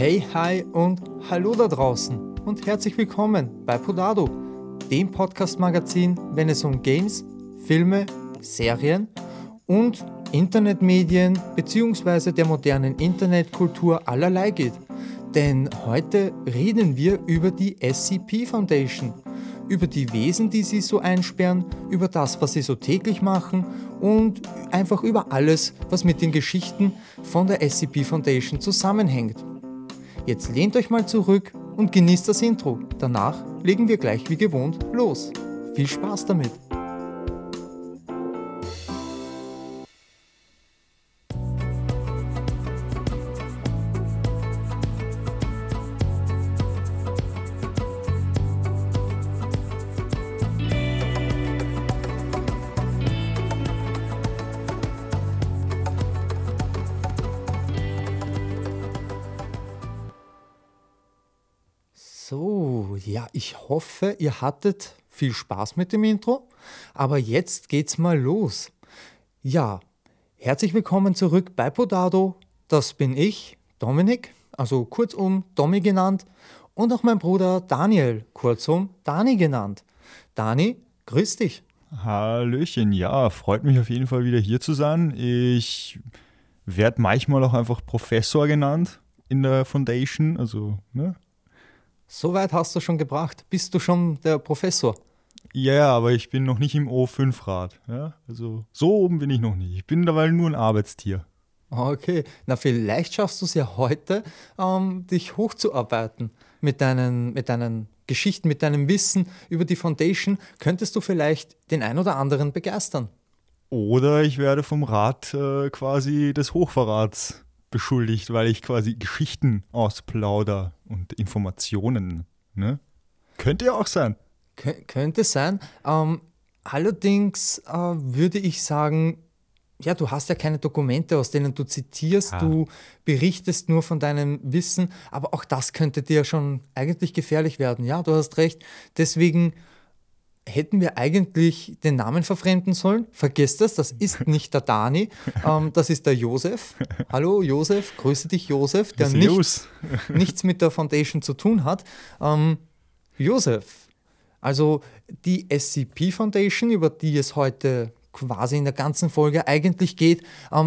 Hey, hi und hallo da draußen und herzlich willkommen bei Podado, dem Podcast-Magazin, wenn es um Games, Filme, Serien und Internetmedien bzw. der modernen Internetkultur allerlei geht. Denn heute reden wir über die SCP Foundation, über die Wesen, die sie so einsperren, über das, was sie so täglich machen und einfach über alles, was mit den Geschichten von der SCP Foundation zusammenhängt. Jetzt lehnt euch mal zurück und genießt das Intro. Danach legen wir gleich wie gewohnt los. Viel Spaß damit! So, ja, ich hoffe, ihr hattet viel Spaß mit dem Intro, aber jetzt geht's mal los. Ja, herzlich willkommen zurück bei Podado. Das bin ich, Dominik, also kurzum Domi genannt, und auch mein Bruder Daniel, kurzum Dani genannt. Dani, grüß dich. Hallöchen, ja, freut mich auf jeden Fall wieder hier zu sein. Ich werde manchmal auch einfach Professor genannt in der Foundation, also, ne? So weit hast du schon gebracht. Bist du schon der Professor? Ja, aber ich bin noch nicht im O5-Rad, ja, also so oben bin ich noch nicht. Ich bin dabei nur ein Arbeitstier. Okay, na vielleicht schaffst du es ja heute, dich hochzuarbeiten mit deinen Geschichten, mit deinem Wissen über die Foundation. Könntest du vielleicht den ein oder anderen begeistern? Oder ich werde vom Rat quasi des Hochverrats beschuldigt, weil ich quasi Geschichten ausplauder und Informationen, ne? Könnte ja auch sein. Könnte sein. Allerdings würde ich sagen, ja, du hast ja keine Dokumente, aus denen du zitierst, du berichtest nur von deinem Wissen, aber auch das könnte dir schon eigentlich gefährlich werden. Ja, du hast recht. Deswegen hätten wir eigentlich den Namen verfremden sollen. Vergesst das ist nicht der Dani, das ist der Josef. Hallo Josef, grüße dich Josef, der nichts mit der Foundation zu tun hat. Josef, also die SCP Foundation, über die es heute quasi in der ganzen Folge eigentlich geht,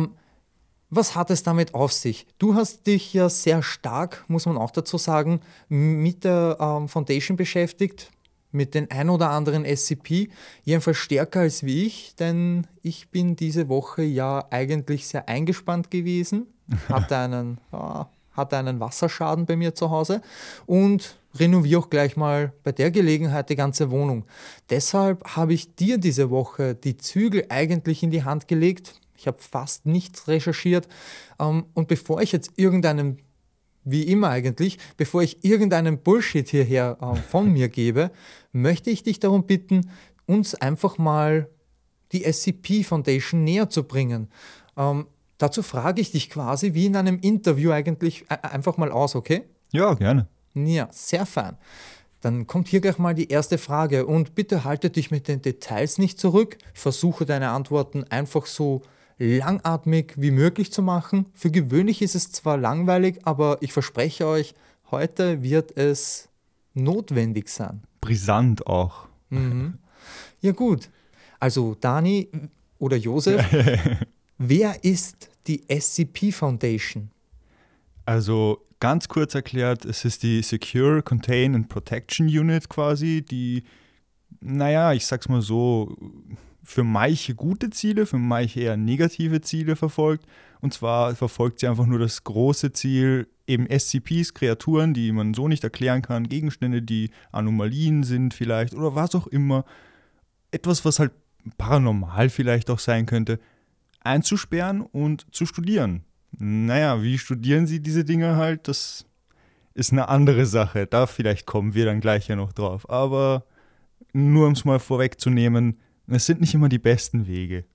was hat es damit auf sich? Du hast dich ja sehr stark, muss man auch dazu sagen, mit der Foundation beschäftigt, mit den ein oder anderen SCP, jedenfalls stärker als wie ich, denn ich bin diese Woche ja eigentlich sehr eingespannt gewesen, hatte einen Wasserschaden bei mir zu Hause und renoviere auch gleich mal bei der Gelegenheit die ganze Wohnung. Deshalb habe ich dir diese Woche die Zügel eigentlich in die Hand gelegt. Ich habe fast nichts recherchiert und bevor ich jetzt wie immer eigentlich, bevor ich irgendeinen Bullshit hierher von mir gebe, möchte ich dich darum bitten, uns einfach mal die SCP Foundation näher zu bringen. Dazu frage ich dich quasi wie in einem Interview eigentlich einfach mal aus, okay? Ja, gerne. Ja, sehr fein. Dann kommt hier gleich mal die erste Frage und bitte halte dich mit den Details nicht zurück. Versuche deine Antworten einfach so langatmig wie möglich zu machen. Für gewöhnlich ist es zwar langweilig, aber ich verspreche euch, heute wird es notwendig sein. Brisant auch. Mhm. Ja gut, also Dani oder Josef, wer ist die SCP Foundation? Also ganz kurz erklärt, es ist die Secure, Contain and Protection Unit quasi, die, naja, ich sag's mal so, für manche gute Ziele, für manche eher negative Ziele verfolgt. Und zwar verfolgt sie einfach nur das große Ziel, eben SCPs, Kreaturen, die man so nicht erklären kann, Gegenstände, die Anomalien sind vielleicht oder was auch immer, etwas, was halt paranormal vielleicht auch sein könnte, einzusperren und zu studieren. Naja, wie studieren sie diese Dinge halt, das ist eine andere Sache. Da vielleicht kommen wir dann gleich ja noch drauf. Aber nur um es mal vorwegzunehmen, es sind nicht immer die besten Wege.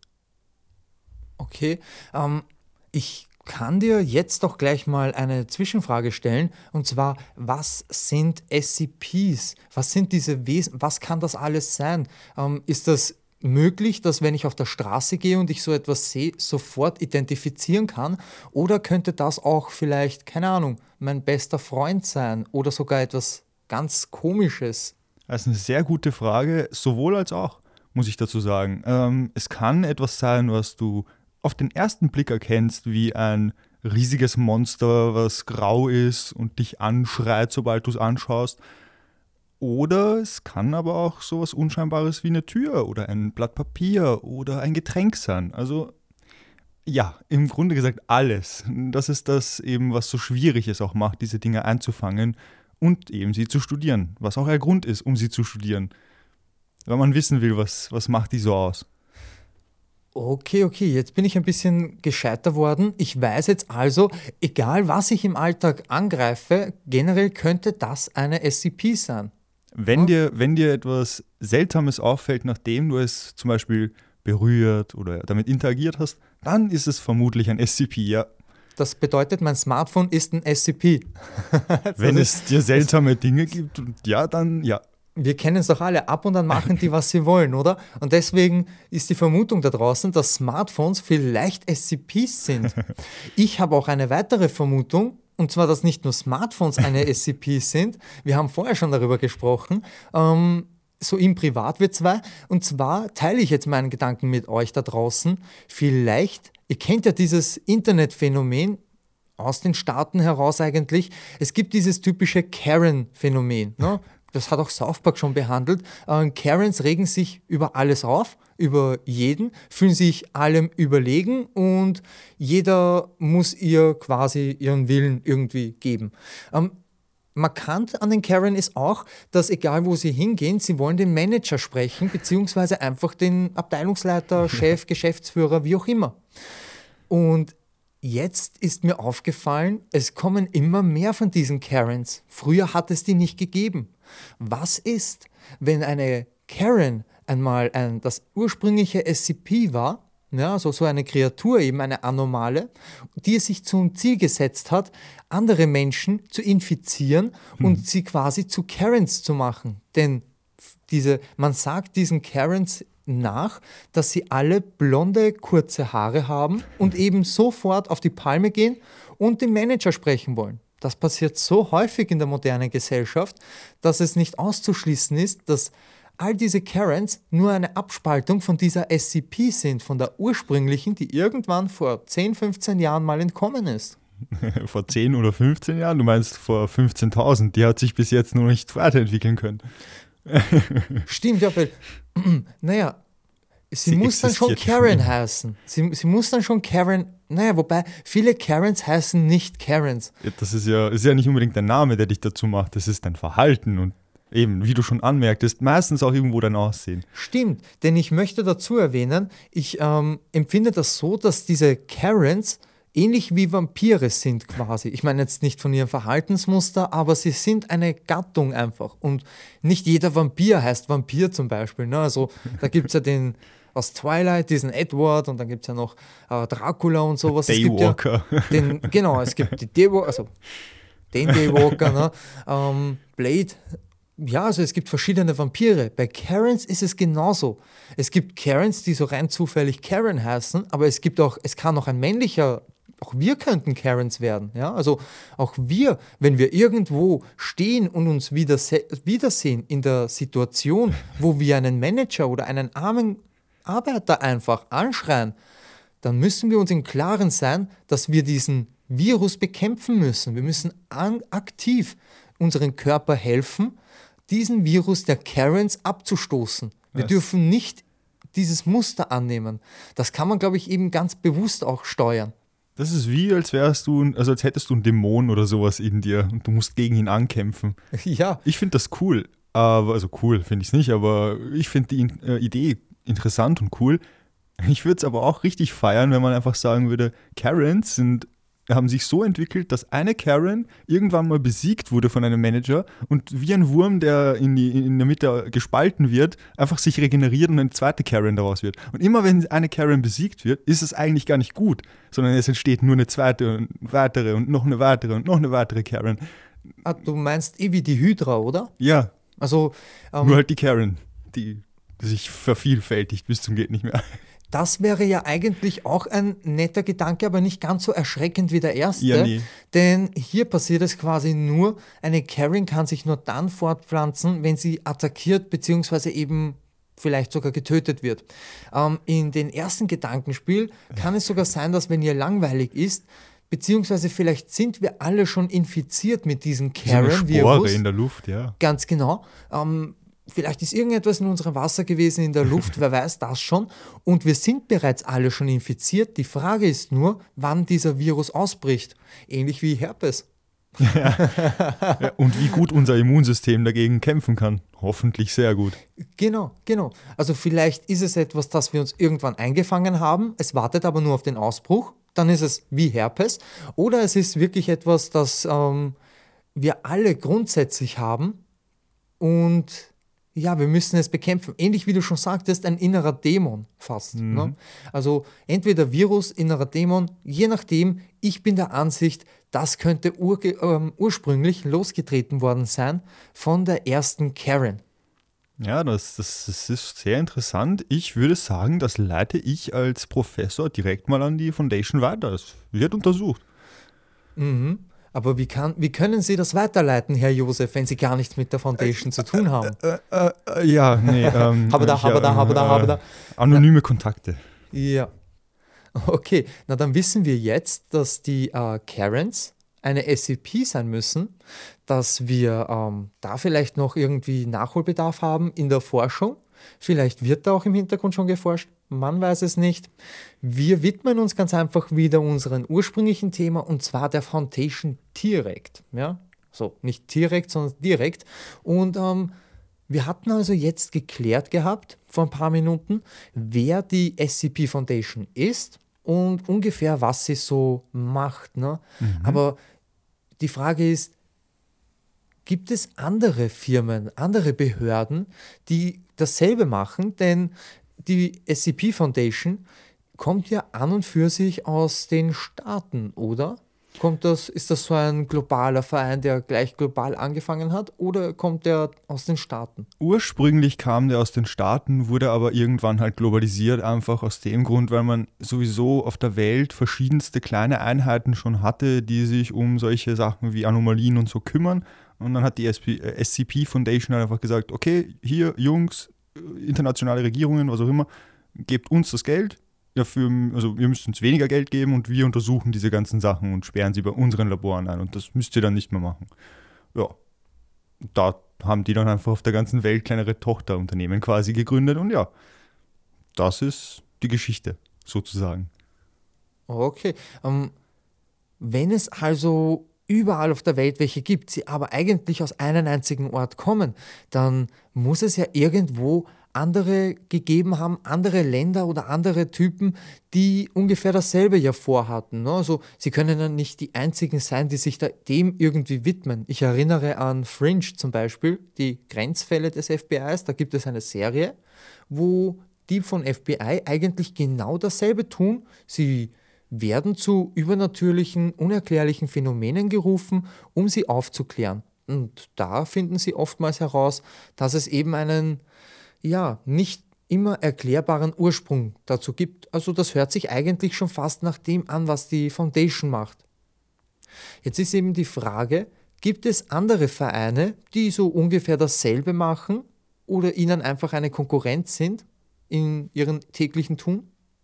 Okay, ich kann dir jetzt doch gleich mal eine Zwischenfrage stellen, und zwar, was sind SCPs? Was sind diese Wesen? Was kann das alles sein? Ist das möglich, dass wenn ich auf der Straße gehe und ich so etwas sehe, sofort identifizieren kann? Oder könnte das auch vielleicht, keine Ahnung, mein bester Freund sein oder sogar etwas ganz Komisches? Das ist eine sehr gute Frage, sowohl als auch, muss ich dazu sagen. Es kann etwas sein, was du auf den ersten Blick erkennst, wie ein riesiges Monster, was grau ist und dich anschreit, sobald du es anschaust. Oder es kann aber auch sowas Unscheinbares wie eine Tür oder ein Blatt Papier oder ein Getränk sein. Also ja, im Grunde gesagt alles. Das ist das eben, was so schwierig es auch macht, diese Dinge einzufangen und eben sie zu studieren. Was auch ein Grund ist, um sie zu studieren. Weil man wissen will, was macht die so aus. Okay, jetzt bin ich ein bisschen gescheiter worden. Ich weiß jetzt also, egal was ich im Alltag angreife, generell könnte das eine SCP sein. Wenn dir etwas Seltsames auffällt, nachdem du es zum Beispiel berührt oder damit interagiert hast, dann ist es vermutlich ein SCP, ja. Das bedeutet, mein Smartphone ist ein SCP. Wenn es dir seltsame Dinge gibt, ja, dann ja. Wir kennen es doch alle, ab und an machen die, was sie wollen, oder? Und deswegen ist die Vermutung da draußen, dass Smartphones vielleicht SCPs sind. Ich habe auch eine weitere Vermutung, und zwar, dass nicht nur Smartphones eine SCP sind. Wir haben vorher schon darüber gesprochen, so im Privat wir zwei. Und zwar teile ich jetzt meinen Gedanken mit euch da draußen. Vielleicht, ihr kennt ja dieses Internetphänomen, aus den Staaten heraus eigentlich. Es gibt dieses typische Karen-Phänomen. Ne? Das hat auch South Park schon behandelt. Karens regen sich über alles auf, über jeden, fühlen sich allem überlegen und jeder muss ihr quasi ihren Willen irgendwie geben. Markant an den Karen ist auch, dass egal wo sie hingehen, sie wollen den Manager sprechen, beziehungsweise einfach den Abteilungsleiter, Chef, Geschäftsführer, wie auch immer. Und jetzt ist mir aufgefallen, es kommen immer mehr von diesen Karens. Früher hat es die nicht gegeben. Was ist, wenn eine Karen einmal das ursprüngliche SCP war, ja, also so eine Kreatur, eben eine Anomale, die es sich zum Ziel gesetzt hat, andere Menschen zu infizieren und sie quasi zu Karens zu machen. Denn man sagt diesen Karens nach, dass sie alle blonde, kurze Haare haben und eben sofort auf die Palme gehen und den Manager sprechen wollen. Das passiert so häufig in der modernen Gesellschaft, dass es nicht auszuschließen ist, dass all diese Karens nur eine Abspaltung von dieser SCP sind, von der ursprünglichen, die irgendwann vor 10, 15 Jahren mal entkommen ist. Vor 10 oder 15 Jahren? Du meinst vor 15.000. Die hat sich bis jetzt noch nicht weiterentwickeln können. Stimmt, ja, weil, naja, sie muss dann schon Karen heißen. Sie muss dann schon Karen, naja, wobei viele Karens heißen nicht Karens. Das ist ja nicht unbedingt dein Name, der dich dazu macht, das ist dein Verhalten und eben, wie du schon anmerktest, meistens auch irgendwo dein Aussehen. Stimmt, denn ich möchte dazu erwähnen, ich empfinde das so, dass diese Karens ähnlich wie Vampire sind quasi. Ich meine jetzt nicht von ihrem Verhaltensmuster, aber sie sind eine Gattung einfach. Und nicht jeder Vampir heißt Vampir zum Beispiel. Ne? Also da gibt es ja den aus Twilight, diesen Edward, und dann gibt es ja noch Dracula und sowas. Daywalker. Es gibt die Daywalker, also den Daywalker, ne? Blade. Ja, also es gibt verschiedene Vampire. Bei Karens ist es genauso. Es gibt Karens, die so rein zufällig Karen heißen, aber es kann auch ein männlicher, auch wir könnten Karens werden. Ja? Also auch wir, wenn wir irgendwo stehen und uns wiedersehen in der Situation, wo wir einen Manager oder einen armen Arbeiter einfach anschreien, dann müssen wir uns im Klaren sein, dass wir diesen Virus bekämpfen müssen. Wir müssen aktiv unseren Körper helfen, diesen Virus der Karens abzustoßen. Wir dürfen nicht dieses Muster annehmen. Das kann man, glaube ich, eben ganz bewusst auch steuern. Das ist wie, als hättest du einen Dämon oder sowas in dir und du musst gegen ihn ankämpfen. Ja. Ich finde das cool. Also cool finde ich es nicht, aber ich finde die Idee interessant und cool. Ich würde es aber auch richtig feiern, wenn man einfach sagen würde, Karens haben sich so entwickelt, dass eine Karen irgendwann mal besiegt wurde von einem Manager und wie ein Wurm, der in der Mitte gespalten wird, einfach sich regeneriert und eine zweite Karen daraus wird. Und immer wenn eine Karen besiegt wird, ist es eigentlich gar nicht gut, sondern es entsteht nur eine zweite und weitere und noch eine weitere Karen. Du meinst wie die Hydra, oder? Ja, Also, nur halt die Karen, die sich vervielfältigt bis zum geht nicht mehr. Das wäre ja eigentlich auch ein netter Gedanke, aber nicht ganz so erschreckend wie der erste. Ja, nee. Denn hier passiert es quasi nur, eine Carrion kann sich nur dann fortpflanzen, wenn sie attackiert bzw. eben vielleicht sogar getötet wird. In den ersten Gedankenspiel kann es sogar sein, dass wenn ihr langweilig ist, beziehungsweise vielleicht sind wir alle schon infiziert mit diesem So eine Carrion-Virus. Spore in der Luft, ja. Ganz genau. Vielleicht ist irgendetwas in unserem Wasser gewesen, in der Luft, wer weiß das schon. Und wir sind bereits alle schon infiziert. Die Frage ist nur, wann dieser Virus ausbricht. Ähnlich wie Herpes. Ja, und wie gut unser Immunsystem dagegen kämpfen kann. Hoffentlich sehr gut. Genau. Also vielleicht ist es etwas, das wir uns irgendwann eingefangen haben. Es wartet aber nur auf den Ausbruch. Dann ist es wie Herpes. Oder es ist wirklich etwas, das wir alle grundsätzlich haben. Und ja, wir müssen es bekämpfen. Ähnlich wie du schon sagtest, ein innerer Dämon fast. Ne? Also entweder Virus, innerer Dämon, je nachdem. Ich bin der Ansicht, das könnte ursprünglich losgetreten worden sein von der ersten Karen. Ja, das ist sehr interessant. Ich würde sagen, das leite ich als Professor direkt mal an die Foundation weiter. Es wird untersucht. Aber wie können Sie das weiterleiten, Herr Josef, wenn Sie gar nichts mit der Foundation zu tun haben? Ja, nee. Habada. Anonyme Kontakte. Ja. Okay, na dann wissen wir jetzt, dass die Karens eine SCP sein müssen, dass wir da vielleicht noch irgendwie Nachholbedarf haben in der Forschung. Vielleicht wird da auch im Hintergrund schon geforscht, man weiß es nicht. Wir widmen uns ganz einfach wieder unserem ursprünglichen Thema, und zwar der Foundation direkt. Ja? So, nicht direkt, sondern direkt. Und wir hatten also jetzt geklärt gehabt, vor ein paar Minuten, wer die SCP Foundation ist und ungefähr, was sie so macht. Ne? Aber die Frage ist, gibt es andere Firmen, andere Behörden, die dasselbe machen? Denn die SCP Foundation kommt ja an und für sich aus den Staaten, oder? Ist das so ein globaler Verein, der gleich global angefangen hat, oder kommt der aus den Staaten? Ursprünglich kam der aus den Staaten, wurde aber irgendwann halt globalisiert, einfach aus dem Grund, weil man sowieso auf der Welt verschiedenste kleine Einheiten schon hatte, die sich um solche Sachen wie Anomalien und so kümmern. Und dann hat die SCP Foundation einfach gesagt, okay, hier Jungs, internationale Regierungen, was auch immer, gebt uns das Geld. Dafür, also ihr müsst uns weniger Geld geben und wir untersuchen diese ganzen Sachen und sperren sie bei unseren Laboren ein. Und das müsst ihr dann nicht mehr machen. Ja, da haben die dann einfach auf der ganzen Welt kleinere Tochterunternehmen quasi gegründet. Und ja, das ist die Geschichte sozusagen. Okay. Wenn es also überall auf der Welt welche gibt, sie aber eigentlich aus einem einzigen Ort kommen, dann muss es ja irgendwo andere gegeben haben, andere Länder oder andere Typen, die ungefähr dasselbe ja vorhatten. Ne? Also sie können ja nicht die einzigen sein, die sich dem irgendwie widmen. Ich erinnere an Fringe zum Beispiel, die Grenzfälle des FBIs, da gibt es eine Serie, wo die von FBI eigentlich genau dasselbe tun. Sie werden zu übernatürlichen, unerklärlichen Phänomenen gerufen, um sie aufzuklären. Und da finden sie oftmals heraus, dass es eben einen nicht immer erklärbaren Ursprung dazu gibt. Also das hört sich eigentlich schon fast nach dem an, was die Foundation macht. Jetzt ist eben die Frage, gibt es andere Vereine, die so ungefähr dasselbe machen oder ihnen einfach eine Konkurrenz sind in ihrem täglichen Tun?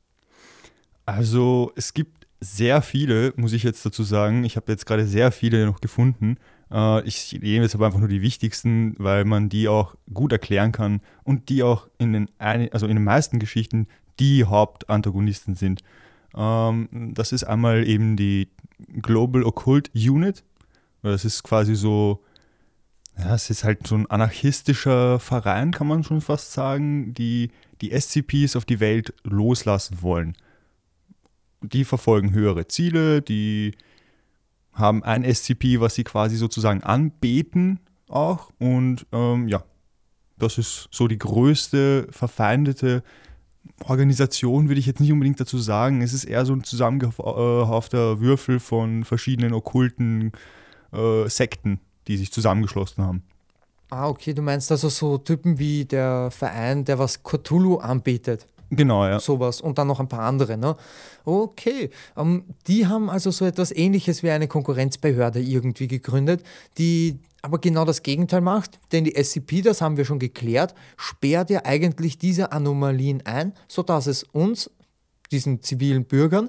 Also es gibt sehr viele, muss ich jetzt dazu sagen. Ich habe jetzt gerade sehr viele noch gefunden. Ich nehme jetzt aber einfach nur die wichtigsten, weil man die auch gut erklären kann und die auch in den meisten Geschichten die Hauptantagonisten sind. Das ist einmal eben die Global Occult Unit. Das ist quasi so, es ist halt so ein anarchistischer Verein, kann man schon fast sagen, die SCPs auf die Welt loslassen wollen. Die verfolgen höhere Ziele, die haben ein SCP, was sie quasi sozusagen anbeten auch. Und das ist so die größte verfeindete Organisation, würde ich jetzt nicht unbedingt dazu sagen. Es ist eher so ein zusammengehaufter Würfel von verschiedenen okkulten Sekten, die sich zusammengeschlossen haben. Ah, okay, du meinst also so Typen wie der Verein, der was Cthulhu anbietet. Genau, ja. Sowas und dann noch ein paar andere. Ne? Okay, die haben also so etwas Ähnliches wie eine Konkurrenzbehörde irgendwie gegründet, die aber genau das Gegenteil macht, denn die SCP, das haben wir schon geklärt, sperrt ja eigentlich diese Anomalien ein, sodass es uns, diesen zivilen Bürgern,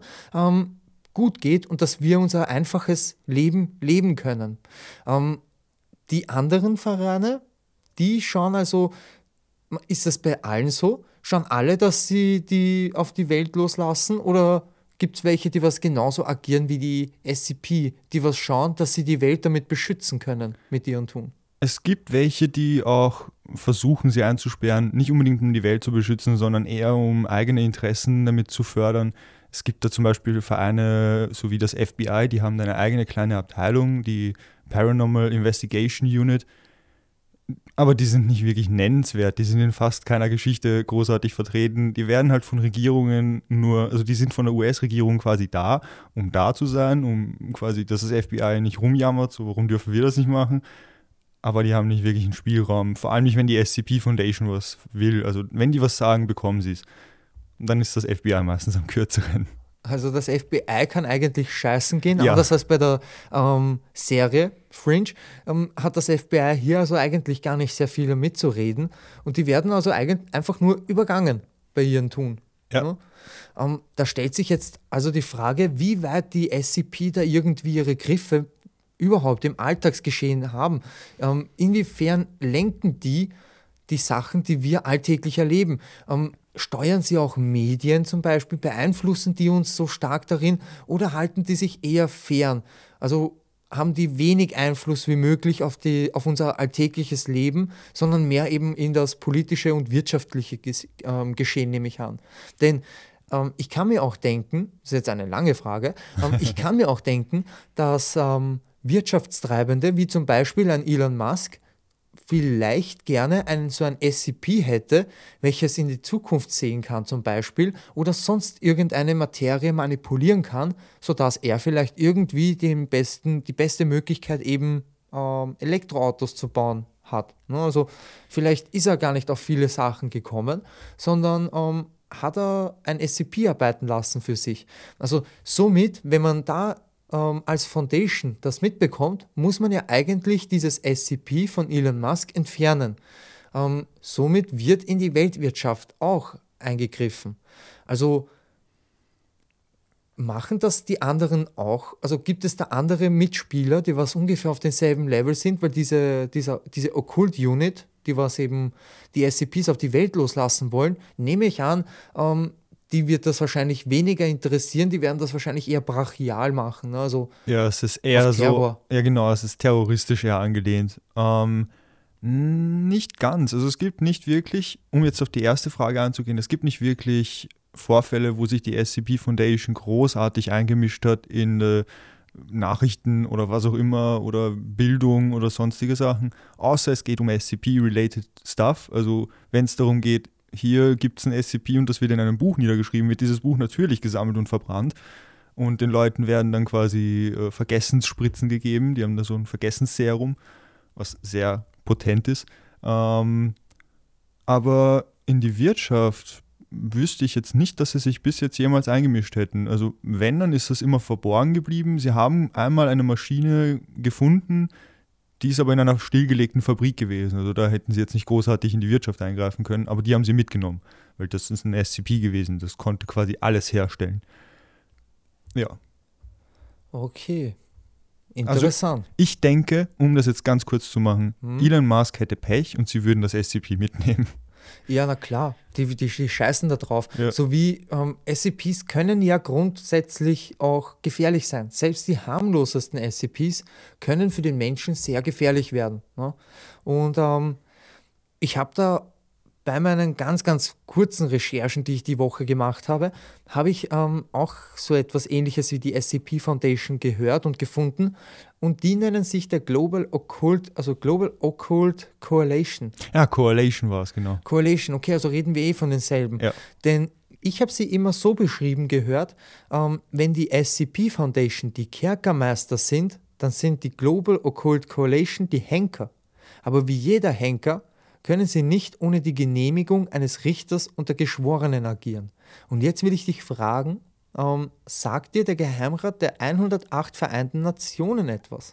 gut geht und dass wir unser einfaches Leben leben können. Ähm, die anderen Vereine, die schauen also, ist das bei allen so? Schauen alle, dass sie die auf die Welt loslassen? Oder gibt es welche, die was genauso agieren wie die SCP, die was schauen, dass sie die Welt damit beschützen können mit ihrem Tun? Es gibt welche, die auch versuchen, sie einzusperren, nicht unbedingt um die Welt zu beschützen, sondern eher um eigene Interessen damit zu fördern. Es gibt da zum Beispiel Vereine, so wie das FBI, die haben eine eigene kleine Abteilung, die Paranormal Investigation Unit, aber die sind nicht wirklich nennenswert, die sind in fast keiner Geschichte großartig vertreten. Die werden halt von Regierungen nur, also die sind von der US-Regierung quasi um da zu sein, um quasi, dass das FBI nicht rumjammert, so warum dürfen wir das nicht machen. Aber die haben nicht wirklich einen Spielraum, vor allem nicht, wenn die SCP Foundation was will. Also wenn die was sagen, bekommen sie es. Und dann ist das FBI meistens am kürzeren. Also das FBI kann eigentlich scheißen gehen, Ja. anders als bei der Serie Fringe hat das FBI hier also eigentlich gar nicht sehr viel mitzureden und die werden also einfach nur übergangen bei ihrem Tun. Ja. Ne? Da stellt sich jetzt also die Frage, wie weit die SCP da irgendwie ihre Griffe überhaupt im Alltagsgeschehen haben. Inwiefern lenken die Sachen, die wir alltäglich erleben? Steuern sie auch Medien zum Beispiel? Beeinflussen die uns so stark darin oder halten die sich eher fern? Also haben die wenig Einfluss wie möglich auf unser alltägliches Leben, sondern mehr eben in das politische und wirtschaftliche Geschehen, nehme ich an. Denn ich kann mir auch denken, das ist jetzt eine lange Frage, ich kann mir auch denken, dass Wirtschaftstreibende, wie zum Beispiel ein Elon Musk, vielleicht gerne so ein SCP hätte, welches in die Zukunft sehen kann zum Beispiel oder sonst irgendeine Materie manipulieren kann, sodass er vielleicht irgendwie die beste Möglichkeit eben Elektroautos zu bauen hat. Ne? Also vielleicht ist er gar nicht auf viele Sachen gekommen, sondern hat er ein SCP arbeiten lassen für sich. Also somit, wenn man da als Foundation das mitbekommt, muss man ja eigentlich dieses SCP von Elon Musk entfernen. Somit wird in die Weltwirtschaft auch eingegriffen. Also machen das die anderen auch? Also gibt es da andere Mitspieler, die was ungefähr auf demselben Level sind, weil diese Occult-Unit, die was eben die SCPs auf die Welt loslassen wollen, nehme ich an, die wird das wahrscheinlich weniger interessieren, die werden das wahrscheinlich eher brachial machen. Ne? Also ja, es ist eher so, ja genau, es ist terroristisch eher angelehnt. Nicht ganz, also es gibt nicht wirklich, um jetzt auf die erste Frage einzugehen, es gibt nicht wirklich Vorfälle, wo sich die SCP Foundation großartig eingemischt hat in Nachrichten oder was auch immer oder Bildung oder sonstige Sachen, außer es geht um SCP-related Stuff, also wenn es darum geht, hier gibt es ein SCP und das wird in einem Buch niedergeschrieben, wird dieses Buch natürlich gesammelt und verbrannt und den Leuten werden dann quasi Vergessensspritzen gegeben, die haben da so ein Vergessensserum, was sehr potent ist. Aber in die Wirtschaft wüsste ich jetzt nicht, dass sie sich bis jetzt jemals eingemischt hätten. Also wenn, dann ist das immer verborgen geblieben. Sie haben einmal eine Maschine gefunden, die ist aber in einer stillgelegten Fabrik gewesen. Also da hätten sie jetzt nicht großartig in die Wirtschaft eingreifen können, aber die haben sie mitgenommen, weil das ist ein SCP gewesen. Das konnte quasi alles herstellen. Ja. Okay. Interessant. Also ich denke, um das jetzt ganz kurz zu machen, Elon Musk hätte Pech und sie würden das SCP mitnehmen. Ja, na klar, die scheißen da drauf. Ja. So wie SCPs können ja grundsätzlich auch gefährlich sein. Selbst die harmlosesten SCPs können für den Menschen sehr gefährlich werden. Ne? Und ich habe da bei meinen ganz, ganz kurzen Recherchen, die ich die Woche gemacht habe, habe ich auch so etwas Ähnliches wie die SCP Foundation gehört und gefunden. Und die nennen sich der Global Occult Coalition. Ja, Coalition war es, genau. Coalition, okay, also reden wir von denselben. Ja. Denn ich habe sie immer so beschrieben gehört, wenn die SCP Foundation die Kerkermeister sind, dann sind die Global Occult Coalition die Henker. Aber wie jeder Henker können sie nicht ohne die Genehmigung eines Richters und der Geschworenen agieren. Und jetzt will ich dich fragen, sagt dir der Geheimrat der 108 Vereinten Nationen etwas?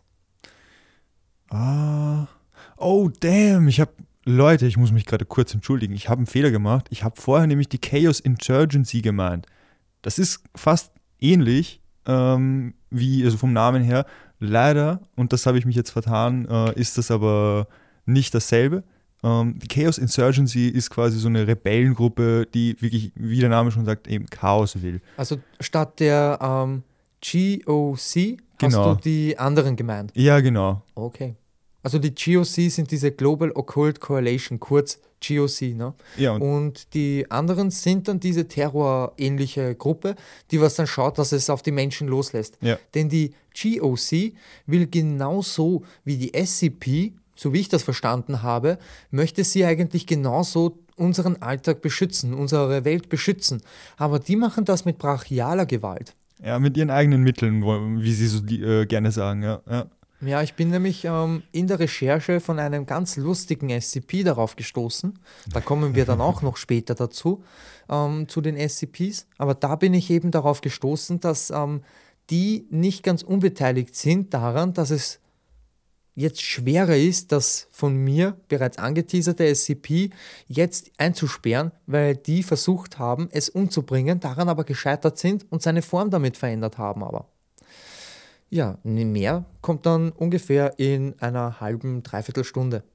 Oh, damn, Leute, ich muss mich gerade kurz entschuldigen. Ich habe einen Fehler gemacht. Ich habe vorher nämlich die Chaos Insurgency gemeint. Das ist fast ähnlich, also vom Namen her. Leider, und das habe ich mich jetzt vertan, ist das aber nicht dasselbe. Die Chaos Insurgency ist quasi so eine Rebellengruppe, die wirklich, wie der Name schon sagt, eben Chaos will. Also statt der GOC hast Genau. du die anderen gemeint? Ja, genau. Okay. Also die GOC sind diese Global Occult Coalition, kurz GOC, ne? Ja, Und die anderen sind dann diese terrorähnliche Gruppe, die was dann schaut, dass es auf die Menschen loslässt. Ja. Denn die GOC will genauso wie die SCP, so wie ich das verstanden habe, möchte sie eigentlich genauso unseren Alltag beschützen, unsere Welt beschützen. Aber die machen das mit brachialer Gewalt. Ja, mit ihren eigenen Mitteln, wie sie so gerne sagen, ja. Ja, ich bin nämlich in der Recherche von einem ganz lustigen SCP darauf gestoßen. Da kommen wir dann auch noch später dazu, zu den SCPs. Aber da bin ich eben darauf gestoßen, dass die nicht ganz unbeteiligt sind daran, dass es jetzt schwerer ist, das von mir bereits angeteaserte SCP jetzt einzusperren, weil die versucht haben, es umzubringen, daran aber gescheitert sind und seine Form damit verändert haben aber. Ja, mehr kommt dann ungefähr in einer halben, dreiviertel Stunde.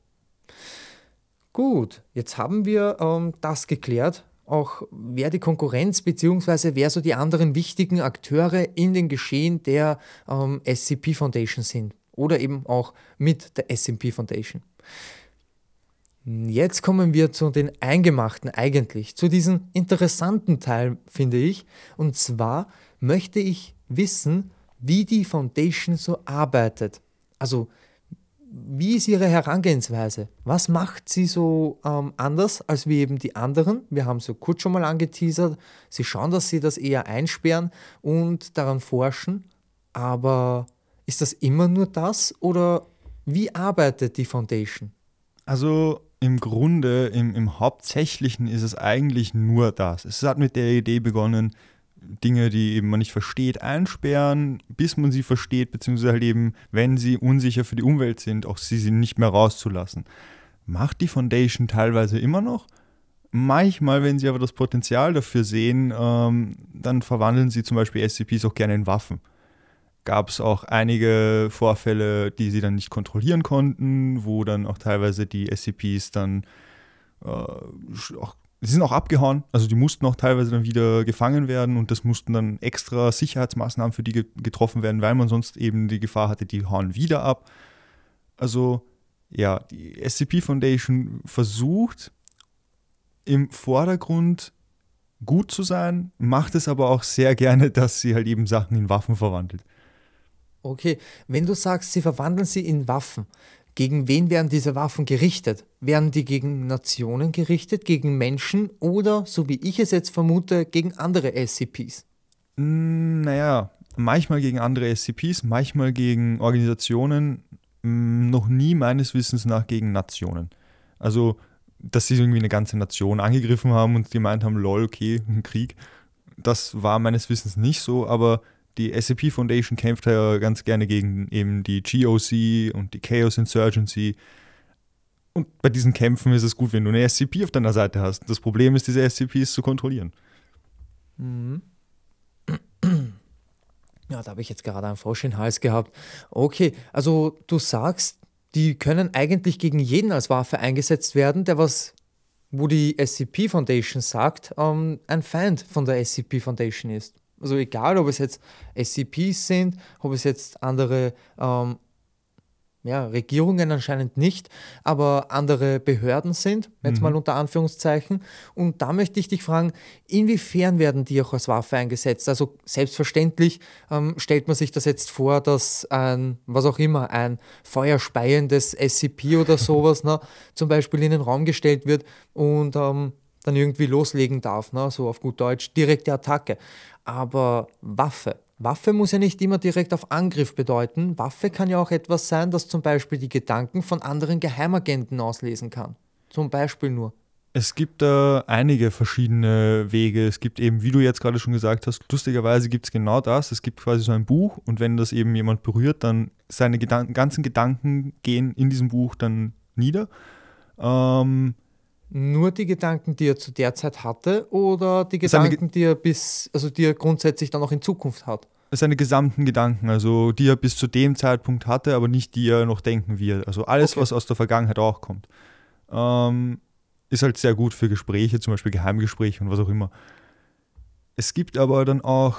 Gut, jetzt haben wir das geklärt, auch wer die Konkurrenz bzw. wer so die anderen wichtigen Akteure in den Geschehen der SCP Foundation sind oder eben auch mit der SCP Foundation. Jetzt kommen wir zu den Eingemachten eigentlich, zu diesem interessanten Teil, finde ich. Und zwar möchte ich wissen, wie die Foundation so arbeitet. Also, wie ist ihre Herangehensweise? Was macht sie so anders als wie eben die anderen? Wir haben es so kurz schon mal angeteasert. Sie schauen, dass sie das eher einsperren und daran forschen. Aber ist das immer nur das oder wie arbeitet die Foundation? Also im Grunde, im Hauptsächlichen ist es eigentlich nur das. Es hat mit der Idee begonnen, Dinge, die eben man nicht versteht, einsperren, bis man sie versteht, beziehungsweise halt eben, wenn sie unsicher für die Umwelt sind, auch sie nicht mehr rauszulassen. Macht die Foundation teilweise immer noch. Manchmal, wenn sie aber das Potenzial dafür sehen, dann verwandeln sie zum Beispiel SCPs auch gerne in Waffen. Gab es auch einige Vorfälle, die sie dann nicht kontrollieren konnten, wo dann auch teilweise die SCPs dann sie sind auch abgehauen, also die mussten auch teilweise dann wieder gefangen werden und das mussten dann extra Sicherheitsmaßnahmen für die getroffen werden, weil man sonst eben die Gefahr hatte, die hauen wieder ab. Also ja, die SCP Foundation versucht im Vordergrund gut zu sein, macht es aber auch sehr gerne, dass sie halt eben Sachen in Waffen verwandelt. Okay, wenn du sagst, sie verwandeln sie in Waffen, gegen wen werden diese Waffen gerichtet? Werden die gegen Nationen gerichtet, gegen Menschen oder, so wie ich es jetzt vermute, gegen andere SCPs? Naja, manchmal gegen andere SCPs, manchmal gegen Organisationen, noch nie meines Wissens nach gegen Nationen. Also, dass sie irgendwie eine ganze Nation angegriffen haben und gemeint haben, lol, okay, ein Krieg. Das war meines Wissens nicht so, aber die SCP Foundation kämpft ja ganz gerne gegen eben die GOC und die Chaos Insurgency. Und bei diesen Kämpfen ist es gut, wenn du eine SCP auf deiner Seite hast. Das Problem ist, diese SCPs zu kontrollieren. Mhm. Ja, da habe ich jetzt gerade einen Frosch in den Hals gehabt. Okay, also du sagst, die können eigentlich gegen jeden als Waffe eingesetzt werden, der was, wo die SCP Foundation sagt, ein Feind von der SCP Foundation ist. Also egal, ob es jetzt SCPs sind, ob es jetzt andere Regierungen anscheinend nicht, aber andere Behörden sind, jetzt mal unter Anführungszeichen. Und da möchte ich dich fragen, inwiefern werden die auch als Waffe eingesetzt? Also selbstverständlich stellt man sich das jetzt vor, dass ein feuerspeiendes SCP oder sowas zum Beispiel in den Raum gestellt wird und dann irgendwie loslegen darf, so auf gut Deutsch, direkte Attacke. Aber Waffe, Waffe muss ja nicht immer direkt auf Angriff bedeuten. Waffe kann ja auch etwas sein, das zum Beispiel die Gedanken von anderen Geheimagenten auslesen kann. Zum Beispiel nur. Es gibt da einige verschiedene Wege. Es gibt eben, wie du jetzt gerade schon gesagt hast, lustigerweise gibt es genau das. Es gibt quasi so ein Buch und wenn das eben jemand berührt, dann seine ganzen Gedanken gehen in diesem Buch dann nieder. Nur die Gedanken, die er zu der Zeit hatte oder die Gedanken, die er grundsätzlich dann auch in Zukunft hat? Seine gesamten Gedanken, also die er bis zu dem Zeitpunkt hatte, aber nicht die er noch denken wird. Also alles, was aus der Vergangenheit auch kommt. Ist halt sehr gut für Gespräche, zum Beispiel Geheimgespräche und was auch immer. Es gibt aber dann auch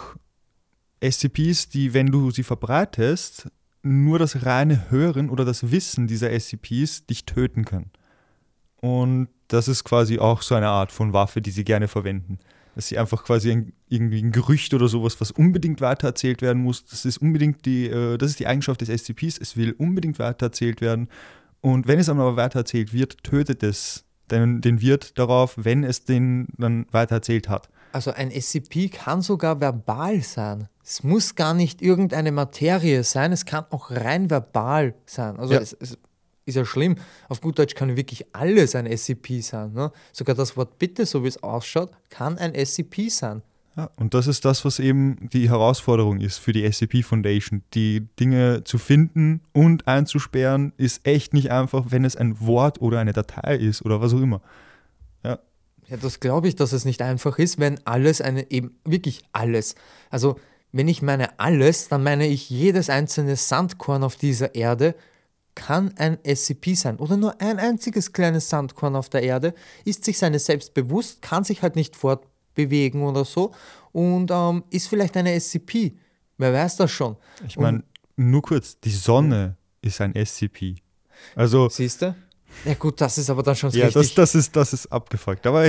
SCPs, die, wenn du sie verbreitest, nur das reine Hören oder das Wissen dieser SCPs dich töten können. Und das ist quasi auch so eine Art von Waffe, die sie gerne verwenden. Dass sie einfach quasi irgendwie ein Gerücht oder sowas, was unbedingt weitererzählt werden muss, das ist die Eigenschaft des SCPs, es will unbedingt weitererzählt werden. Und wenn es aber weitererzählt wird, tötet es den Wirt darauf, wenn es den dann weitererzählt hat. Also ein SCP kann sogar verbal sein. Es muss gar nicht irgendeine Materie sein, es kann auch rein verbal sein. Also es ist ja schlimm. Auf gut Deutsch kann wirklich alles ein SCP sein. Ne? Sogar das Wort Bitte, so wie es ausschaut, kann ein SCP sein. Ja, und das ist das, was eben die Herausforderung ist für die SCP Foundation. Die Dinge zu finden und einzusperren ist echt nicht einfach, wenn es ein Wort oder eine Datei ist oder was auch immer. Ja, das glaube ich, dass es nicht einfach ist, wenn alles eben wirklich alles. Also wenn ich meine alles, dann meine ich jedes einzelne Sandkorn auf dieser Erde kann ein SCP sein oder nur ein einziges kleines Sandkorn auf der Erde, ist sich seines selbst bewusst, kann sich halt nicht fortbewegen oder so und ist vielleicht eine SCP. Wer weiß das schon? Ich meine, nur kurz, die Sonne ist ein SCP. Also, siehst du? Ja gut, das ist aber dann schon richtig. Ja, das ist abgefuckt. Aber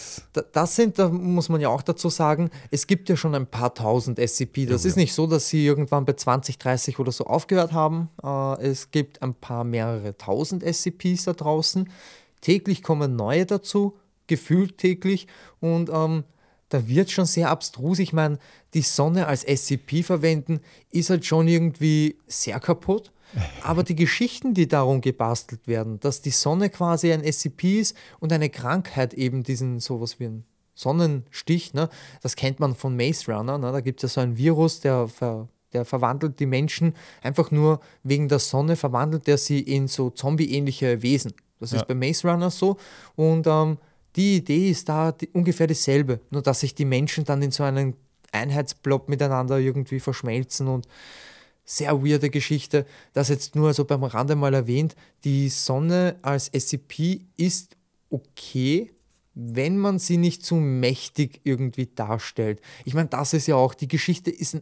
da muss man ja auch dazu sagen, es gibt ja schon ein paar tausend SCP. Das ist nicht so, dass sie irgendwann bei 20, 30 oder so aufgehört haben. Es gibt mehrere tausend SCPs da draußen. Täglich kommen neue dazu, gefühlt täglich. Und da wird schon sehr abstrus. Ich meine, die Sonne als SCP verwenden, ist halt schon irgendwie sehr kaputt. Aber die Geschichten, die darum gebastelt werden, dass die Sonne quasi ein SCP ist und eine Krankheit eben sowas wie ein Sonnenstich, ne? Das kennt man von Maze Runner, ne? Da gibt es ja so ein Virus, der verwandelt die Menschen einfach nur wegen der Sonne, verwandelt der sie in so zombie-ähnliche Wesen. Das ist bei Maze Runner so und die Idee ist da ungefähr dieselbe, nur dass sich die Menschen dann in so einen Einheitsblob miteinander irgendwie verschmelzen und sehr weirde Geschichte, das jetzt nur so beim Rande mal erwähnt, die Sonne als SCP ist okay, wenn man sie nicht zu mächtig irgendwie darstellt. Ich meine, das ist ja auch, die Geschichte ist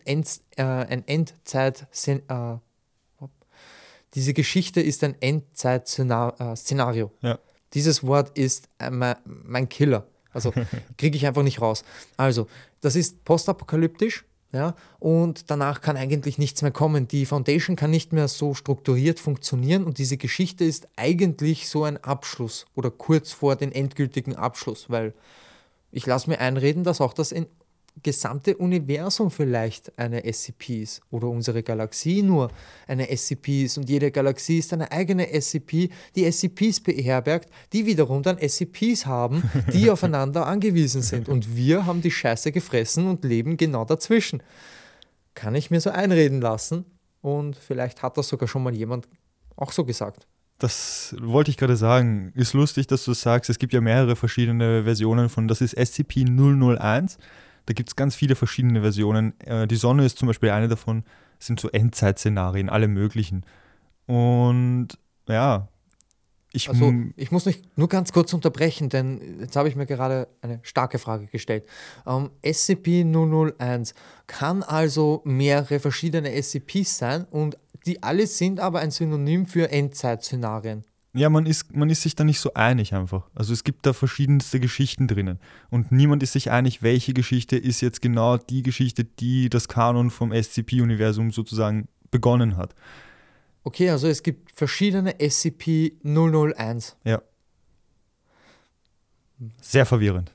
diese Geschichte ist ein Endzeit-Szenario. Ja. Dieses Wort ist mein Killer. Also kriege ich einfach nicht raus. Also, das ist postapokalyptisch. Ja, und danach kann eigentlich nichts mehr kommen. Die Foundation kann nicht mehr so strukturiert funktionieren und diese Geschichte ist eigentlich so ein Abschluss oder kurz vor den endgültigen Abschluss, weil ich lasse mir einreden, dass auch das gesamte Universum vielleicht eine SCP ist oder unsere Galaxie nur eine SCP ist und jede Galaxie ist eine eigene SCP, die SCPs beherbergt, die wiederum dann SCPs haben, die aufeinander angewiesen sind und wir haben die Scheiße gefressen und leben genau dazwischen. Kann ich mir so einreden lassen und vielleicht hat das sogar schon mal jemand auch so gesagt. Das wollte ich gerade sagen. Ist lustig, dass du sagst, es gibt ja mehrere verschiedene Versionen von, das ist SCP-001. Da gibt es ganz viele verschiedene Versionen. Die Sonne ist zum Beispiel eine davon. Das sind so Endzeitszenarien, alle möglichen. Und ja, ich muss mich nur ganz kurz unterbrechen, denn jetzt habe ich mir gerade eine starke Frage gestellt. SCP-001 kann also mehrere verschiedene SCPs sein und die alle sind aber ein Synonym für Endzeitszenarien. Ja, man ist sich da nicht so einig einfach. Also es gibt da verschiedenste Geschichten drinnen. Und niemand ist sich einig, welche Geschichte ist jetzt genau die Geschichte, die das Kanon vom SCP-Universum sozusagen begonnen hat. Okay, also es gibt verschiedene SCP-001. Ja. Sehr verwirrend.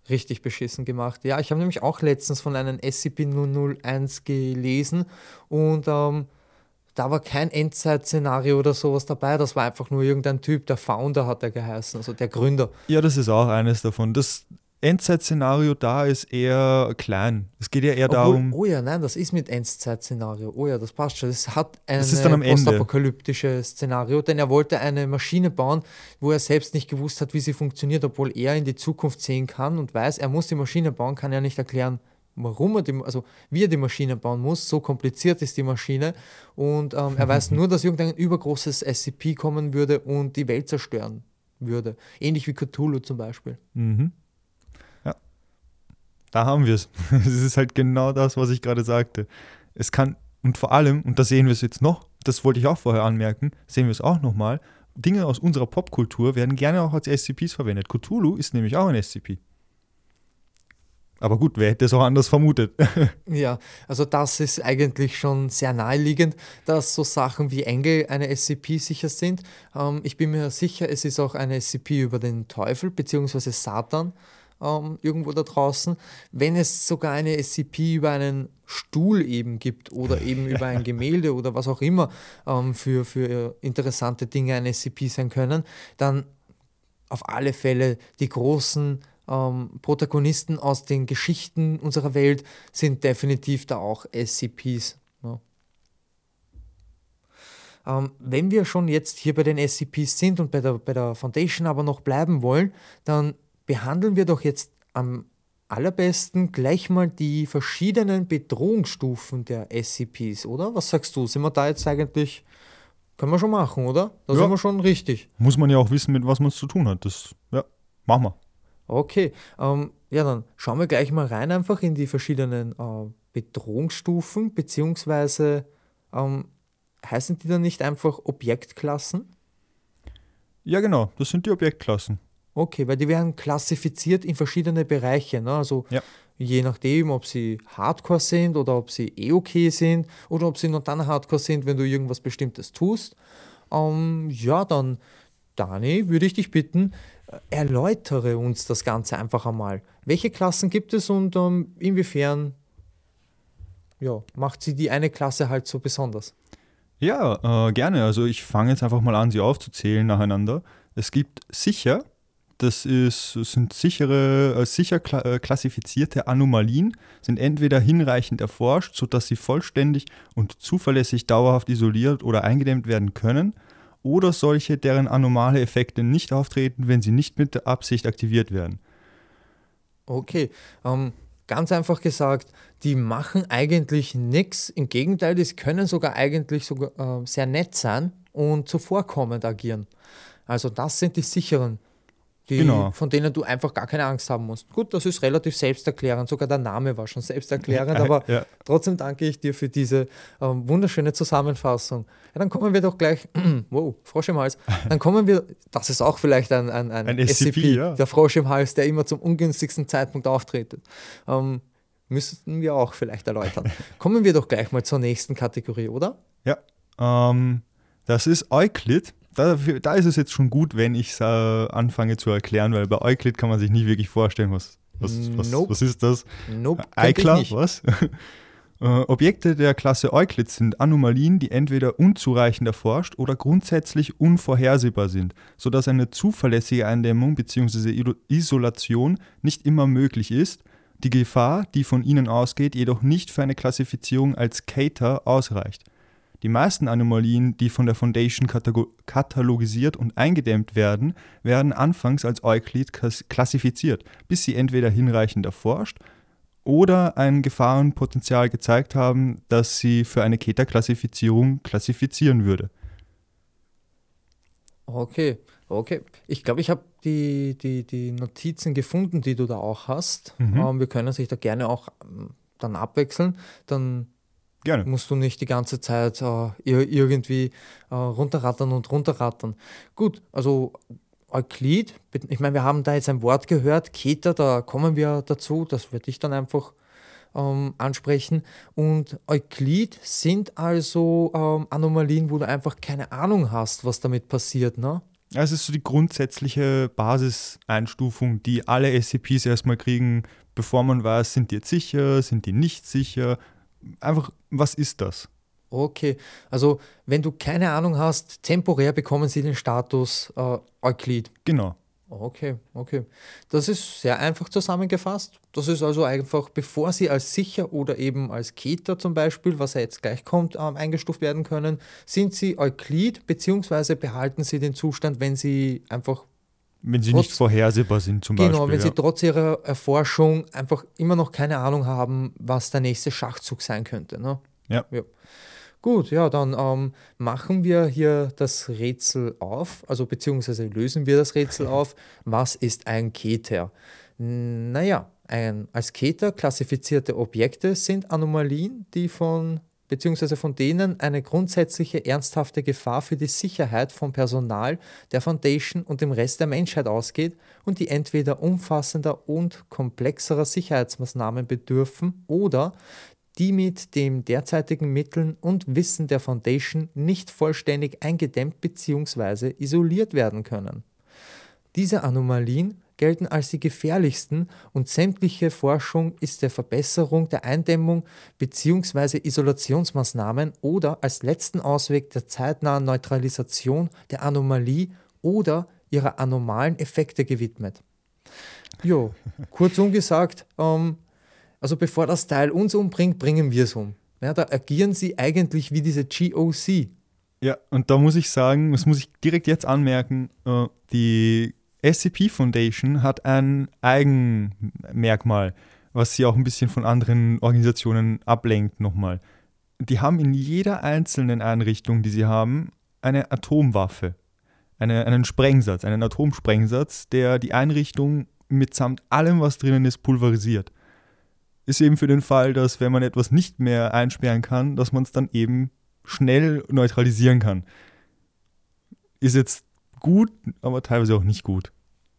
richtig beschissen gemacht. Ja, ich habe nämlich auch letztens von einem SCP-001 gelesen und da war kein Endzeit-Szenario oder sowas dabei, das war einfach nur irgendein Typ, der Founder hat er geheißen, also der Gründer. Ja, das ist auch eines davon. Das Endzeit-Szenario da ist eher klein. Es geht ja eher Obwohl, darum, oh ja, nein, das ist mit Endzeit-Szenario. Oh ja, das passt schon. Es hat das ist dann ein am Ende. postapokalyptisches Szenario, denn er wollte eine Maschine bauen, wo er selbst nicht gewusst hat, wie sie funktioniert, obwohl er in die Zukunft sehen kann und weiß, er muss die Maschine bauen, kann er nicht erklären, warum also wie er die Maschine bauen muss. So kompliziert ist die Maschine und er weiß nur, dass irgendein übergroßes SCP kommen würde und die Welt zerstören würde. Ähnlich wie Cthulhu zum Beispiel. Mhm. Ja, da haben wir es. Es ist halt genau das, was ich gerade sagte. Es kann, und vor allem, und da sehen wir es jetzt noch, das wollte ich auch vorher anmerken, sehen wir es auch nochmal, Dinge aus unserer Popkultur werden gerne auch als SCPs verwendet. Cthulhu ist nämlich auch ein SCP. Aber gut, wer hätte es auch anders vermutet? Ja, also das ist eigentlich schon sehr naheliegend, dass so Sachen wie Engel eine SCP sicher sind. Ich bin mir sicher, es ist auch eine SCP über den Teufel bzw. Satan irgendwo da draußen. Wenn es sogar eine SCP über einen Stuhl eben gibt oder eben über ein Gemälde oder was auch immer für interessante Dinge eine SCP sein können, dann auf alle Fälle die großen Protagonisten aus den Geschichten unserer Welt sind definitiv da auch SCPs. Ja. Wenn wir schon jetzt hier bei den SCPs sind und bei der Foundation aber noch bleiben wollen, dann behandeln wir doch jetzt am allerbesten gleich mal die verschiedenen Bedrohungsstufen der SCPs, oder? Was sagst du? Sind wir da jetzt eigentlich, können wir schon machen, oder? Da Ja. sind wir schon richtig. Muss man ja auch wissen, mit was man es zu tun hat. Das, ja, machen wir. Okay, ja, dann schauen wir gleich mal rein einfach in die verschiedenen Bedrohungsstufen, beziehungsweise heißen die dann nicht einfach Objektklassen? Ja, genau, das sind die Objektklassen. Okay, weil die werden klassifiziert in verschiedene Bereiche, ne? Also Ja. je nachdem, ob sie Hardcore sind oder ob sie okay sind oder ob sie nur dann Hardcore sind, wenn du irgendwas Bestimmtes tust. Ja, dann, Dani, würde ich dich bitten, erläutere uns das Ganze einfach einmal. Welche Klassen gibt es und inwiefern ja, macht sie die eine Klasse halt so besonders? Ja, gerne. Also ich fange jetzt einfach mal an, sie aufzuzählen nacheinander. Es gibt sicher, das sind sicher klassifizierte Anomalien, sind entweder hinreichend erforscht, sodass sie vollständig und zuverlässig dauerhaft isoliert oder eingedämmt werden können, oder solche, deren anomale Effekte nicht auftreten, wenn sie nicht mit der Absicht aktiviert werden. Okay, ganz einfach gesagt, die machen eigentlich nichts. Im Gegenteil, die können sogar eigentlich sogar sehr nett sein und zuvorkommend agieren. Also das sind die sicheren, Genau. von denen du einfach gar keine Angst haben musst. Gut, das ist relativ selbsterklärend, sogar der Name war schon selbsterklärend, aber Ja. trotzdem danke ich dir für diese wunderschöne Zusammenfassung. Ja, dann kommen wir doch gleich, wow, Frosch im Hals, dann kommen wir, das ist auch vielleicht ein SCP, ja. der Frosch im Hals, der immer zum ungünstigsten Zeitpunkt auftritt. Müssten wir auch vielleicht erläutern. Kommen wir doch gleich mal zur nächsten Kategorie, oder? Ja, das ist Euclid. Da ist es jetzt schon gut, wenn ich es anfange zu erklären, weil bei Euclid kann man sich nicht wirklich vorstellen, was Nope. ist das? Nope, könnte ich Eiklar, nicht. was? Objekte der Klasse Euclid sind Anomalien, die entweder unzureichend erforscht oder grundsätzlich unvorhersehbar sind, sodass eine zuverlässige Eindämmung bzw. Isolation nicht immer möglich ist, die Gefahr, die von ihnen ausgeht, jedoch nicht für eine Klassifizierung als Cater ausreicht. Die meisten Anomalien, die von der Foundation katalogisiert und eingedämmt werden, werden anfangs als Euclid klassifiziert, bis sie entweder hinreichend erforscht oder ein Gefahrenpotenzial gezeigt haben, das sie für eine Cater-Klassifizierung klassifizieren würde. Okay. Ich glaube, ich habe die Notizen gefunden, die du da auch hast. Wir können sich da gerne auch dann abwechseln. Dann Gerne. musst du nicht die ganze Zeit irgendwie runterrattern. Gut, also Euklid, ich meine, wir haben da jetzt ein Wort gehört, Keter, da kommen wir dazu, das werde ich dann einfach ansprechen. Und Euklid sind also Anomalien, wo du einfach keine Ahnung hast, was damit passiert, ne? Also es ist so die grundsätzliche Basiseinstufung, die alle SCPs erstmal kriegen, bevor man weiß, sind die jetzt sicher, sind die nicht sicher. Einfach, was ist das? Okay, also wenn du keine Ahnung hast, temporär bekommen sie den Status Euklid. Genau. Okay, okay. Das ist sehr einfach zusammengefasst. Das ist also einfach, bevor sie als sicher oder eben als Keter zum Beispiel, was ja jetzt gleich kommt, eingestuft werden können, sind sie Euklid, beziehungsweise behalten sie den Zustand, wenn sie einfach Wenn sie nicht trotz, vorhersehbar sind zum genau, Beispiel. wenn sie Ja. trotz ihrer Erforschung einfach immer noch keine Ahnung haben, was der nächste Schachzug sein könnte. Ne? Ja. Ja. Gut, ja, dann machen wir hier das Rätsel auf, also beziehungsweise lösen wir das Rätsel auf. Was ist ein Keter? Naja, als Keter klassifizierte Objekte sind Anomalien, die beziehungsweise von denen eine grundsätzliche ernsthafte Gefahr für die Sicherheit vom Personal der Foundation und dem Rest der Menschheit ausgeht und die entweder umfassender und komplexerer Sicherheitsmaßnahmen bedürfen oder die mit den derzeitigen Mitteln und Wissen der Foundation nicht vollständig eingedämmt bzw. isoliert werden können. Diese Anomalien gelten als die gefährlichsten und sämtliche Forschung ist der Verbesserung der Eindämmung bzw. Isolationsmaßnahmen oder als letzten Ausweg der zeitnahen Neutralisation der Anomalie oder ihrer anomalen Effekte gewidmet. Jo, kurzum gesagt, also bevor das Teil uns umbringt, bringen wir es um. Ja, da agieren sie eigentlich wie diese GOC. Ja, und da muss ich sagen, das muss ich direkt jetzt anmerken, die SCP Foundation hat ein Eigenmerkmal, was sie auch ein bisschen von anderen Organisationen ablenkt nochmal. Die haben in jeder einzelnen Einrichtung, die sie haben, eine Atomwaffe, einen Sprengsatz, einen Atomsprengsatz, der die Einrichtung mitsamt allem, was drinnen ist, pulverisiert. Ist eben für den Fall, dass wenn man etwas nicht mehr einsperren kann, dass man es dann eben schnell neutralisieren kann. Ist jetzt gut, aber teilweise auch nicht gut.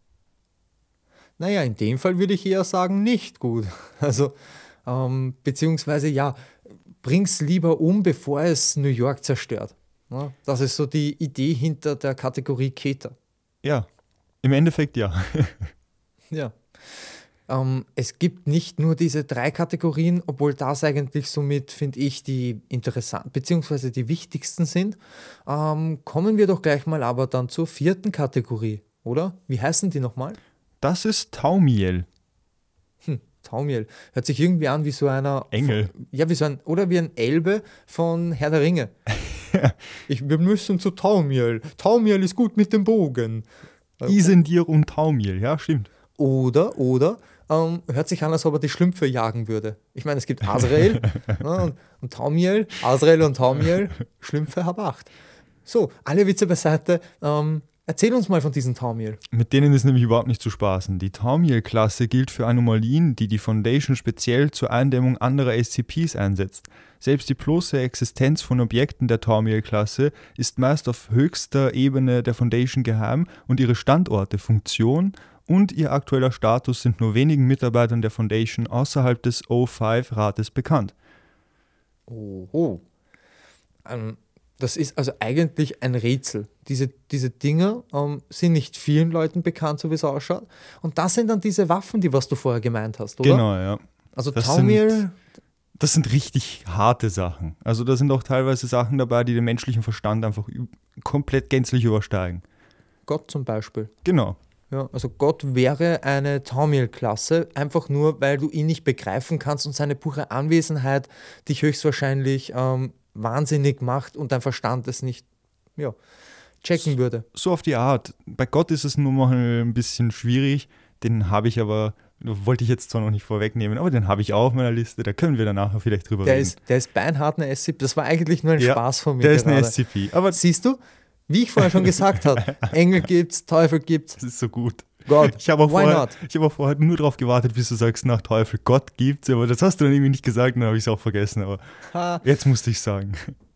Naja, in dem Fall würde ich eher sagen, nicht gut. Also, beziehungsweise ja, bring's lieber um, bevor es New York zerstört. Ja, das ist so die Idee hinter der Kategorie Keter. Ja, im Endeffekt ja. Ja. Es gibt nicht nur diese 3 Kategorien, obwohl das eigentlich somit, finde ich, die interessanten bzw. die wichtigsten sind. Kommen wir doch gleich mal aber dann zur 4. Kategorie, oder? Wie heißen die nochmal? Das ist Taumiel. Taumiel. Hört sich irgendwie an wie so einer Engel. Ja, wie ein Elbe von Herr der Ringe. Wir müssen zu Taumiel. Taumiel ist gut mit dem Bogen. Isendir und Taumiel, ja, stimmt. Oder, hört sich an, als ob er die Schlümpfe jagen würde. Ich meine, es gibt Azrael und Taumiel, Azrael und Taumiel, Schlümpfe hab 8. So, alle Witze beiseite. Erzähl uns mal von diesen Taumiel. Mit denen ist nämlich überhaupt nicht zu spaßen. Die Taumiel-Klasse gilt für Anomalien, die die Foundation speziell zur Eindämmung anderer SCPs einsetzt. Selbst die bloße Existenz von Objekten der Taumiel-Klasse ist meist auf höchster Ebene der Foundation geheim und ihre Standorte, Funktion und ihr aktueller Status sind nur wenigen Mitarbeitern der Foundation außerhalb des O5-Rates bekannt. Oh. Das ist also eigentlich ein Rätsel. Diese Dinger sind nicht vielen Leuten bekannt, so wie es ausschaut. Und das sind dann diese Waffen, die was du vorher gemeint hast, oder? Genau, ja. Also Das Taumiel. Das sind richtig harte Sachen. Also da sind auch teilweise Sachen dabei, die den menschlichen Verstand einfach komplett gänzlich übersteigen. Gott zum Beispiel. Genau. Ja, also Gott wäre eine Taumiel-Klasse, einfach nur, weil du ihn nicht begreifen kannst und seine pure Anwesenheit dich höchstwahrscheinlich wahnsinnig macht und dein Verstand es nicht checken würde. So auf die Art. Bei Gott ist es nur mal ein bisschen schwierig. Den habe ich aber, wollte ich jetzt zwar noch nicht vorwegnehmen, aber den habe ich auch auf meiner Liste. Da können wir dann nachher vielleicht drüber reden. Der ist beinhart eine SCP. Das war eigentlich nur ein Spaß von mir. Der ist gerade. eine SCP. Aber siehst du, wie ich vorher schon gesagt habe, Engel gibt's, Teufel gibt's. das ist so gut. Gott, Ich habe why not? auch vorher nur darauf gewartet, bis du sagst, nach Teufel, Gott gibt's. Aber das hast du dann irgendwie nicht gesagt und dann habe ich es auch vergessen. Aber jetzt musste ich sagen.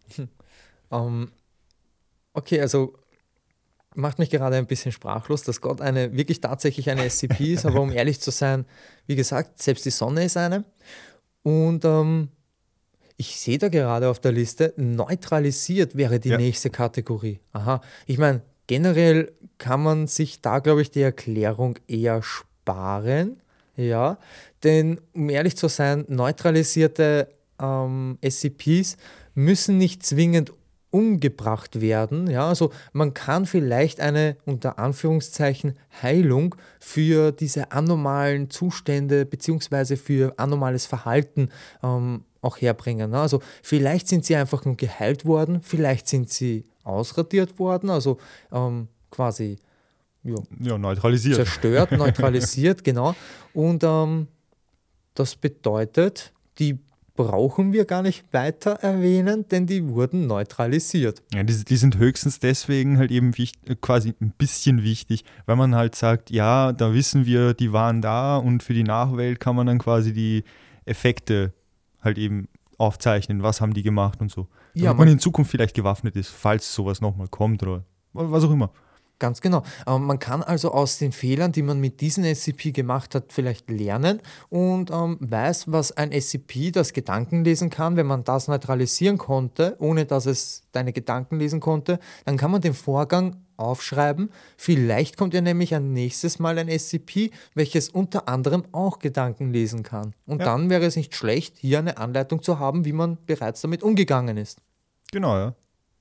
Okay, also macht mich gerade ein bisschen sprachlos, dass Gott wirklich tatsächlich eine SCP ist, aber um ehrlich zu sein, wie gesagt, selbst die Sonne ist eine. Und ich sehe da gerade auf der Liste, neutralisiert wäre die nächste Kategorie. Aha, ich meine, generell kann man sich da, glaube ich, die Erklärung eher sparen. Ja, denn um ehrlich zu sein, neutralisierte SCPs müssen nicht zwingend umgebracht werden. Ja, also man kann vielleicht eine unter Anführungszeichen Heilung für diese anomalen Zustände beziehungsweise für anomales Verhalten auch herbringen. Ne? Also vielleicht sind sie einfach nur geheilt worden, vielleicht sind sie ausradiert worden, also quasi ja, Ja, neutralisiert. zerstört, neutralisiert, genau. Und das bedeutet, die brauchen wir gar nicht weiter erwähnen, denn die wurden neutralisiert. Ja, die sind höchstens deswegen halt eben quasi ein bisschen wichtig, weil man halt sagt, ja, da wissen wir, die waren da und für die Nachwelt kann man dann quasi die Effekte halt eben aufzeichnen, was haben die gemacht und so. Ja, Damit man in Zukunft vielleicht gewaffnet ist, falls sowas nochmal kommt oder was auch immer. Ganz genau. Man kann also aus den Fehlern, die man mit diesem SCP gemacht hat, vielleicht lernen und weiß, was ein SCP, das Gedanken lesen kann. Wenn man das neutralisieren konnte, ohne dass es deine Gedanken lesen konnte, dann kann man den Vorgang aufschreiben. Vielleicht kommt ja nämlich ein nächstes Mal ein SCP, welches unter anderem auch Gedanken lesen kann. Und Ja. dann wäre es nicht schlecht, hier eine Anleitung zu haben, wie man bereits damit umgegangen ist. Genau, ja.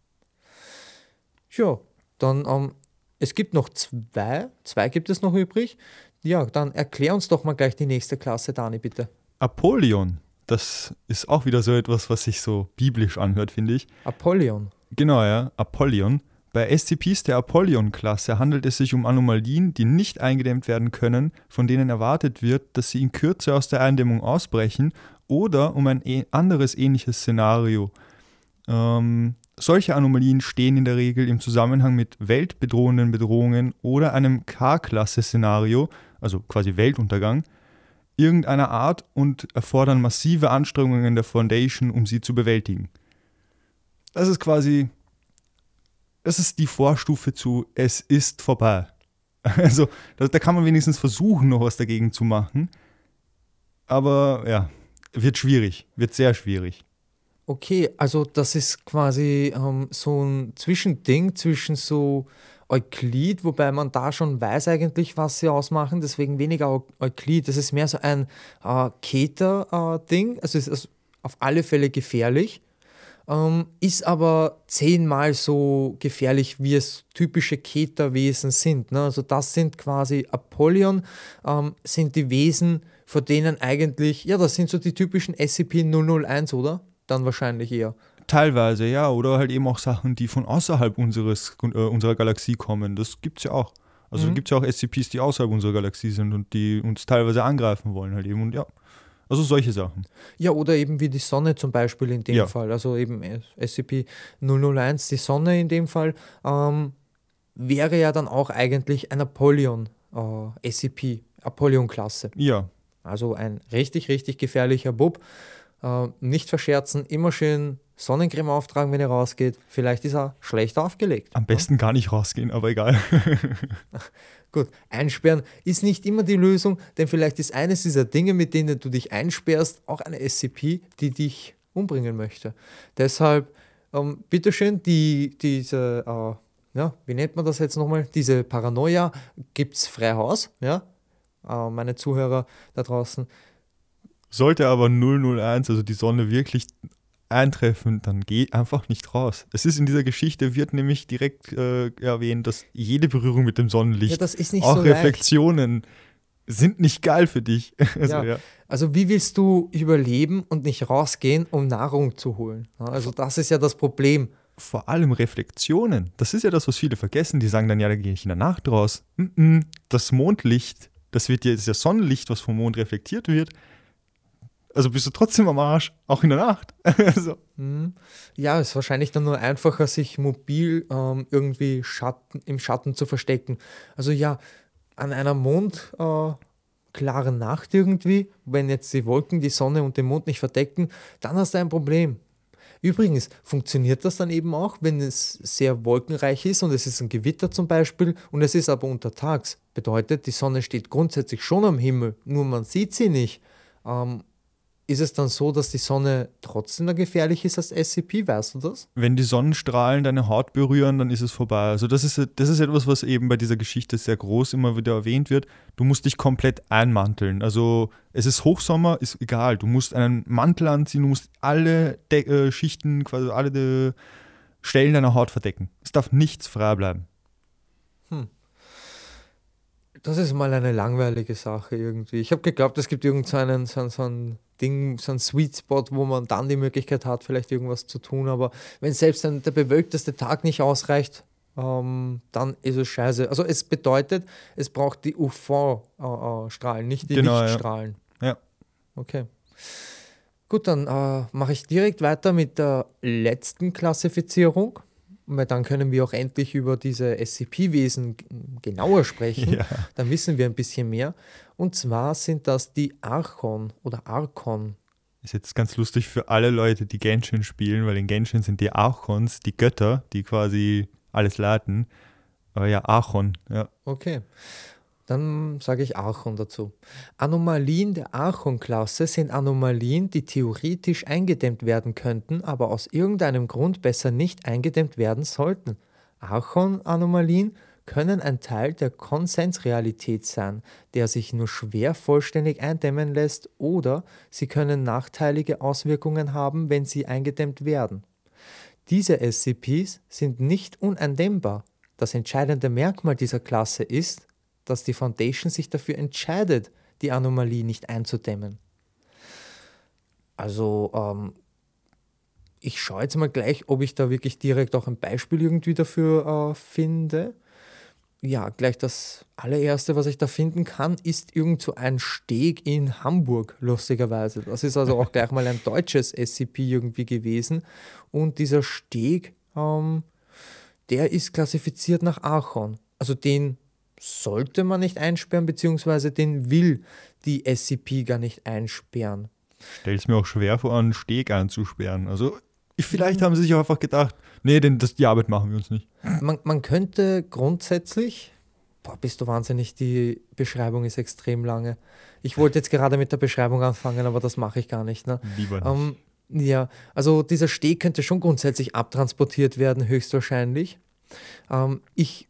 Ja, dann es gibt noch zwei gibt es noch übrig. Ja, dann erklär uns doch mal gleich die nächste Klasse, Dani, bitte. Apollyon, das ist auch wieder so etwas, was sich so biblisch anhört, finde ich. Apollyon. Genau, ja, Apollyon. Bei SCPs der Apollyon-Klasse handelt es sich um Anomalien, die nicht eingedämmt werden können, von denen erwartet wird, dass sie in Kürze aus der Eindämmung ausbrechen, oder um ein anderes ähnliches Szenario. Solche Anomalien stehen in der Regel im Zusammenhang mit weltbedrohenden Bedrohungen oder einem K-Klasse-Szenario, also quasi Weltuntergang, irgendeiner Art und erfordern massive Anstrengungen der Foundation, um sie zu bewältigen. Das ist die Vorstufe zu es ist vorbei. Also da kann man wenigstens versuchen, noch was dagegen zu machen. Aber ja, wird sehr schwierig. Okay, also das ist quasi so ein Zwischending zwischen so Euklid, wobei man da schon weiß eigentlich, was sie ausmachen, deswegen weniger Euklid. Das ist mehr so ein Keter-Ding, also es ist auf alle Fälle gefährlich, ist aber 10-mal so gefährlich, wie es typische Keterwesen sind. Ne? Also das sind quasi Apollyon, sind die Wesen, vor denen eigentlich, ja, das sind so die typischen SCP-001, oder? Dann wahrscheinlich eher. Teilweise, ja, oder halt eben auch Sachen, die von außerhalb unserer Galaxie kommen. Das gibt es ja auch. Also gibt es ja auch SCPs, die außerhalb unserer Galaxie sind und die uns teilweise angreifen wollen halt eben. Und ja, also solche Sachen. Ja, oder eben wie die Sonne zum Beispiel in dem Ja. Fall. Also eben SCP-001, die Sonne in dem Fall, wäre ja dann auch eigentlich ein Apollyon-SCP, Apollyon-Klasse. Ja, Also ein richtig, richtig gefährlicher Bub. Nicht verscherzen, immer schön Sonnencreme auftragen, wenn er rausgeht. Vielleicht ist er schlecht aufgelegt. am besten gar nicht rausgehen, aber egal. Gut, einsperren ist nicht immer die Lösung, denn vielleicht ist eines dieser Dinge, mit denen du dich einsperrst, auch eine SCP, die dich umbringen möchte. Deshalb, bitteschön, diese, wie nennt man das jetzt nochmal? Diese Paranoia gibt es frei Haus, ja? Meine Zuhörer da draußen. Sollte aber 001, also die Sonne, wirklich eintreffen, dann geh einfach nicht raus. Es ist in dieser Geschichte, wird nämlich direkt erwähnt, dass jede Berührung mit dem Sonnenlicht, Ja, das ist nicht auch so leicht. Reflexionen, sind nicht geil für dich. Also, Ja. Also wie willst du überleben und nicht rausgehen, um Nahrung zu holen? Ja, also das ist ja das Problem. Vor allem Reflexionen. Das ist ja das, was viele vergessen. Die sagen dann, ja, da gehe ich in der Nacht raus. Das Mondlicht, das ist ja Sonnenlicht, was vom Mond reflektiert wird. Also bist du trotzdem am Arsch, auch in der Nacht. Also, Ja, ist wahrscheinlich dann nur einfacher, sich mobil irgendwie im Schatten zu verstecken. Also ja, an einer mondklaren Nacht irgendwie, wenn jetzt die Wolken die Sonne und den Mond nicht verdecken, dann hast du ein Problem. Übrigens, funktioniert das dann eben auch, wenn es sehr wolkenreich ist und es ist ein Gewitter zum Beispiel und es ist aber untertags. Bedeutet, die Sonne steht grundsätzlich schon am Himmel, nur man sieht sie nicht. ist es dann so, dass die Sonne trotzdem noch gefährlich ist als SCP? Weißt du das? Wenn die Sonnenstrahlen deine Haut berühren, dann ist es vorbei. Also das ist etwas, was eben bei dieser Geschichte sehr groß immer wieder erwähnt wird. Du musst dich komplett einmanteln. Also es ist Hochsommer, ist egal. Du musst einen Mantel anziehen, du musst alle Schichten, quasi alle Stellen deiner Haut verdecken. Es darf nichts frei bleiben. Das ist mal eine langweilige Sache irgendwie. Ich habe geglaubt, es gibt irgend so ein Ding, so ein Sweet Spot, wo man dann die Möglichkeit hat, vielleicht irgendwas zu tun. Aber wenn selbst der bewölkteste Tag nicht ausreicht, dann ist es scheiße. Also es bedeutet, es braucht die UV-Strahlen, nicht die Genau, Lichtstrahlen. Ja. Okay. Gut, dann mache ich direkt weiter mit der letzten Klassifizierung. Weil dann können wir auch endlich über diese SCP-Wesen genauer sprechen. Ja. Dann wissen wir ein bisschen mehr. Und zwar sind das die Archon oder Archon. Ist jetzt ganz lustig für alle Leute, die Genshin spielen, weil in Genshin sind die Archons die Götter, die quasi alles leiten. Aber ja, Archon, ja. Okay, dann sage ich Archon dazu. Anomalien der Archon-Klasse sind Anomalien, die theoretisch eingedämmt werden könnten, aber aus irgendeinem Grund besser nicht eingedämmt werden sollten. Archon-Anomalien können ein Teil der Konsensrealität sein, der sich nur schwer vollständig eindämmen lässt, oder sie können nachteilige Auswirkungen haben, wenn sie eingedämmt werden. Diese SCPs sind nicht uneindämmbar. Das entscheidende Merkmal dieser Klasse ist, dass die Foundation sich dafür entscheidet, die Anomalie nicht einzudämmen. Also, ich schaue jetzt mal gleich, ob ich da wirklich direkt auch ein Beispiel irgendwie dafür finde. Ja, gleich das allererste, was ich da finden kann, ist irgend so ein Steg in Hamburg, lustigerweise. Das ist also auch gleich mal ein deutsches SCP irgendwie gewesen. Und dieser Steg, der ist klassifiziert nach Archon. Also den sollte man nicht einsperren, beziehungsweise den will die SCP gar nicht einsperren. Stell es mir auch schwer vor, einen Steg einzusperren. Also vielleicht haben sie sich auch einfach gedacht, nee, die Arbeit machen wir uns nicht. Man könnte grundsätzlich, bist du wahnsinnig, die Beschreibung ist extrem lange. Ich wollte jetzt gerade mit der Beschreibung anfangen, aber das mache ich gar nicht. Ne? Lieber nicht. Ja, also dieser Steg könnte schon grundsätzlich abtransportiert werden, höchstwahrscheinlich. Ich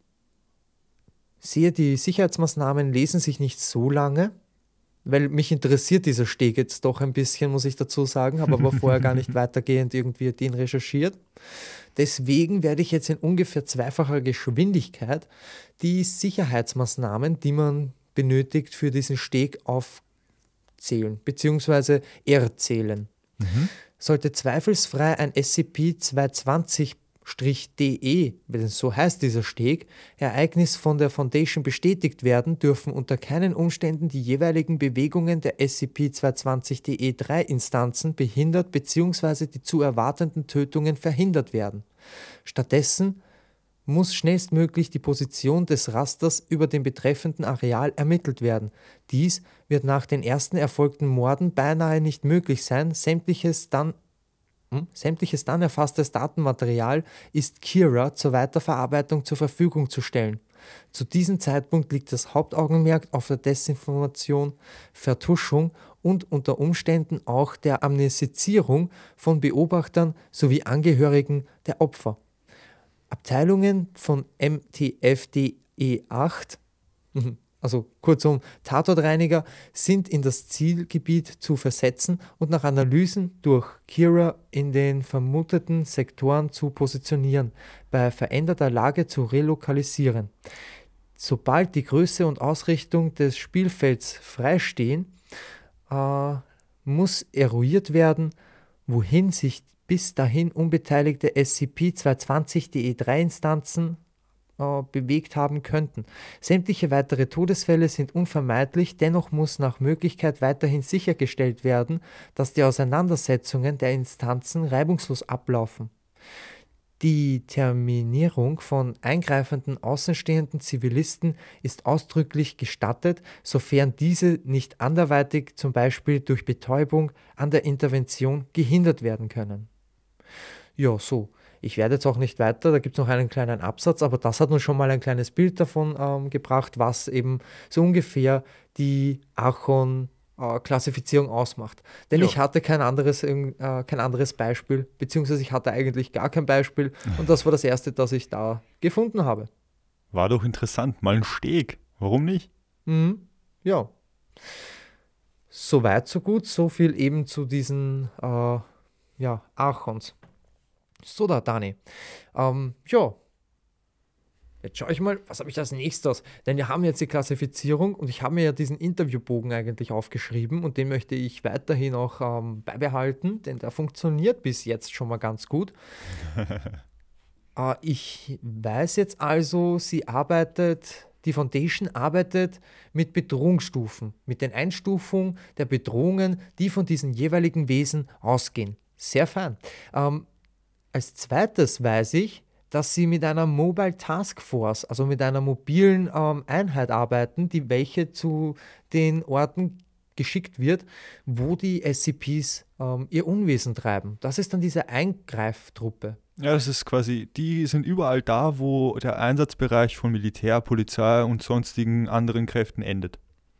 sehe, die Sicherheitsmaßnahmen lesen sich nicht so lange, weil mich interessiert dieser Steg jetzt doch ein bisschen, muss ich dazu sagen, habe aber vorher gar nicht weitergehend irgendwie den recherchiert. Deswegen werde ich jetzt in ungefähr zweifacher Geschwindigkeit die Sicherheitsmaßnahmen, die man benötigt für diesen Steg, aufzählen bzw. erzählen. Sollte zweifelsfrei ein SCP-220-DE, denn so heißt dieser Steg, Ereignis von der Foundation bestätigt werden, dürfen unter keinen Umständen die jeweiligen Bewegungen der SCP-220-DE3-Instanzen behindert bzw. die zu erwartenden Tötungen verhindert werden. Stattdessen muss schnellstmöglich die Position des Rasters über dem betreffenden Areal ermittelt werden. Dies wird nach den ersten erfolgten Morden beinahe nicht möglich sein. Sämtliches dann erfasstes Datenmaterial ist Kira zur Weiterverarbeitung zur Verfügung zu stellen. Zu diesem Zeitpunkt liegt das Hauptaugenmerk auf der Desinformation, Vertuschung und unter Umständen auch der Amnestisierung von Beobachtern sowie Angehörigen der Opfer. Abteilungen von MTF-DE8, also kurzum Tatortreiniger, sind in das Zielgebiet zu versetzen und nach Analysen durch Kira in den vermuteten Sektoren zu positionieren, bei veränderter Lage zu relokalisieren. Sobald die Größe und Ausrichtung des Spielfelds freistehen, muss eruiert werden, wohin sich bis dahin unbeteiligte SCP-220-DE3-Instanzen bewegt haben könnten. Sämtliche weitere Todesfälle sind unvermeidlich, dennoch muss nach Möglichkeit weiterhin sichergestellt werden, dass die Auseinandersetzungen der Instanzen reibungslos ablaufen. Die Terminierung von eingreifenden außenstehenden Zivilisten ist ausdrücklich gestattet, sofern diese nicht anderweitig, zum Beispiel durch Betäubung, an der Intervention gehindert werden können. Ja, so. Ich werde jetzt auch nicht weiter, da gibt es noch einen kleinen Absatz, aber das hat uns schon mal ein kleines Bild davon gebracht, was eben so ungefähr die Archon Klassifizierung ausmacht. Denn Ja. ich hatte kein anderes Beispiel, beziehungsweise ich hatte eigentlich gar kein Beispiel und das war das erste, das ich da gefunden habe. War doch interessant. Mal ein Steg. Warum nicht? Mhm. Ja, so weit, so gut, so viel eben zu diesen Archons. So da, Dani. Ja, jetzt schaue ich mal, was habe ich als nächstes? Denn wir haben jetzt die Klassifizierung und ich habe mir ja diesen Interviewbogen eigentlich aufgeschrieben und den möchte ich weiterhin auch beibehalten, denn der funktioniert bis jetzt schon mal ganz gut. Ich weiß jetzt also, die Foundation arbeitet mit Bedrohungsstufen, mit den Einstufungen der Bedrohungen, die von diesen jeweiligen Wesen ausgehen. Sehr fein. Als zweites weiß ich, dass sie mit einer Mobile Task Force, also mit einer mobilen Einheit arbeiten, welche zu den Orten geschickt wird, wo die SCPs ihr Unwesen treiben. Das ist dann diese Eingreiftruppe. Ja, das ist quasi, die sind überall da, wo der Einsatzbereich von Militär, Polizei und sonstigen anderen Kräften endet.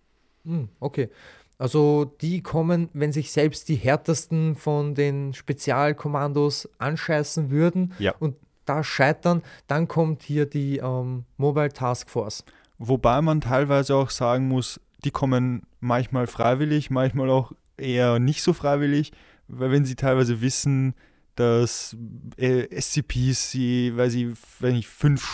Okay. Also die kommen, wenn sich selbst die härtesten von den Spezialkommandos anscheißen würden Ja. und da scheitern, dann kommt hier die Mobile Task Force. Wobei man teilweise auch sagen muss, die kommen manchmal freiwillig, manchmal auch eher nicht so freiwillig, weil wenn sie teilweise wissen, dass SCPs, weil sie, wenn ich 5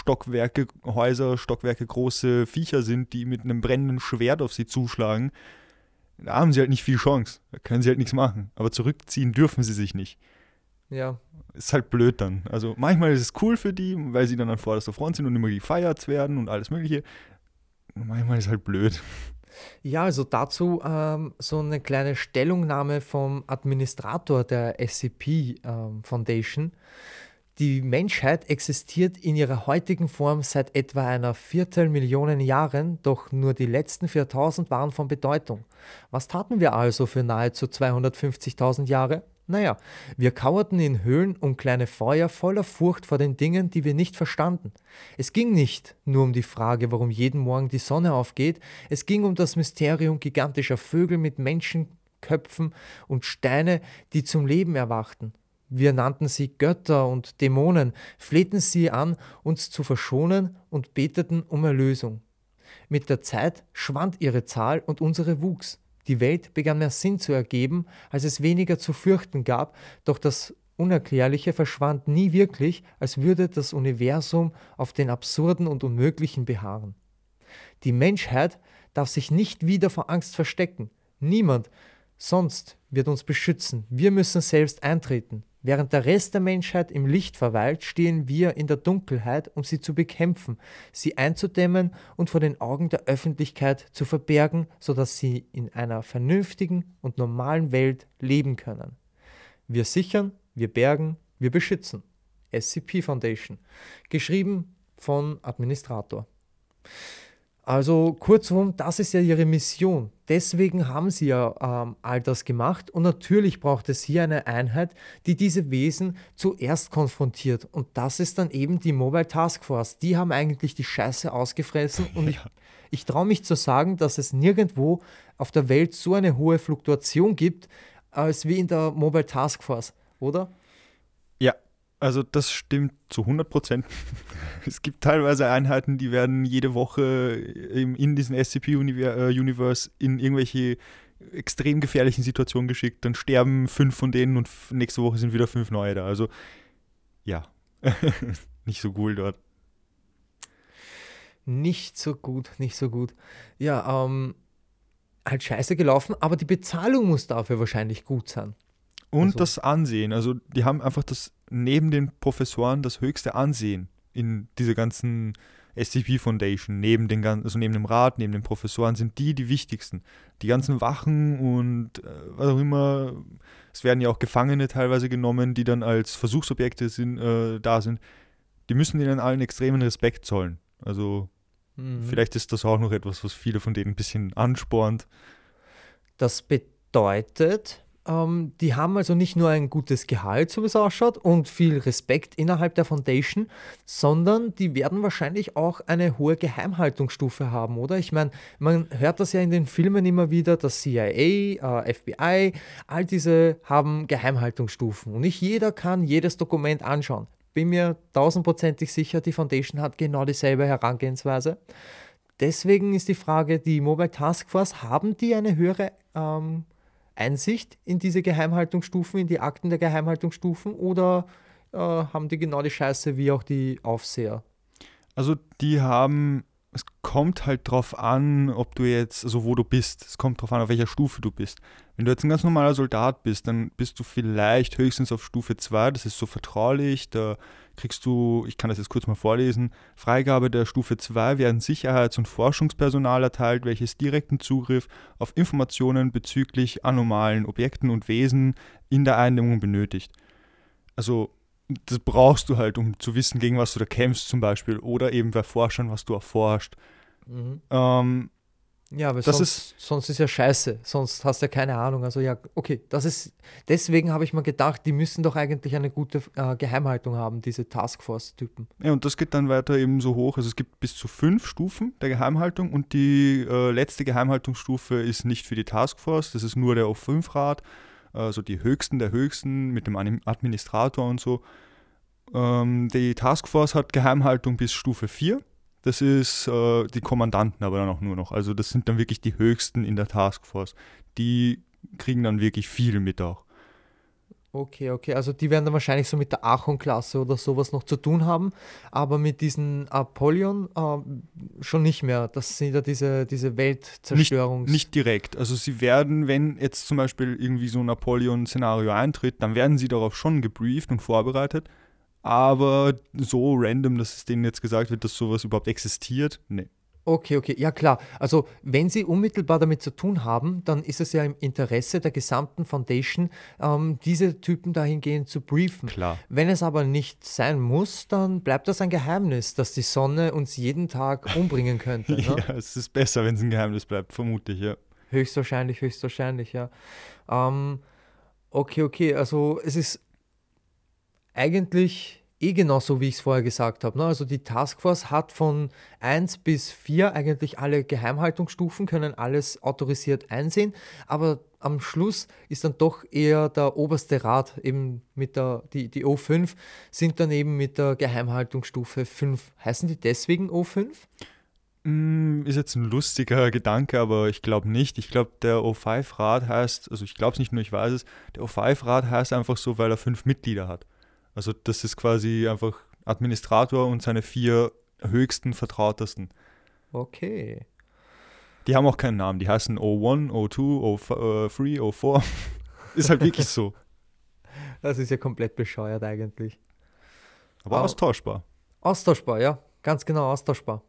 Stockwerke große Viecher sind, die mit einem brennenden Schwert auf sie zuschlagen, da haben sie halt nicht viel Chance. Da können sie halt nichts machen. Aber zurückziehen dürfen sie sich nicht. Ja. Ist halt blöd dann. Also manchmal ist es cool für die, weil sie dann an vorderster Front sind und immer gefeiert werden und alles Mögliche. Manchmal ist es halt blöd. Ja, also dazu so eine kleine Stellungnahme vom Administrator der SCP Foundation. Die Menschheit existiert in ihrer heutigen Form seit etwa einer Viertelmillion Jahren, doch nur die letzten 4000 waren von Bedeutung. Was taten wir also für nahezu 250.000 Jahre? Naja, wir kauerten in Höhlen um kleine Feuer voller Furcht vor den Dingen, die wir nicht verstanden. Es ging nicht nur um die Frage, warum jeden Morgen die Sonne aufgeht, es ging um das Mysterium gigantischer Vögel mit Menschenköpfen und Steine, die zum Leben erwachten. Wir nannten sie Götter und Dämonen, flehten sie an, uns zu verschonen und beteten um Erlösung. Mit der Zeit schwand ihre Zahl und unsere wuchs. Die Welt begann mehr Sinn zu ergeben, als es weniger zu fürchten gab, doch das Unerklärliche verschwand nie wirklich, als würde das Universum auf den Absurden und Unmöglichen beharren. Die Menschheit darf sich nicht wieder vor Angst verstecken. Niemand sonst wird uns beschützen. Wir müssen selbst eintreten. Während der Rest der Menschheit im Licht verweilt, stehen wir in der Dunkelheit, um sie zu bekämpfen, sie einzudämmen und vor den Augen der Öffentlichkeit zu verbergen, sodass sie in einer vernünftigen und normalen Welt leben können. Wir sichern, wir bergen, wir beschützen. SCP Foundation. Geschrieben von Administrator. Also kurzum, das ist ja ihre Mission. Deswegen haben sie ja all das gemacht und natürlich braucht es hier eine Einheit, die diese Wesen zuerst konfrontiert und das ist dann eben die Mobile Task Force. Die haben eigentlich die Scheiße ausgefressen und ich traue mich zu sagen, dass es nirgendwo auf der Welt so eine hohe Fluktuation gibt, als wie in der Mobile Task Force, oder? Ja, also das stimmt zu 100%. Es gibt teilweise Einheiten, die werden jede Woche in diesen SCP-Universe in irgendwelche extrem gefährlichen Situationen geschickt. Dann sterben 5 von denen und nächste Woche sind wieder 5 neue da. Also ja, nicht so cool dort. Nicht so gut, nicht so gut. Ja, halt scheiße gelaufen, aber die Bezahlung muss dafür wahrscheinlich gut sein. Und Also- das Ansehen. Also die haben einfach neben den Professoren das höchste Ansehen in dieser ganzen SCP Foundation. Neben dem Rat, neben den Professoren sind die wichtigsten. Die ganzen Wachen und was auch immer. Es werden ja auch Gefangene teilweise genommen, die dann als Versuchsobjekte da sind. Die müssen ihnen allen extremen Respekt zollen. Also vielleicht ist das auch noch etwas, was viele von denen ein bisschen anspornt. Das bedeutet, die haben also nicht nur ein gutes Gehalt, so wie es ausschaut, und viel Respekt innerhalb der Foundation, sondern die werden wahrscheinlich auch eine hohe Geheimhaltungsstufe haben, oder? Ich meine, man hört das ja in den Filmen immer wieder, dass CIA, FBI, all diese haben Geheimhaltungsstufen und nicht jeder kann jedes Dokument anschauen. Bin mir tausendprozentig sicher, die Foundation hat genau dieselbe Herangehensweise. Deswegen ist die Frage, die Mobile Task Force, haben die eine höhere Einsicht in diese Geheimhaltungsstufen, in die Akten der Geheimhaltungsstufen oder haben die genau die Scheiße wie auch die Aufseher? Also es kommt halt drauf an, ob du jetzt, also wo du bist. Es kommt drauf an, auf welcher Stufe du bist. Wenn du jetzt ein ganz normaler Soldat bist, dann bist du vielleicht höchstens auf Stufe 2, das ist so vertraulich, da kriegst du, ich kann das jetzt kurz mal vorlesen, Freigabe der Stufe 2 werden Sicherheits- und Forschungspersonal erteilt, welches direkten Zugriff auf Informationen bezüglich anomalen Objekten und Wesen in der Eindämmung benötigt. Also das brauchst du halt, um zu wissen, gegen was du da kämpfst zum Beispiel oder eben bei Forschern, was du erforscht. Mhm. Ähm, Ja, weil das sonst ist ja scheiße, sonst hast du ja keine Ahnung. Also ja, okay, deswegen habe ich mir gedacht, die müssen doch eigentlich eine gute Geheimhaltung haben, diese Taskforce-Typen. Ja, und das geht dann weiter eben so hoch. Also es gibt bis zu 5 Stufen der Geheimhaltung und die letzte Geheimhaltungsstufe ist nicht für die Taskforce, das ist nur der O5-Rat, also die höchsten der höchsten mit dem Administrator und so. Die Taskforce hat Geheimhaltung bis Stufe 4. Das ist die Kommandanten aber dann auch nur noch. Also das sind dann wirklich die höchsten in der Taskforce. Die kriegen dann wirklich viel mit auch. Okay, okay, also die werden dann wahrscheinlich so mit der Achon-Klasse oder sowas noch zu tun haben, aber mit diesen Apollyon schon nicht mehr. Das sind ja diese Nicht direkt. Also sie werden, wenn jetzt zum Beispiel irgendwie so ein Apollyon-Szenario eintritt, dann werden sie darauf schon gebrieft und vorbereitet. Aber so random, dass es denen jetzt gesagt wird, dass sowas überhaupt existiert, nee. Okay, okay, ja klar. Also wenn Sie unmittelbar damit zu tun haben, dann ist es ja im Interesse der gesamten Foundation, diese Typen dahingehend zu briefen. Klar. Wenn es aber nicht sein muss, dann bleibt das ein Geheimnis, dass die Sonne uns jeden Tag umbringen könnte. Ne? Ja, es ist besser, wenn es ein Geheimnis bleibt, vermute ich, ja. Höchstwahrscheinlich, ja. Ähm, okay, okay, also es ist eigentlich genauso, wie ich es vorher gesagt habe. Ne? Also die Taskforce hat von 1 bis 4 eigentlich alle Geheimhaltungsstufen, können alles autorisiert einsehen, aber am Schluss ist dann doch eher der oberste Rat eben die O5 sind dann eben mit der Geheimhaltungsstufe 5. Heißen die deswegen O5? Ist jetzt ein lustiger Gedanke, aber ich glaube nicht. Ich glaube, der O5-Rat heißt, also ich glaube es nicht nur, ich weiß es, der O5-Rat heißt einfach so, weil er 5 Mitglieder hat. Also das ist quasi einfach Administrator und seine 4 höchsten Vertrautesten. Okay. Die haben auch keinen Namen, die heißen O1, O2, O3, O4. Ist halt wirklich so. Das ist ja komplett bescheuert eigentlich. Aber austauschbar. Austauschbar, ja. Ganz genau austauschbar.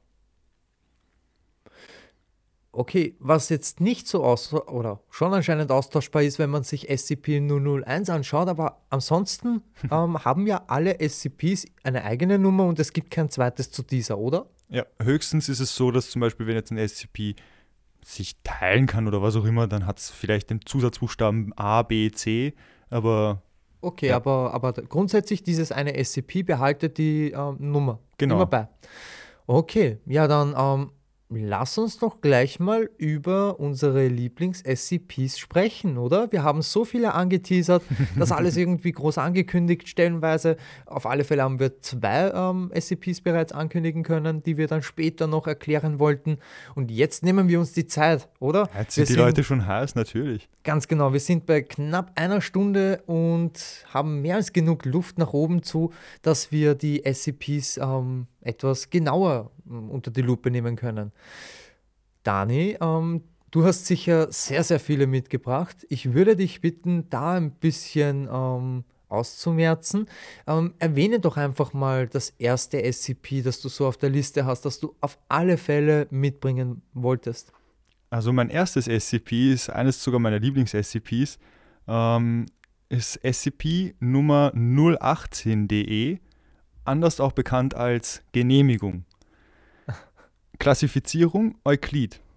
Okay, was jetzt nicht so oder schon anscheinend austauschbar ist, wenn man sich SCP-001 anschaut, aber ansonsten haben ja alle SCPs eine eigene Nummer und es gibt kein zweites zu dieser, oder? Ja, höchstens ist es so, dass zum Beispiel, wenn jetzt ein SCP sich teilen kann oder was auch immer, dann hat es vielleicht den Zusatzbuchstaben A, B, C, aber Okay, ja. aber grundsätzlich dieses eine SCP behaltet die Nummer Genau. immer bei. Okay, ja dann lass uns doch gleich mal über unsere Lieblings-SCPs sprechen, oder? Wir haben so viele angeteasert, das alles irgendwie groß angekündigt, stellenweise. Auf alle Fälle haben wir 2 SCPs bereits ankündigen können, die wir dann später noch erklären wollten. Und jetzt nehmen wir uns die Zeit, oder? Jetzt sind die Leute schon heiß, natürlich. Ganz genau, wir sind bei knapp einer Stunde und haben mehr als genug Luft nach oben zu, dass wir die SCPs etwas genauer unter die Lupe nehmen können. Dani, du hast sicher sehr, sehr viele mitgebracht. Ich würde dich bitten, da ein bisschen auszumerzen. Erwähne doch einfach mal das erste SCP, das du so auf der Liste hast, das du auf alle Fälle mitbringen wolltest. Also mein erstes SCP ist eines sogar meiner Lieblings-SCPs, ist SCP Nummer 018.de, anders auch bekannt als Genehmigung. Klassifizierung Euklid.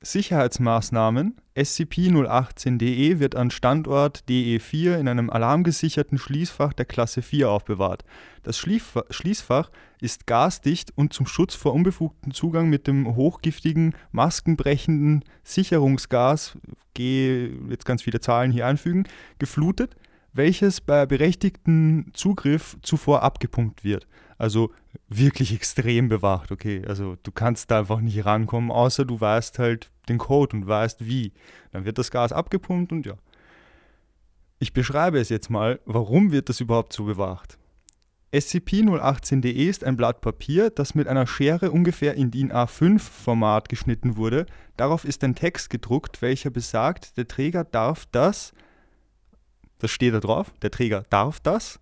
Sicherheitsmaßnahmen. SCP-018-DE wird an Standort DE4 in einem alarmgesicherten Schließfach der Klasse 4 aufbewahrt. Das Schließfach ist gasdicht und zum Schutz vor unbefugtem Zugang mit dem hochgiftigen, maskenbrechenden Sicherungsgas, jetzt ganz viele Zahlen hier einfügen, geflutet, welches bei berechtigtem Zugriff zuvor abgepumpt wird. Also wirklich extrem bewacht, okay. Also du kannst da einfach nicht rankommen, außer du weißt halt den Code und weißt wie. Dann wird das Gas abgepumpt und ja. Ich beschreibe es jetzt mal, warum wird das überhaupt so bewacht? SCP-018-DE ist ein Blatt Papier, das mit einer Schere ungefähr in DIN A5-Format geschnitten wurde. Darauf ist ein Text gedruckt, welcher besagt, der Träger darf das steht da drauf, der Träger darf das.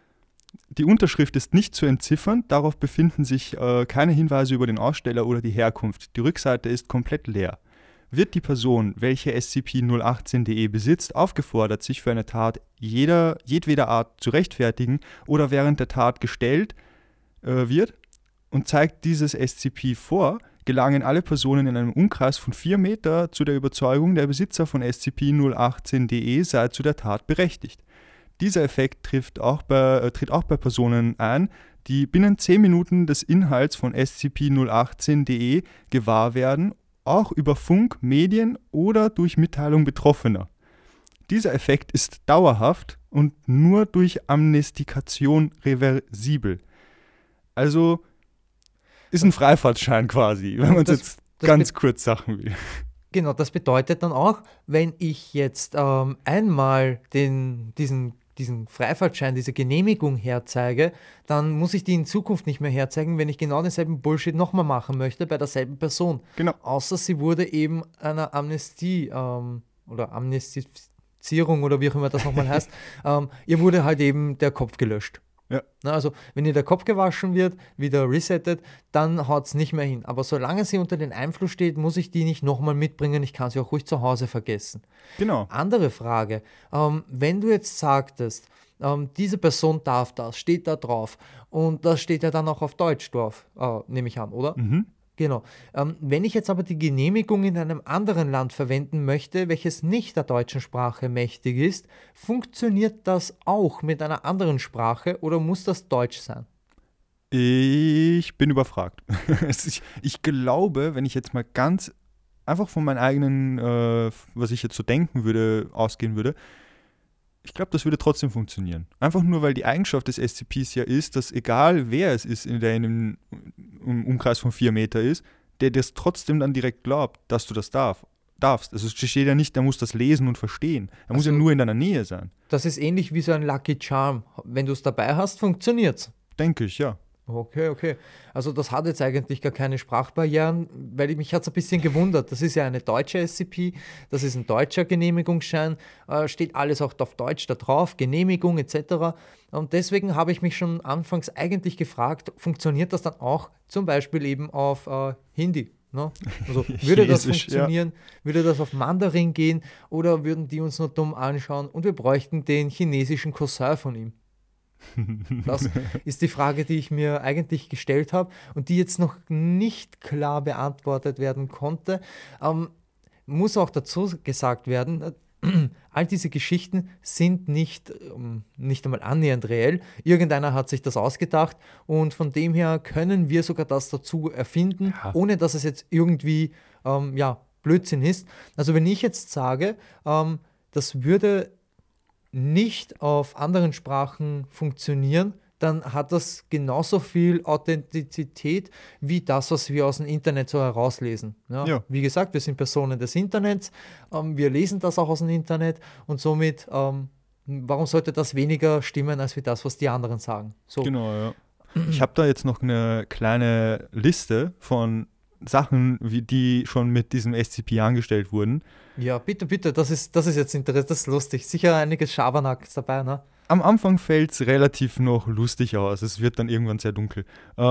Die Unterschrift ist nicht zu entziffern, darauf befinden sich keine Hinweise über den Aussteller oder die Herkunft. Die Rückseite ist komplett leer. Wird die Person, welche SCP-018-DE besitzt, aufgefordert, sich für eine Tat jedweder Art zu rechtfertigen oder während der Tat gestellt wird und zeigt dieses SCP vor, gelangen alle Personen in einem Umkreis von 4 Meter zu der Überzeugung, der Besitzer von SCP-018-DE sei zu der Tat berechtigt. Dieser Effekt tritt auch bei Personen ein, die binnen 10 Minuten des Inhalts von SCP-018-DE gewahr werden, auch über Funk, Medien oder durch Mitteilung Betroffener. Dieser Effekt ist dauerhaft und nur durch Amnestikation reversibel. Also ist ein Freifahrtschein quasi, wenn man es jetzt ganz kurz sagen will. Genau, das bedeutet dann auch, wenn ich jetzt einmal diesen Freifahrtschein, diese Genehmigung herzeige, dann muss ich die in Zukunft nicht mehr herzeigen, wenn ich genau denselben Bullshit nochmal machen möchte bei derselben Person. Genau. Außer sie wurde eben einer Amnestie oder Amnestifizierung oder wie auch immer das nochmal heißt, ihr wurde halt eben der Kopf gelöscht. Ja. Also wenn ihr der Kopf gewaschen wird, wieder resettet, dann haut es nicht mehr hin. Aber solange sie unter den Einfluss steht, muss ich die nicht nochmal mitbringen. Ich kann sie auch ruhig zu Hause vergessen. Genau. Andere Frage, wenn du jetzt sagtest, diese Person darf das, steht da drauf und das steht ja dann auch auf Deutsch drauf, nehme ich an, oder? Mhm. Genau. Wenn ich jetzt aber die Genehmigung in einem anderen Land verwenden möchte, welches nicht der deutschen Sprache mächtig ist, funktioniert das auch mit einer anderen Sprache oder muss das Deutsch sein? Ich bin überfragt. Ich glaube, wenn ich jetzt mal ganz einfach von meinem eigenen, was ich jetzt so denken würde, ausgehen würde, ich glaube, das würde trotzdem funktionieren. Einfach nur, weil die Eigenschaft des SCPs ja ist, dass egal wer es ist, der in einem Umkreis von 4 Meter ist, der das trotzdem dann direkt glaubt, dass du das darfst. Also es steht ja nicht, der muss das lesen und verstehen. Er muss ja nur in deiner Nähe sein. Das ist ähnlich wie so ein Lucky Charm. Wenn du es dabei hast, funktioniert's. Denke ich, ja. Okay. Also das hat jetzt eigentlich gar keine Sprachbarrieren, weil mich hat es ein bisschen gewundert. Das ist ja eine deutsche SCP, das ist ein deutscher Genehmigungsschein, steht alles auch auf Deutsch da drauf, Genehmigung etc. Und deswegen habe ich mich schon anfangs eigentlich gefragt, funktioniert das dann auch zum Beispiel eben auf Hindi? Ne? Also würde das funktionieren, würde das auf Mandarin gehen oder würden die uns nur dumm anschauen und wir bräuchten den chinesischen Cousin von ihm? Das ist die Frage, die ich mir eigentlich gestellt habe und die jetzt noch nicht klar beantwortet werden konnte. Muss auch dazu gesagt werden, all diese Geschichten sind nicht einmal annähernd reell. Irgendeiner hat sich das ausgedacht und von dem her können wir sogar das dazu erfinden, ohne dass es jetzt irgendwie Blödsinn ist. Also wenn ich jetzt sage, das würde nicht auf anderen Sprachen funktionieren, dann hat das genauso viel Authentizität wie das, was wir aus dem Internet so herauslesen. Ja. Wie gesagt, wir sind Personen des Internets, wir lesen das auch aus dem Internet und somit, warum sollte das weniger stimmen als wie das, was die anderen sagen? So. Genau, ja. Ich habe da jetzt noch eine kleine Liste von Sachen, die schon mit diesem SCP angestellt wurden. Ja, bitte, das ist jetzt interessant, das ist lustig. Sicher einiges Schabernack dabei, ne? Am Anfang fällt es relativ noch lustig aus, es wird dann irgendwann sehr dunkel.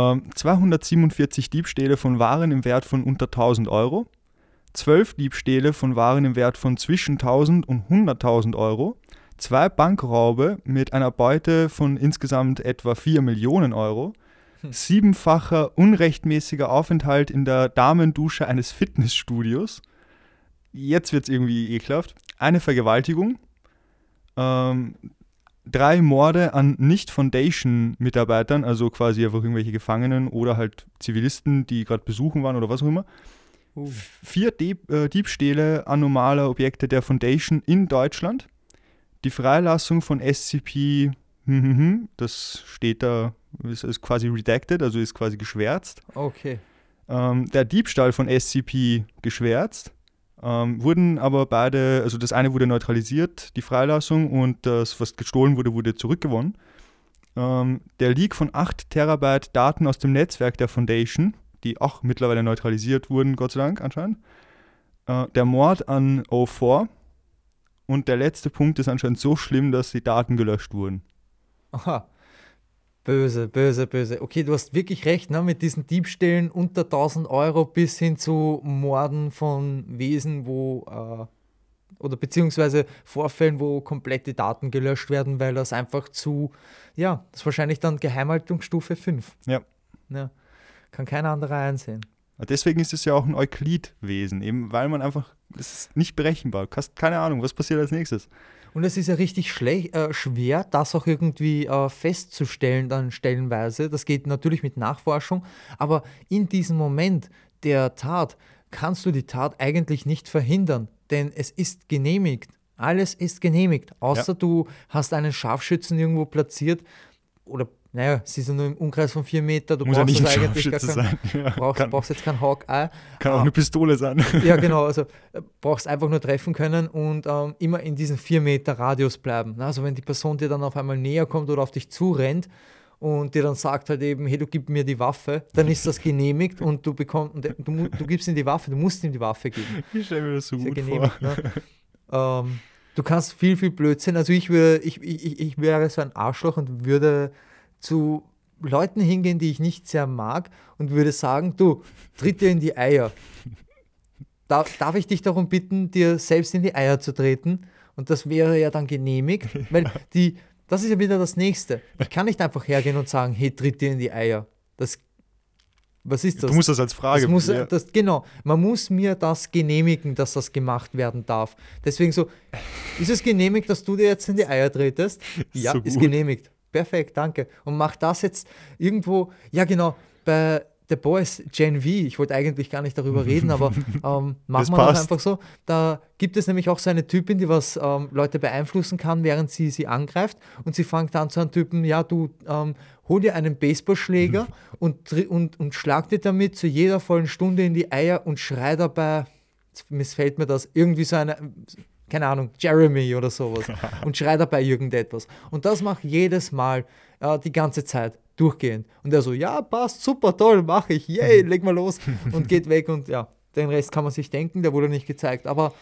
247 Diebstähle von Waren im Wert von unter 1.000 Euro, 12 Diebstähle von Waren im Wert von zwischen 1.000 und 100.000 Euro, 2 Bankraube mit einer Beute von insgesamt etwa 4 Millionen Euro, 7-facher unrechtmäßiger Aufenthalt in der Damendusche eines Fitnessstudios, jetzt wird es irgendwie ekelhaft. Eine Vergewaltigung, 3 Morde an Nicht-Foundation-Mitarbeitern, also quasi einfach irgendwelche Gefangenen oder halt Zivilisten, die gerade besuchen waren oder was auch immer. 4 Diebstähle anomaler Objekte der Foundation in Deutschland. Die Freilassung von SCP, das steht da, ist quasi redacted, also ist quasi geschwärzt. Okay. Der Diebstahl von SCP geschwärzt. Wurden aber beide, also das eine wurde neutralisiert, die Freilassung, und das, was gestohlen wurde, wurde zurückgewonnen. Der Leak von 8 Terabyte Daten aus dem Netzwerk der Foundation, die auch mittlerweile neutralisiert wurden, Gott sei Dank anscheinend. Der Mord an O4. Und der letzte Punkt ist anscheinend so schlimm, dass die Daten gelöscht wurden. Aha. Böse, böse, böse. Okay, du hast wirklich recht, ne, mit diesen Diebstählen unter 1.000 Euro bis hin zu Morden von Wesen, oder beziehungsweise Vorfällen, wo komplette Daten gelöscht werden, weil das einfach das ist wahrscheinlich dann Geheimhaltungsstufe 5. Ja. Kann kein anderer einsehen. Deswegen ist es ja auch ein Euklid-Wesen, eben weil man einfach, es ist nicht berechenbar. Du hast keine Ahnung, was passiert als nächstes. Und es ist ja richtig schwer, das auch irgendwie festzustellen dann stellenweise. Das geht natürlich mit Nachforschung, aber in diesem Moment der Tat kannst du die Tat eigentlich nicht verhindern, denn es ist genehmigt. Alles ist genehmigt, außer du hast einen Scharfschützen irgendwo platziert oder es ist ja nur im Umkreis von 4 Meter, du muss brauchst ja nicht ein eigentlich Scharfschütze sein. brauchst jetzt kein Hawkeye. Kann auch eine Pistole sein. Ja, genau, also brauchst einfach nur treffen können und immer in diesem 4 Meter Radius bleiben. Also wenn die Person dir dann auf einmal näher kommt oder auf dich zurennt und dir dann sagt halt eben, hey, du gib mir die Waffe, dann ist das genehmigt und du gibst ihm die Waffe, du musst ihm die Waffe geben. Ich stelle mir das so gut genehmigt, vor. Ne? Du kannst viel, viel Blödsinn, also ich wäre so ein Arschloch und würde zu Leuten hingehen, die ich nicht sehr mag und würde sagen, du, tritt dir in die Eier. Darf ich dich darum bitten, dir selbst in die Eier zu treten? Und das wäre ja dann genehmigt, weil das ist ja wieder das Nächste. Ich kann nicht einfach hergehen und sagen, hey, tritt dir in die Eier. Was ist das? Du musst das als Frage. Genau, man muss mir das genehmigen, dass das gemacht werden darf. Deswegen so, ist es genehmigt, dass du dir jetzt in die Eier tretest? Ja, ist genehmigt. Perfekt, danke. Und mach das jetzt irgendwo, ja genau, bei The Boys Gen V, ich wollte eigentlich gar nicht darüber reden, aber machen wir das einfach so. Da gibt es nämlich auch so eine Typin, die was Leute beeinflussen kann, während sie angreift, und sie fängt an zu einem Typen, ja, du hol dir einen Baseballschläger und schlag dir damit zu jeder vollen Stunde in die Eier und schrei dabei, jetzt missfällt mir das, irgendwie so eine, keine Ahnung, Jeremy oder sowas, und schrei dabei irgendetwas. Und das mache ich jedes Mal, die ganze Zeit, durchgehend. Und er so, ja, passt, super, toll, mache ich, yay, leg mal los, und geht weg, und ja, den Rest kann man sich denken, der wurde nicht gezeigt. Aber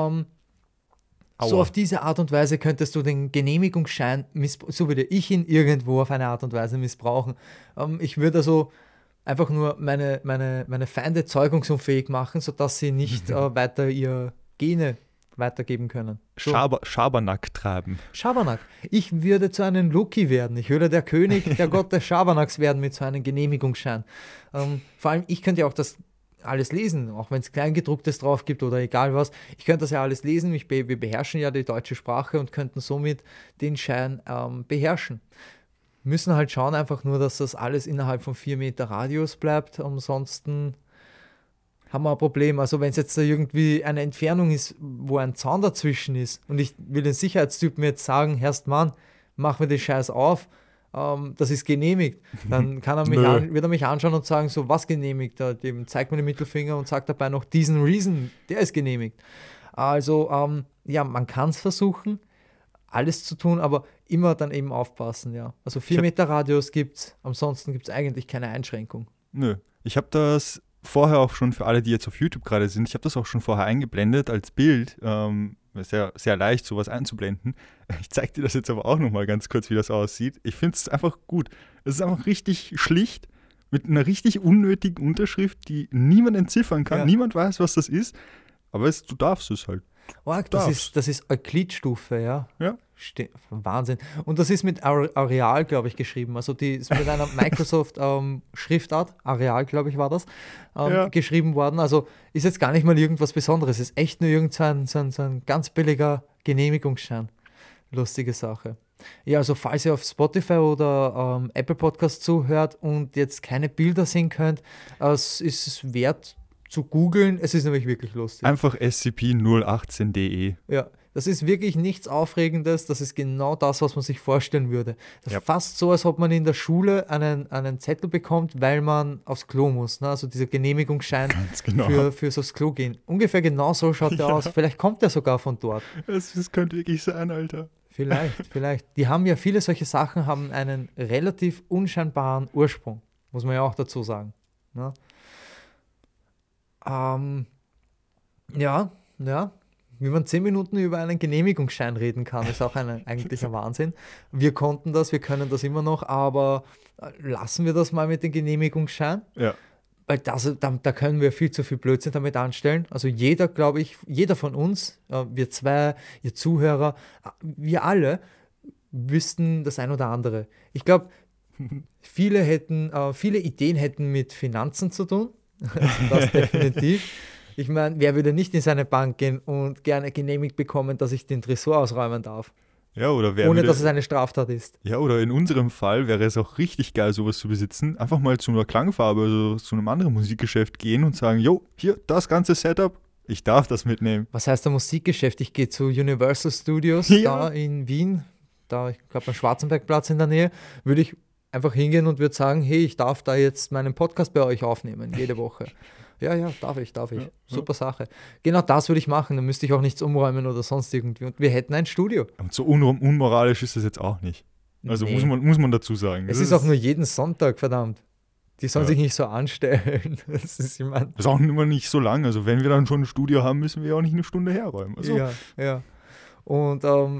so auf diese Art und Weise könntest du den Genehmigungsschein, so würde ich ihn irgendwo auf eine Art und Weise missbrauchen. Ich würde also einfach nur meine Feinde zeugungsunfähig machen, sodass sie nicht weiter ihr Gene weitergeben können. So. Schabernack treiben. Schabernack. Ich würde zu einem Loki werden. Ich würde der König, der Gott des Schabernacks werden mit so einem Genehmigungsschein. Vor allem, ich könnte ja auch das alles lesen, auch wenn es Kleingedrucktes drauf gibt oder egal was. Ich könnte das ja alles lesen. Wir beherrschen ja die deutsche Sprache und könnten somit den Schein beherrschen. Müssen halt schauen einfach nur, dass das alles innerhalb von 4 Meter Radius bleibt. Ansonsten haben wir ein Problem. Also wenn es jetzt da irgendwie eine Entfernung ist, wo ein Zaun dazwischen ist, und ich will den Sicherheitstypen jetzt sagen, Herrst Mann, mach mir den Scheiß auf, das ist genehmigt, dann wird er mich anschauen und sagen, so, was genehmigt? Dem zeigt mir den Mittelfinger und sagt dabei noch, diesen Reason, der ist genehmigt. Also man kann es versuchen, alles zu tun, aber immer dann eben aufpassen, ja. Also 4 Meter Radius gibt's, ansonsten gibt es eigentlich keine Einschränkung. Nö, ich habe das vorher auch schon, für alle, die jetzt auf YouTube gerade sind, ich habe das auch schon vorher eingeblendet als Bild. Ist ja sehr leicht, sowas einzublenden. Ich zeige dir das jetzt aber auch nochmal ganz kurz, wie das aussieht. Ich finde es einfach gut. Es ist einfach richtig schlicht, mit einer richtig unnötigen Unterschrift, die niemand entziffern kann. Ja. Niemand weiß, was das ist, aber du darfst es halt. Das ist Euklid-Stufe, ja. Ja. Wahnsinn. Und das ist mit Areal, glaube ich, geschrieben. Also die ist mit einer Microsoft-Schriftart, Areal, glaube ich, war das, geschrieben worden. Also ist jetzt gar nicht mal irgendwas Besonderes. Ist echt nur so ein ganz billiger Genehmigungsschein. Lustige Sache. Ja, also falls ihr auf Spotify oder Apple Podcast zuhört und jetzt keine Bilder sehen könnt, es ist wert zu googeln. Es ist nämlich wirklich lustig. Einfach scp018.de. Ja, das ist wirklich nichts Aufregendes. Das ist genau das, was man sich vorstellen würde. Das ist fast so, als ob man in der Schule einen Zettel bekommt, weil man aufs Klo muss. Ne? Also dieser Genehmigungsschein fürs aufs Klo gehen. Ungefähr genau so schaut der aus. Vielleicht kommt der sogar von dort. Das könnte wirklich sein, Alter. Vielleicht. Die haben ja viele solche Sachen, haben einen relativ unscheinbaren Ursprung. Muss man ja auch dazu sagen. Ne? Ja. Wie man 10 Minuten über einen Genehmigungsschein reden kann, ist auch eigentlich ein Wahnsinn. Wir können das immer noch, aber lassen wir das mal mit dem Genehmigungsschein. Ja. Weil da können wir viel zu viel Blödsinn damit anstellen. Also jeder von uns, wir zwei, ihr Zuhörer, wir alle wüssten das ein oder andere. Ich glaube, viele Ideen hätten mit Finanzen zu tun. Das definitiv. Ich meine, wer würde nicht in seine Bank gehen und gerne genehmigt bekommen, dass ich den Tresor ausräumen darf? Ja, ohne dass es eine Straftat ist. Ja, oder in unserem Fall wäre es auch richtig geil, sowas zu besitzen. Einfach mal zu einer Klangfarbe, also zu einem anderen Musikgeschäft gehen und sagen, jo, hier, das ganze Setup, ich darf das mitnehmen. Was heißt ein Musikgeschäft? Ich gehe zu Universal Studios da in Wien, da, ich glaube, am Schwarzenbergplatz in der Nähe, würde ich einfach hingehen und würde sagen, hey, ich darf da jetzt meinen Podcast bei euch aufnehmen, jede Woche. Ja, darf ich. Ja, super Sache. Genau das würde ich machen, dann müsste ich auch nichts umräumen oder sonst irgendwie. Und wir hätten ein Studio. Und so unmoralisch ist das jetzt auch nicht. Also nee. muss man dazu sagen. Es ist auch nur jeden Sonntag, verdammt. Die sollen sich nicht so anstellen. Das ist auch immer nicht so lang. Also wenn wir dann schon ein Studio haben, müssen wir ja auch nicht eine Stunde herräumen. Also. Ja. Und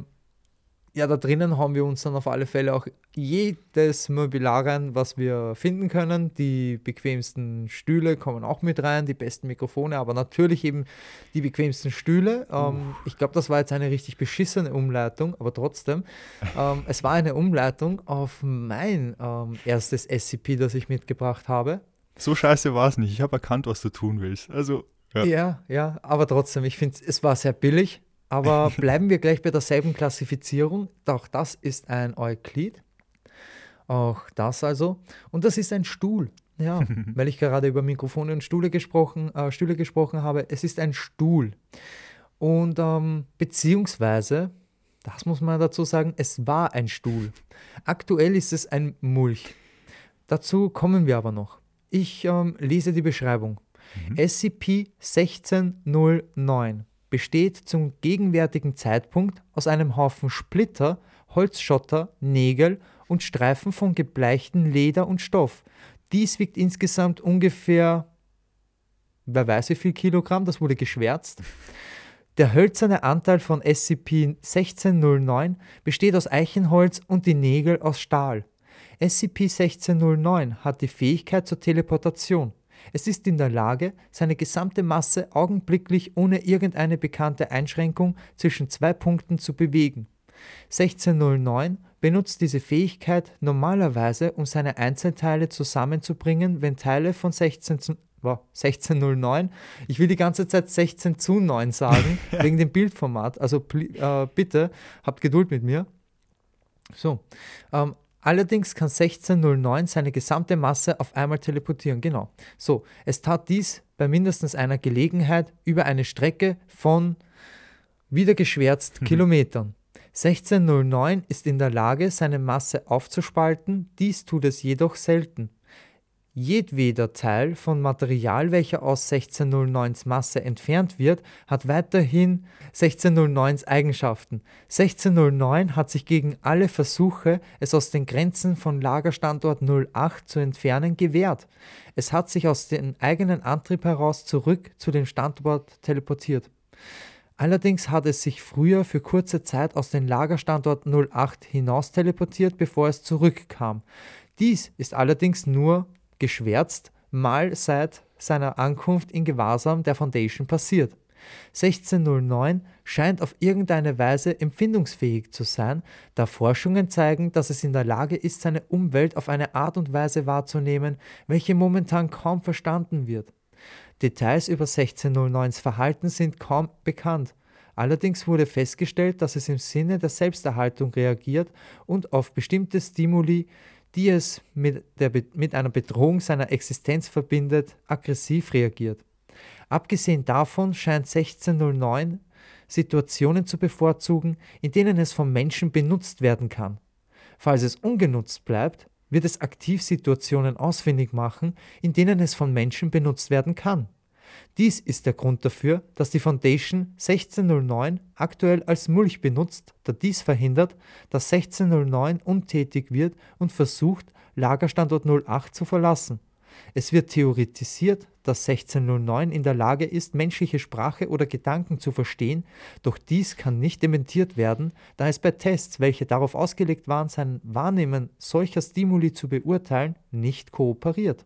da drinnen haben wir uns dann auf alle Fälle auch jedes Mobiliarien, was wir finden können. Die bequemsten Stühle kommen auch mit rein, die besten Mikrofone, aber natürlich eben die bequemsten Stühle. Ich glaube, das war jetzt eine richtig beschissene Umleitung, aber trotzdem, es war eine Umleitung auf mein erstes SCP, das ich mitgebracht habe. So scheiße war es nicht. Ich habe erkannt, was du tun willst. Also, ja, aber trotzdem, ich finde, es war sehr billig. Aber bleiben wir gleich bei derselben Klassifizierung. Auch das ist ein Euklid. Auch das also. Und das ist ein Stuhl. Ja, weil ich gerade über Mikrofone und Stühle gesprochen habe. Es ist ein Stuhl. Und beziehungsweise, das muss man dazu sagen, es war ein Stuhl. Aktuell ist es ein Mulch. Dazu kommen wir aber noch. Ich lese die Beschreibung. SCP-1609 besteht zum gegenwärtigen Zeitpunkt aus einem Haufen Splitter, Holzschotter, Nägel und Streifen von gebleichtem Leder und Stoff. Dies wiegt insgesamt ungefähr, wer weiß wie viel Kilogramm, das wurde geschwärzt. Der hölzerne Anteil von SCP-1609 besteht aus Eichenholz und die Nägel aus Stahl. SCP-1609 hat die Fähigkeit zur Teleportation. Es ist in der Lage, seine gesamte Masse augenblicklich ohne irgendeine bekannte Einschränkung zwischen 2 Punkten zu bewegen. 1609 benutzt diese Fähigkeit normalerweise, um seine Einzelteile zusammenzubringen, wenn Teile von 1609, ich will die ganze Zeit 16:9 sagen, wegen dem Bildformat, also bitte, habt Geduld mit mir. So, allerdings kann 1609 seine gesamte Masse auf einmal teleportieren. Genau. So, es tat dies bei mindestens einer Gelegenheit über eine Strecke von, wieder geschwärzt, Kilometern. 1609 ist in der Lage, seine Masse aufzuspalten, dies tut es jedoch selten. Jedweder Teil von Material, welcher aus 1609s Masse entfernt wird, hat weiterhin 1609s Eigenschaften. 1609 hat sich gegen alle Versuche, es aus den Grenzen von Lagerstandort 08 zu entfernen, gewehrt. Es hat sich aus dem eigenen Antrieb heraus zurück zu dem Standort teleportiert. Allerdings hat es sich früher für kurze Zeit aus dem Lagerstandort 08 hinaus teleportiert, bevor es zurückkam. Dies ist allerdings nur geschwärzt, mal seit seiner Ankunft in Gewahrsam der Foundation passiert. 1609 scheint auf irgendeine Weise empfindungsfähig zu sein, da Forschungen zeigen, dass es in der Lage ist, seine Umwelt auf eine Art und Weise wahrzunehmen, welche momentan kaum verstanden wird. Details über 1609s Verhalten sind kaum bekannt. Allerdings wurde festgestellt, dass es im Sinne der Selbsterhaltung reagiert und auf bestimmte Stimuli, die es mit einer Bedrohung seiner Existenz verbindet, aggressiv reagiert. Abgesehen davon scheint 1609 Situationen zu bevorzugen, in denen es vom Menschen benutzt werden kann. Falls es ungenutzt bleibt, wird es aktiv Situationen ausfindig machen, in denen es von Menschen benutzt werden kann. Dies ist der Grund dafür, dass die Foundation 1609 aktuell als Mulch benutzt, da dies verhindert, dass 1609 untätig wird und versucht, Lagerstandort 08 zu verlassen. Es wird theoretisiert, dass 1609 in der Lage ist, menschliche Sprache oder Gedanken zu verstehen, doch dies kann nicht dementiert werden, da es bei Tests, welche darauf ausgelegt waren, sein Wahrnehmen solcher Stimuli zu beurteilen, nicht kooperiert.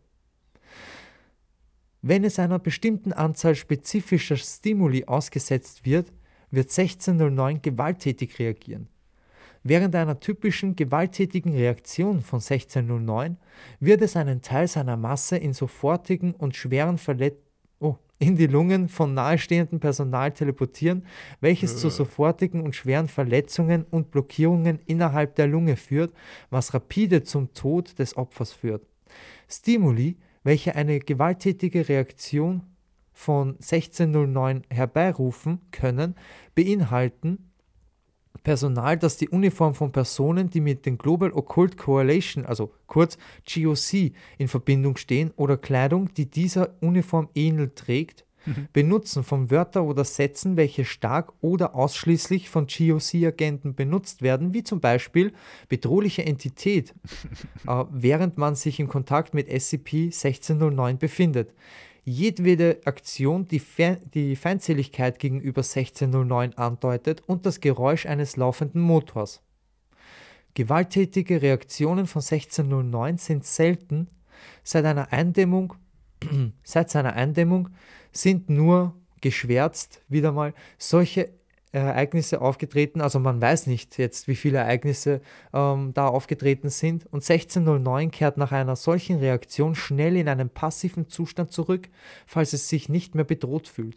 Wenn es einer bestimmten Anzahl spezifischer Stimuli ausgesetzt wird, wird 1609 gewalttätig reagieren. Während einer typischen gewalttätigen Reaktion von 1609 wird es einen Teil seiner Masse in sofortigen und schweren in die Lungen von nahestehenden Personal teleportieren, welches zu sofortigen und schweren Verletzungen und Blockierungen innerhalb der Lunge führt, was rapide zum Tod des Opfers führt. Stimuli, welche eine gewalttätige Reaktion von 1609 herbeirufen können, beinhalten Personal, das die Uniform von Personen, die mit den Global Occult Coalition, also kurz GOC, in Verbindung stehen oder Kleidung, die dieser Uniform ähnelt, trägt, Benutzen von Wörtern oder Sätzen, welche stark oder ausschließlich von GOC-Agenten benutzt werden, wie zum Beispiel bedrohliche Entität, während man sich im Kontakt mit SCP-1609 befindet. Jedwede Aktion, die Feindseligkeit gegenüber 1609 andeutet und das Geräusch eines laufenden Motors. Gewalttätige Reaktionen von 1609 sind selten. Seit seiner Eindämmung sind nur geschwärzt wieder mal solche Ereignisse aufgetreten, also man weiß nicht jetzt, wie viele Ereignisse da aufgetreten sind, und 1609 kehrt nach einer solchen Reaktion schnell in einen passiven Zustand zurück, falls es sich nicht mehr bedroht fühlt.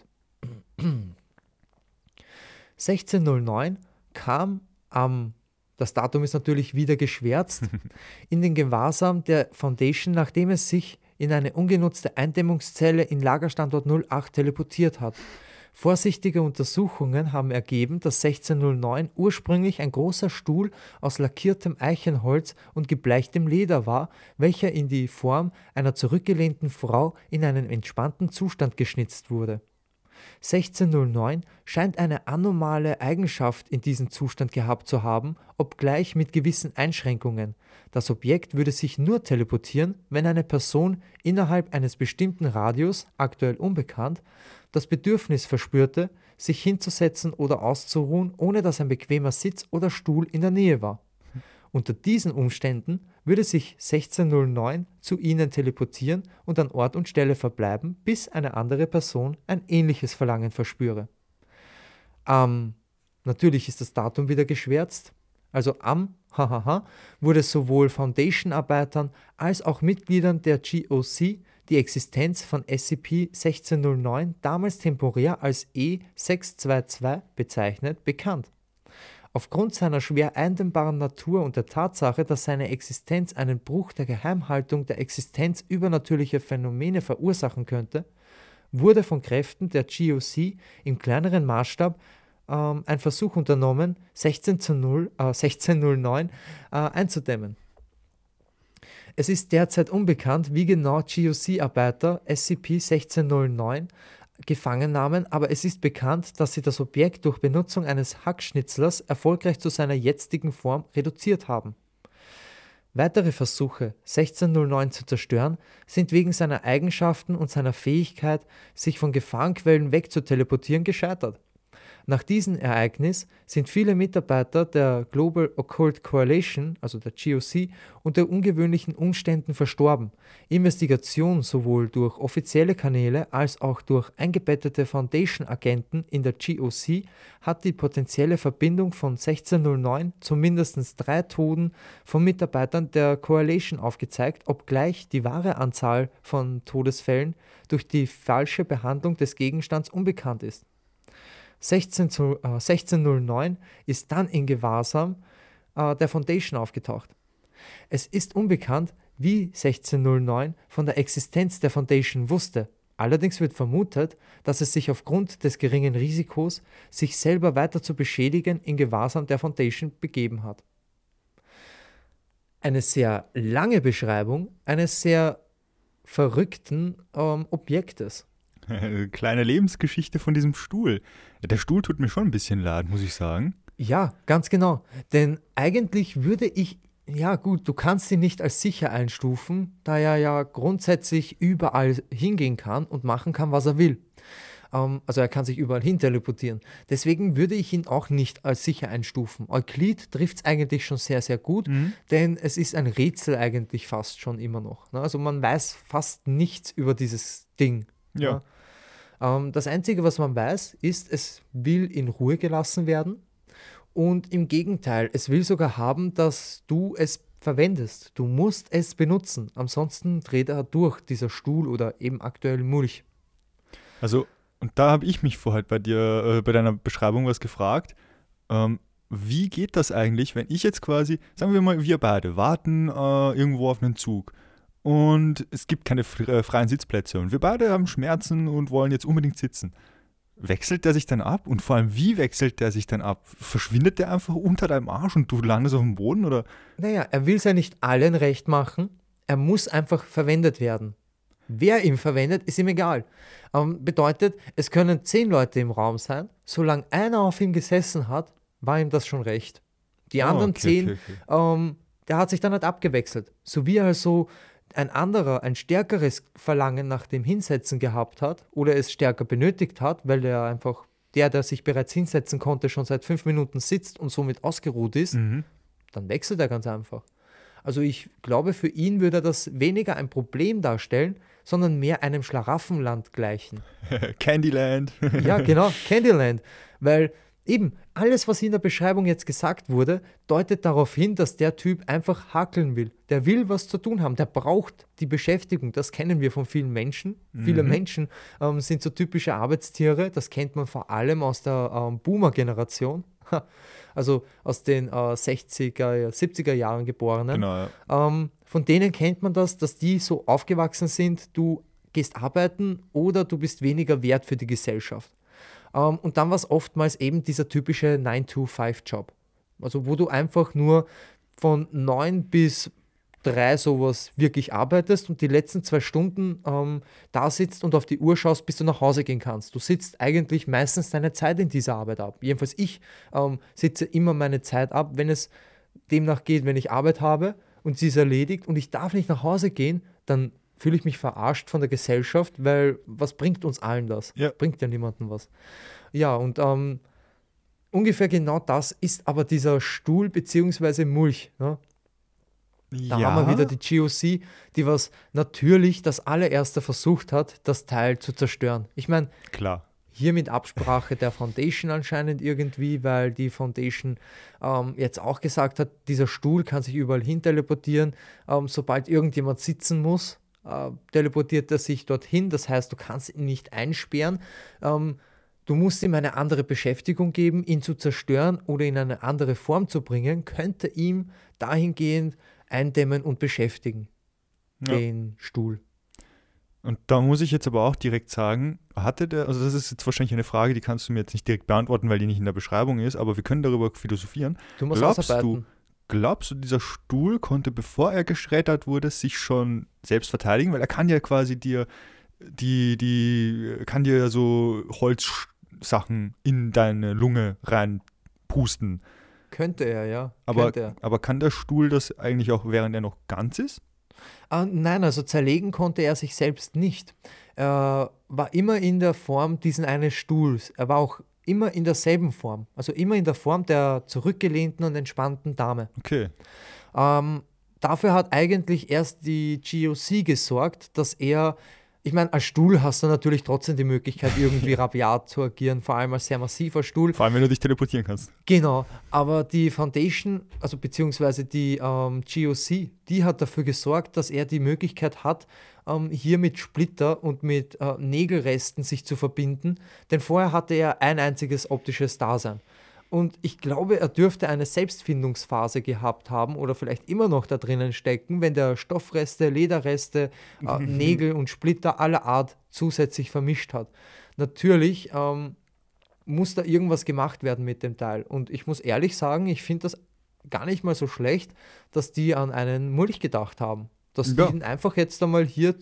1609 kam das Datum ist natürlich wieder geschwärzt, in den Gewahrsam der Foundation, nachdem es sich in eine ungenutzte Eindämmungszelle in Lagerstandort 08 teleportiert hat. Vorsichtige Untersuchungen haben ergeben, dass 1609 ursprünglich ein großer Stuhl aus lackiertem Eichenholz und gebleichtem Leder war, welcher in die Form einer zurückgelehnten Frau in einen entspannten Zustand geschnitzt wurde. 1609 scheint eine anomale Eigenschaft in diesem Zustand gehabt zu haben, obgleich mit gewissen Einschränkungen. Das Objekt würde sich nur teleportieren, wenn eine Person innerhalb eines bestimmten Radius, aktuell unbekannt, das Bedürfnis verspürte, sich hinzusetzen oder auszuruhen, ohne dass ein bequemer Sitz oder Stuhl in der Nähe war. Unter diesen Umständen würde sich 1609 zu ihnen teleportieren und an Ort und Stelle verbleiben, bis eine andere Person ein ähnliches Verlangen verspüre. Natürlich ist das Datum wieder geschwärzt. Also wurde sowohl Foundation-Arbeitern als auch Mitgliedern der GOC die Existenz von SCP-1609, damals temporär als E622 bezeichnet, bekannt. Aufgrund seiner schwer eindämmbaren Natur und der Tatsache, dass seine Existenz einen Bruch der Geheimhaltung der Existenz übernatürlicher Phänomene verursachen könnte, wurde von Kräften der GOC im kleineren Maßstab ein Versuch unternommen, 1609 einzudämmen. Es ist derzeit unbekannt, wie genau GOC-Arbeiter SCP-1609 gefangen nahmen, aber es ist bekannt, dass sie das Objekt durch Benutzung eines Hackschnitzlers erfolgreich zu seiner jetzigen Form reduziert haben. Weitere Versuche, 1609 zu zerstören, sind wegen seiner Eigenschaften und seiner Fähigkeit, sich von Gefahrenquellen wegzuteleportieren, gescheitert. Nach diesem Ereignis sind viele Mitarbeiter der Global Occult Coalition, also der GOC, unter ungewöhnlichen Umständen verstorben. Investigationen sowohl durch offizielle Kanäle als auch durch eingebettete Foundation-Agenten in der GOC hat die potenzielle Verbindung von 1609 zu mindestens 3 Toten von Mitarbeitern der Coalition aufgezeigt, obgleich die wahre Anzahl von Todesfällen durch die falsche Behandlung des Gegenstands unbekannt ist. 1609 ist dann in Gewahrsam der Foundation aufgetaucht. Es ist unbekannt, wie 1609 von der Existenz der Foundation wusste. Allerdings wird vermutet, dass es sich aufgrund des geringen Risikos, sich selber weiter zu beschädigen, in Gewahrsam der Foundation begeben hat. Eine sehr lange Beschreibung eines sehr verrückten Objektes. Kleine Lebensgeschichte von diesem Stuhl. Der Stuhl tut mir schon ein bisschen leid, muss ich sagen. Ja, ganz genau. Denn eigentlich würde ich, ja gut, du kannst ihn nicht als sicher einstufen, da er ja grundsätzlich überall hingehen kann und machen kann, was er will. Also er kann sich überall hin teleportieren. Deswegen würde ich ihn auch nicht als sicher einstufen. Euklid trifft es eigentlich schon sehr, sehr gut, denn es ist ein Rätsel eigentlich fast schon immer noch. Ne? Also man weiß fast nichts über dieses Ding. Ja. Das Einzige, was man weiß, ist, es will in Ruhe gelassen werden und im Gegenteil, es will sogar haben, dass du es verwendest. Du musst es benutzen, ansonsten dreht er durch, dieser Stuhl oder eben aktuell Mulch. Also, und da habe ich mich vorher bei dir, bei deiner Beschreibung was gefragt. Wie geht das eigentlich, wenn ich jetzt quasi, sagen wir mal, wir beide warten irgendwo auf einen Zug und es gibt keine freien Sitzplätze und wir beide haben Schmerzen und wollen jetzt unbedingt sitzen. Wechselt der sich dann ab? Und vor allem, wie wechselt der sich dann ab? Verschwindet der einfach unter deinem Arsch und du landest auf dem Boden? Oder? Naja, er will es ja nicht allen recht machen, er muss einfach verwendet werden. Wer ihn verwendet, ist ihm egal. Bedeutet, es können 10 Leute im Raum sein, solange einer auf ihm gesessen hat, war ihm das schon recht. Die anderen 10, der hat sich dann halt abgewechselt. So wie also ein anderer, ein stärkeres Verlangen nach dem Hinsetzen gehabt hat oder es stärker benötigt hat, weil er einfach, der sich bereits hinsetzen konnte, schon seit 5 Minuten sitzt und somit ausgeruht ist, dann wechselt er ganz einfach. Also ich glaube, für ihn würde das weniger ein Problem darstellen, sondern mehr einem Schlaraffenland gleichen. Candyland. Ja, genau, Candyland. Weil eben alles, was in der Beschreibung jetzt gesagt wurde, deutet darauf hin, dass der Typ einfach hakeln will. Der will was zu tun haben, der braucht die Beschäftigung. Das kennen wir von vielen Menschen. Viele Menschen sind so typische Arbeitstiere. Das kennt man vor allem aus der Boomer-Generation. Also aus den 60er, 70er Jahren Geborenen. Genau, ja. Von denen kennt man das, dass die so aufgewachsen sind, du gehst arbeiten oder du bist weniger wert für die Gesellschaft. Und dann war es oftmals eben dieser typische 9-to-5-Job. Also wo du einfach nur von 9 bis 3 sowas wirklich arbeitest und die letzten 2 Stunden da sitzt und auf die Uhr schaust, bis du nach Hause gehen kannst. Du sitzt eigentlich meistens deine Zeit in dieser Arbeit ab. Jedenfalls ich sitze immer meine Zeit ab, wenn es demnach geht, wenn ich Arbeit habe und sie ist erledigt und ich darf nicht nach Hause gehen, dann fühle ich mich verarscht von der Gesellschaft, weil was bringt uns allen das? Ja. Bringt ja niemandem was. Ja, und ungefähr genau das ist aber dieser Stuhl bzw. Mulch. Ne? Da haben wir wieder die GOC, die was natürlich das allererste versucht hat, das Teil zu zerstören. Ich meine, klar. Hier mit Absprache der Foundation anscheinend irgendwie, weil die Foundation jetzt auch gesagt hat, dieser Stuhl kann sich überall hin teleportieren. Sobald irgendjemand sitzen muss, teleportiert er sich dorthin. Das heißt, du kannst ihn nicht einsperren. Du musst ihm eine andere Beschäftigung geben, ihn zu zerstören oder in eine andere Form zu bringen, könnte ihm dahingehend eindämmen und beschäftigen, den Stuhl. Und da muss ich jetzt aber auch direkt sagen, hatte der, also das ist jetzt wahrscheinlich eine Frage, die kannst du mir jetzt nicht direkt beantworten, weil die nicht in der Beschreibung ist, aber wir können darüber philosophieren. Du musst ausarbeiten. Glaubst du, dieser Stuhl konnte, bevor er geschreddert wurde, sich schon selbst verteidigen? Weil er kann ja quasi dir kann dir so Holzsachen in deine Lunge reinpusten. Könnte er, ja. Aber kann der Stuhl das eigentlich auch, während er noch ganz ist? Nein, also zerlegen konnte er sich selbst nicht. Er war immer in der Form diesen eines Stuhls. Er war auch immer in derselben Form. Also immer in der Form der zurückgelehnten und entspannten Dame. Okay. Dafür hat eigentlich erst die GOC gesorgt, dass er, ich meine, als Stuhl hast du natürlich trotzdem die Möglichkeit, irgendwie rabiat zu agieren, vor allem als sehr massiver Stuhl. Vor allem, wenn du dich teleportieren kannst. Genau, aber die Foundation, also beziehungsweise die GOC, die hat dafür gesorgt, dass er die Möglichkeit hat, hier mit Splitter und mit Nägelresten sich zu verbinden, denn vorher hatte er ein einziges optisches Dasein. Und ich glaube, er dürfte eine Selbstfindungsphase gehabt haben oder vielleicht immer noch da drinnen stecken, wenn der Stoffreste, Lederreste, Nägel und Splitter aller Art zusätzlich vermischt hat. Natürlich muss da irgendwas gemacht werden mit dem Teil. Und ich muss ehrlich sagen, ich finde das gar nicht mal so schlecht, dass die an einen Mulch gedacht haben. Dass die ihn einfach jetzt einmal hier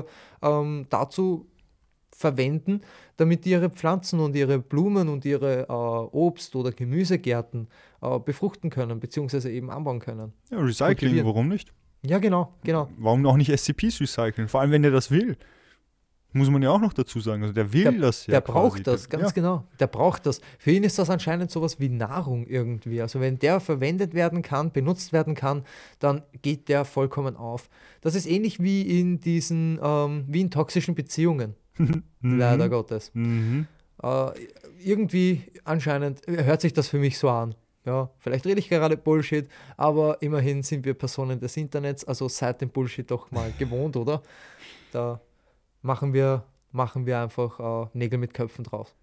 dazu verwenden, damit die ihre Pflanzen und ihre Blumen und ihre Obst- oder Gemüsegärten befruchten können, beziehungsweise eben anbauen können. Ja, Recycling, warum nicht? Ja, genau. Warum auch nicht SCPs recyceln? Vor allem, wenn der das will. Muss man ja auch noch dazu sagen. Also der will das ja. Der braucht das, ganz genau. Der braucht das. Für ihn ist das anscheinend sowas wie Nahrung irgendwie. Also wenn der verwendet werden kann, benutzt werden kann, dann geht der vollkommen auf. Das ist ähnlich wie in diesen, wie in toxischen Beziehungen. Leider Gottes. Irgendwie anscheinend hört sich das für mich so an. Ja, vielleicht rede ich gerade Bullshit, aber immerhin sind wir Personen des Internets, also seid dem Bullshit doch mal gewohnt, oder? Da machen wir einfach Nägel mit Köpfen draus.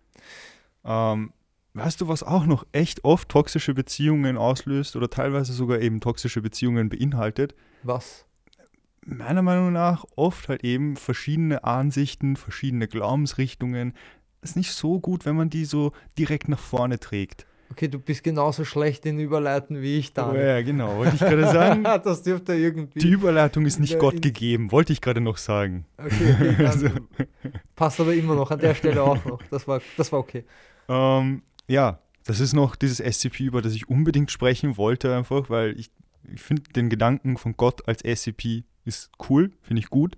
Weißt du, was auch noch echt oft toxische Beziehungen auslöst oder teilweise sogar eben toxische Beziehungen beinhaltet? Was? Meiner Meinung nach oft halt eben verschiedene Ansichten, verschiedene Glaubensrichtungen. Ist nicht so gut, wenn man die so direkt nach vorne trägt. Okay, du bist genauso schlecht in Überleiten wie ich dann. Oh ja, genau, wollte ich gerade sagen. Das dürfte irgendwie... Die Überleitung ist nicht Gott gegeben, wollte ich gerade noch sagen. Okay, also, passt aber immer noch, an der Stelle auch noch. Das war okay. Ja, das ist noch dieses SCP, über das ich unbedingt sprechen wollte einfach, weil ich finde den Gedanken von Gott als SCP ist cool, finde ich gut.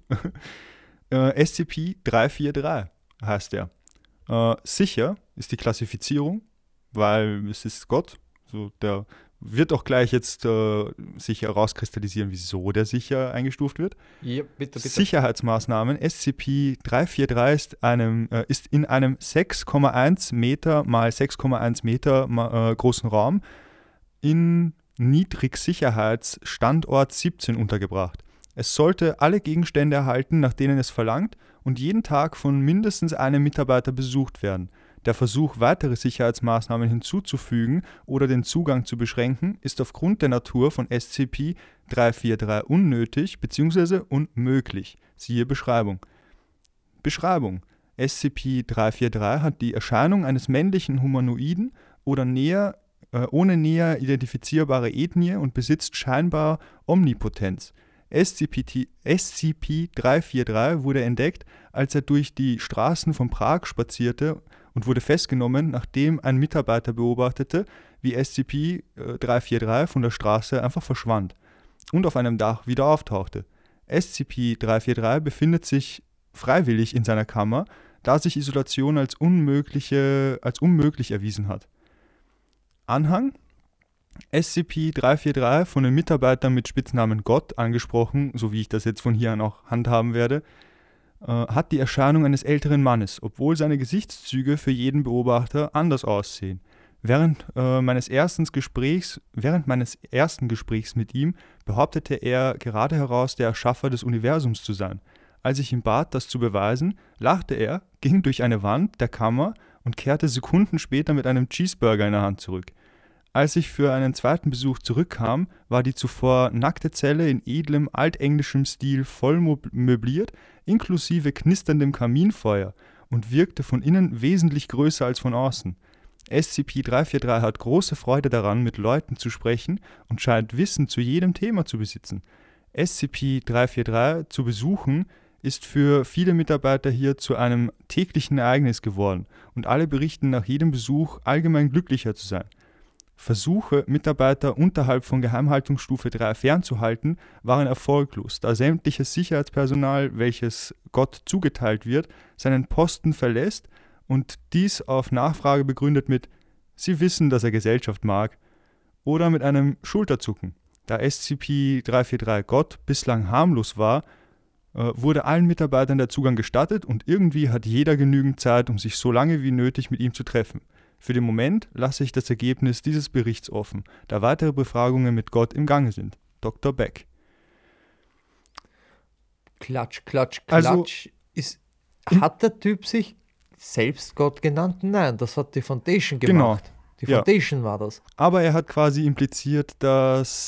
SCP-343 heißt der. Sicher ist die Klassifizierung, weil es ist Gott. So, der wird auch gleich jetzt sich herauskristallisieren, wieso der sicher eingestuft wird. Ja, bitte. Sicherheitsmaßnahmen. SCP-343 ist in einem 6,1 Meter mal 6,1 Meter großen Raum in Niedrigsicherheitsstandort 17 untergebracht. Es sollte alle Gegenstände erhalten, nach denen es verlangt, und jeden Tag von mindestens einem Mitarbeiter besucht werden. Der Versuch, weitere Sicherheitsmaßnahmen hinzuzufügen oder den Zugang zu beschränken, ist aufgrund der Natur von SCP-343 unnötig bzw. unmöglich. Siehe Beschreibung. Beschreibung: SCP-343 hat die Erscheinung eines männlichen Humanoiden oder ohne näher identifizierbare Ethnie und besitzt scheinbar Omnipotenz. SCP-343 wurde entdeckt, als er durch die Straßen von Prag spazierte und wurde festgenommen, nachdem ein Mitarbeiter beobachtete, wie SCP-343 von der Straße einfach verschwand und auf einem Dach wieder auftauchte. SCP-343 befindet sich freiwillig in seiner Kammer, da sich Isolation als unmöglich erwiesen hat. Anhang: SCP-343, von den Mitarbeitern mit Spitznamen Gott angesprochen, so wie ich das jetzt von hier an auch handhaben werde, hat die Erscheinung eines älteren Mannes, obwohl seine Gesichtszüge für jeden Beobachter anders aussehen. Während meines ersten Gesprächs mit ihm behauptete er gerade heraus, der Erschaffer des Universums zu sein. Als ich ihn bat, das zu beweisen, lachte er, ging durch eine Wand der Kammer und kehrte Sekunden später mit einem Cheeseburger in der Hand zurück. Als ich für einen zweiten Besuch zurückkam, war die zuvor nackte Zelle in edlem altenglischem Stil voll möbliert, inklusive knisterndem Kaminfeuer, und wirkte von innen wesentlich größer als von außen. SCP-343 hat große Freude daran, mit Leuten zu sprechen und scheint Wissen zu jedem Thema zu besitzen. SCP-343 zu besuchen ist für viele Mitarbeiter hier zu einem täglichen Ereignis geworden und alle berichten nach jedem Besuch, allgemein glücklicher zu sein. Versuche, Mitarbeiter unterhalb von Geheimhaltungsstufe 3 fernzuhalten, waren erfolglos, da sämtliches Sicherheitspersonal, welches Gott zugeteilt wird, seinen Posten verlässt und dies auf Nachfrage begründet mit „Sie wissen, dass er Gesellschaft mag" oder mit einem Schulterzucken. Da SCP-343 Gott bislang harmlos war, wurde allen Mitarbeitern der Zugang gestattet und irgendwie hat jeder genügend Zeit, um sich so lange wie nötig mit ihm zu treffen. Für den Moment lasse ich das Ergebnis dieses Berichts offen, da weitere Befragungen mit Gott im Gange sind. Dr. Beck. Klatsch, klatsch, Also- klatsch. Hat der Typ sich selbst Gott genannt? Nein, das hat die Foundation Genau. gemacht. Die Ja. Foundation war das. Aber er hat quasi impliziert, dass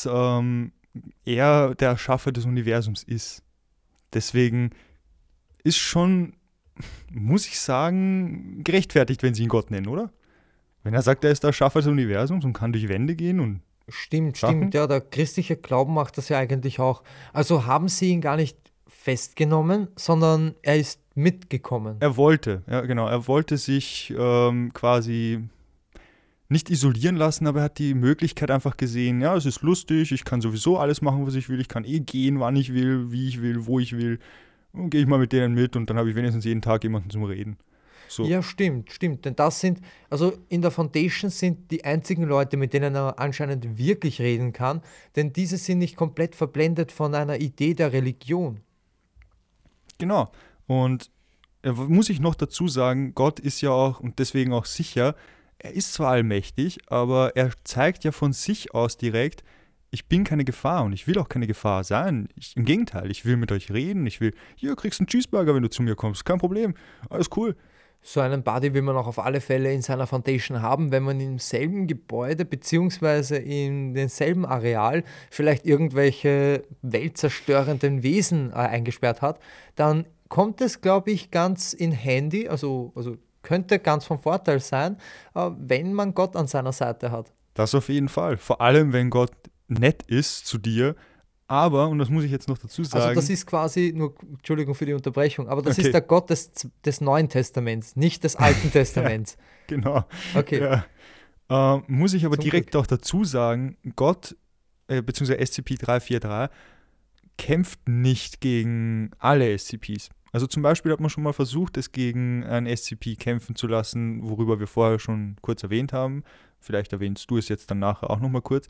er der Erschaffer des Universums ist. Deswegen ist schon, muss ich sagen, gerechtfertigt, wenn sie ihn Gott nennen, oder? Wenn er sagt, er ist der Erschaffer des Universums und kann durch Wände gehen und Stimmt, Sachen? stimmt. Ja, der christliche Glauben macht das ja eigentlich auch. Also haben sie ihn gar nicht festgenommen, sondern er ist mitgekommen. er wollte, ja genau, er wollte sich quasi nicht isolieren lassen, aber er hat die Möglichkeit einfach gesehen, ja, es ist lustig, ich kann sowieso alles machen, was ich will, ich kann gehen, wann ich will, wie ich will, wo ich will. Und gehe ich mal mit denen mit und dann habe ich wenigstens jeden Tag jemanden zum Reden. So. Ja, stimmt, stimmt. Denn das sind, also in der Foundation sind die einzigen Leute, mit denen er anscheinend wirklich reden kann, denn diese sind nicht komplett verblendet von einer Idee der Religion. Genau. Und muss ich noch dazu sagen, Gott ist ja auch und deswegen auch sicher, er ist zwar allmächtig, aber er zeigt ja von sich aus direkt, ich bin keine Gefahr und ich will auch keine Gefahr sein. Im Gegenteil, ich will mit euch reden, ich will, hier kriegst du einen Cheeseburger, wenn du zu mir kommst, kein Problem, alles cool. So einen Buddy will man auch auf alle Fälle in seiner Foundation haben, wenn man im selben Gebäude beziehungsweise in demselben Areal vielleicht irgendwelche weltzerstörenden Wesen eingesperrt hat, dann kommt es, glaube ich, ganz in handy, also könnte ganz von Vorteil sein, wenn man Gott an seiner Seite hat. Das auf jeden Fall, vor allem wenn Gott nett ist zu dir, aber, und das muss ich jetzt noch dazu sagen, Also das ist quasi, nur Entschuldigung für die Unterbrechung, aber das Okay. ist der Gott des Neuen Testaments, nicht des Alten Testaments. genau, Okay. ja. Muss ich aber Zum direkt auch dazu sagen, Gott, beziehungsweise SCP-343, kämpft nicht gegen alle SCPs. Also zum Beispiel hat man schon mal versucht, es gegen ein SCP kämpfen zu lassen, worüber wir vorher schon kurz erwähnt haben. Vielleicht erwähnst du es jetzt dann nachher auch nochmal kurz.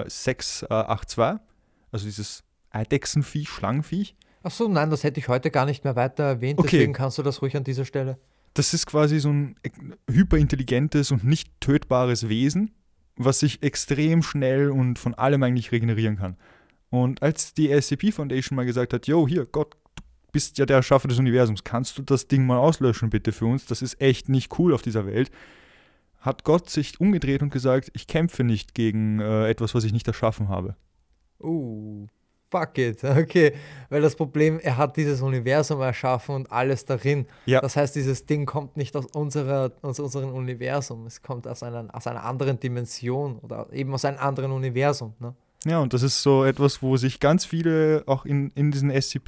682, also dieses Eidechsenviech, Schlangenviech. Ach so, nein, das hätte ich heute gar nicht mehr weiter erwähnt, Okay. deswegen kannst du das ruhig an dieser Stelle. Das ist quasi so ein hyperintelligentes und nicht tötbares Wesen, was sich extrem schnell und von allem eigentlich regenerieren kann. Und als die SCP Foundation mal gesagt hat, yo, hier, Gott, du bist ja der Erschaffer des Universums, kannst du das Ding mal auslöschen bitte für uns, das ist echt nicht cool auf dieser Welt, hat Gott sich umgedreht und gesagt, ich kämpfe nicht gegen etwas, was ich nicht erschaffen habe. Fuck it, okay. Weil das Problem, er hat dieses Universum erschaffen und alles darin. Ja. Das heißt, dieses Ding kommt nicht aus unserem Universum, es kommt aus einer anderen Dimension oder eben aus einem anderen Universum. Ne? Ja, und das ist so etwas, wo sich ganz viele auch in diesen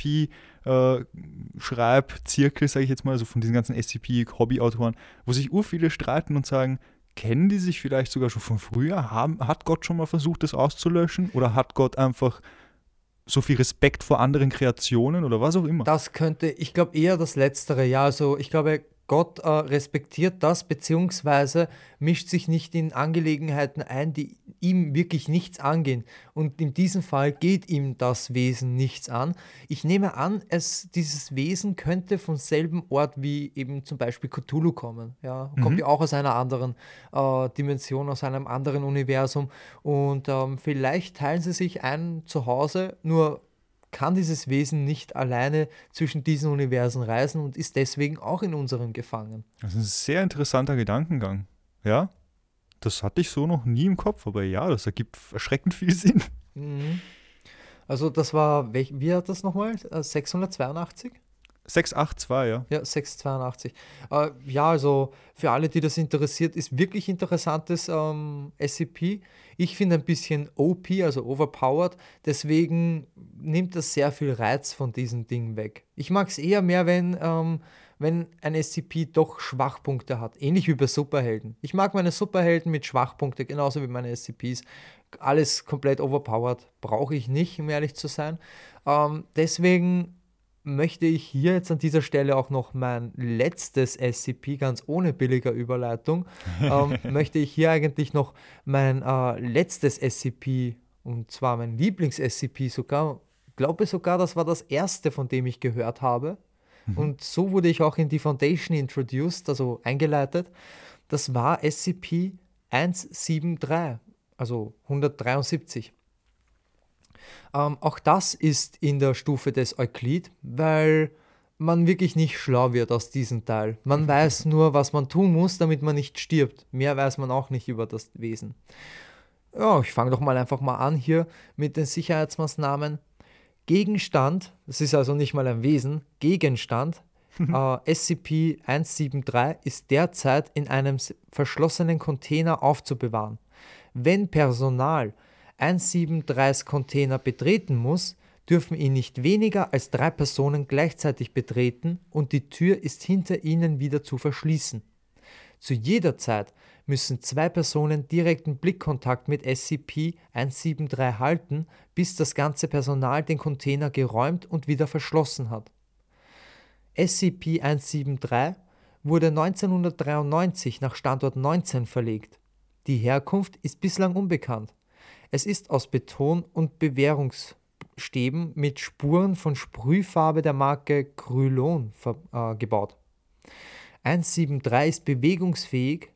SCP-Schreibzirkel, sage ich jetzt mal, also von diesen ganzen SCP-Hobbyautoren, wo sich viele streiten und sagen, kennen die sich vielleicht sogar schon von früher? Hat Gott schon mal versucht, das auszulöschen? Oder hat Gott einfach so viel Respekt vor anderen Kreationen oder was auch immer? Das könnte, ich glaube eher das Letztere, ja. Also ich glaube, Gott respektiert das, beziehungsweise mischt sich nicht in Angelegenheiten ein, die ihm wirklich nichts angehen. Und in diesem Fall geht ihm das Wesen nichts an. Ich nehme an, dieses Wesen könnte vom selben Ort wie eben zum Beispiel Cthulhu kommen. Ja? Kommt ja auch aus einer anderen Dimension, aus einem anderen Universum. Und vielleicht teilen sie sich ein Zuhause, nur kann dieses Wesen nicht alleine zwischen diesen Universen reisen und ist deswegen auch in unserem gefangen. Das ist ein sehr interessanter Gedankengang. Ja, das hatte ich so noch nie im Kopf, aber ja, das ergibt erschreckend viel Sinn. Mhm. Also das war, wie hat das nochmal? 682? 682, ja. Ja, 682. Ja, also für alle, die das interessiert, ist wirklich interessantes SCP. Ich finde ein bisschen OP, also overpowered, deswegen nimmt das sehr viel Reiz von diesem Ding weg. Ich mag es eher mehr, wenn ein SCP doch Schwachpunkte hat, ähnlich wie bei Superhelden. Ich mag meine Superhelden mit Schwachpunkten, genauso wie meine SCPs. Alles komplett overpowered brauche ich nicht, um ehrlich zu sein. Deswegen möchte ich hier jetzt an dieser Stelle auch noch mein letztes SCP, ganz ohne billiger Überleitung, möchte ich hier eigentlich noch mein letztes SCP, und zwar mein Lieblings-SCP sogar, glaube sogar, das war das erste, von dem ich gehört habe. Und so wurde ich auch in die Foundation introduced, also eingeleitet. Das war SCP-173, also 173. Auch das ist in der Stufe des Euklid, weil man wirklich nicht schlau wird aus diesem Teil. Man weiß nur, was man tun muss, damit man nicht stirbt. Mehr weiß man auch nicht über das Wesen. Ja, ich fange doch mal einfach mal an hier mit den Sicherheitsmaßnahmen. Gegenstand, das ist also nicht mal ein Wesen, Gegenstand, SCP-173 ist derzeit in einem verschlossenen Container aufzubewahren. Wenn Personal 173s Container betreten muss, dürfen ihn nicht weniger als 3 Personen gleichzeitig betreten und die Tür ist hinter ihnen wieder zu verschließen. Zu jeder Zeit müssen 2 Personen direkten Blickkontakt mit SCP-173 halten, bis das ganze Personal den Container geräumt und wieder verschlossen hat. SCP-173 wurde 1993 nach Standort 19 verlegt. Die Herkunft ist bislang unbekannt. Es ist aus Beton und Bewährungsstäben mit Spuren von Sprühfarbe der Marke Krylon gebaut. 173 ist bewegungsfähig,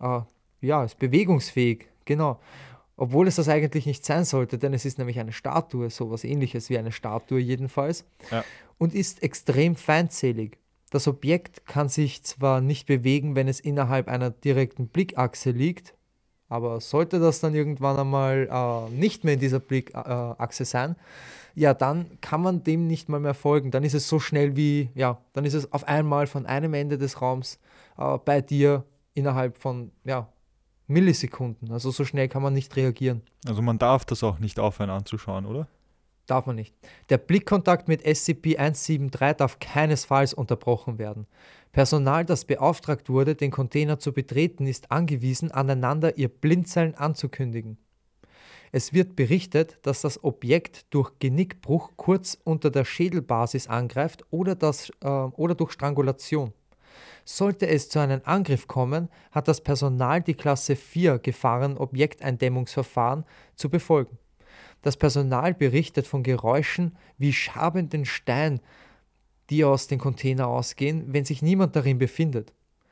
genau. Obwohl es das eigentlich nicht sein sollte, denn es ist nämlich eine Statue, sowas ähnliches wie eine Statue jedenfalls, ja. Und ist extrem feindselig. Das Objekt kann sich zwar nicht bewegen, wenn es innerhalb einer direkten Blickachse liegt, aber sollte das dann irgendwann einmal nicht mehr in dieser Blickachse sein, ja, dann kann man dem nicht mal mehr folgen. Dann ist es so schnell wie, ja, dann ist es auf einmal von einem Ende des Raums bei dir innerhalb von, ja, Millisekunden. Also so schnell kann man nicht reagieren. Also man darf das auch nicht aufhören anzuschauen, oder? Darf man nicht. Der Blickkontakt mit SCP-173 darf keinesfalls unterbrochen werden. Personal, das beauftragt wurde, den Container zu betreten, ist angewiesen, aneinander ihr Blinzeln anzukündigen. Es wird berichtet, dass das Objekt durch Genickbruch kurz unter der Schädelbasis angreift oder durch Strangulation. Sollte es zu einem Angriff kommen, hat das Personal die Klasse 4 Gefahrenobjekteindämmungsverfahren zu befolgen. Das Personal berichtet von Geräuschen wie schabenden Stein, die aus dem Container ausgehen, wenn sich niemand darin befindet.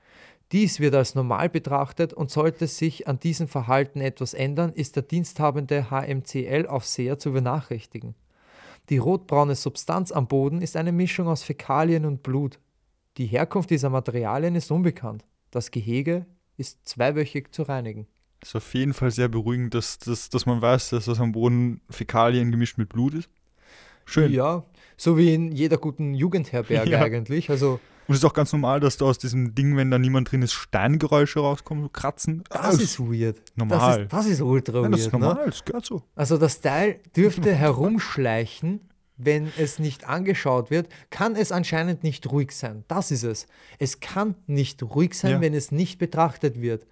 Dies wird als normal betrachtet und sollte sich an diesem Verhalten etwas ändern, ist der diensthabende HMCL-Aufseher zu benachrichtigen. Die rotbraune Substanz am Boden ist eine Mischung aus Fäkalien und Blut. Die Herkunft dieser Materialien ist unbekannt. Das Gehege ist 2-wöchig zu reinigen. Das ist auf jeden Fall sehr beruhigend, dass man weiß, dass das am Boden Fäkalien gemischt mit Blut ist. Schön. Ja, so wie in jeder guten Jugendherberge eigentlich. Also, und es ist auch ganz normal, dass da aus diesem Ding, wenn da niemand drin ist, Steingeräusche rauskommen, so kratzen. Das ist weird. Normal. Das ist ultra weird. Das ist normal, das gehört so. Also das Teil dürfte herumschleichen, wenn es nicht angeschaut wird, kann es anscheinend nicht ruhig sein. Das ist es. Es kann nicht ruhig sein, wenn es nicht betrachtet wird.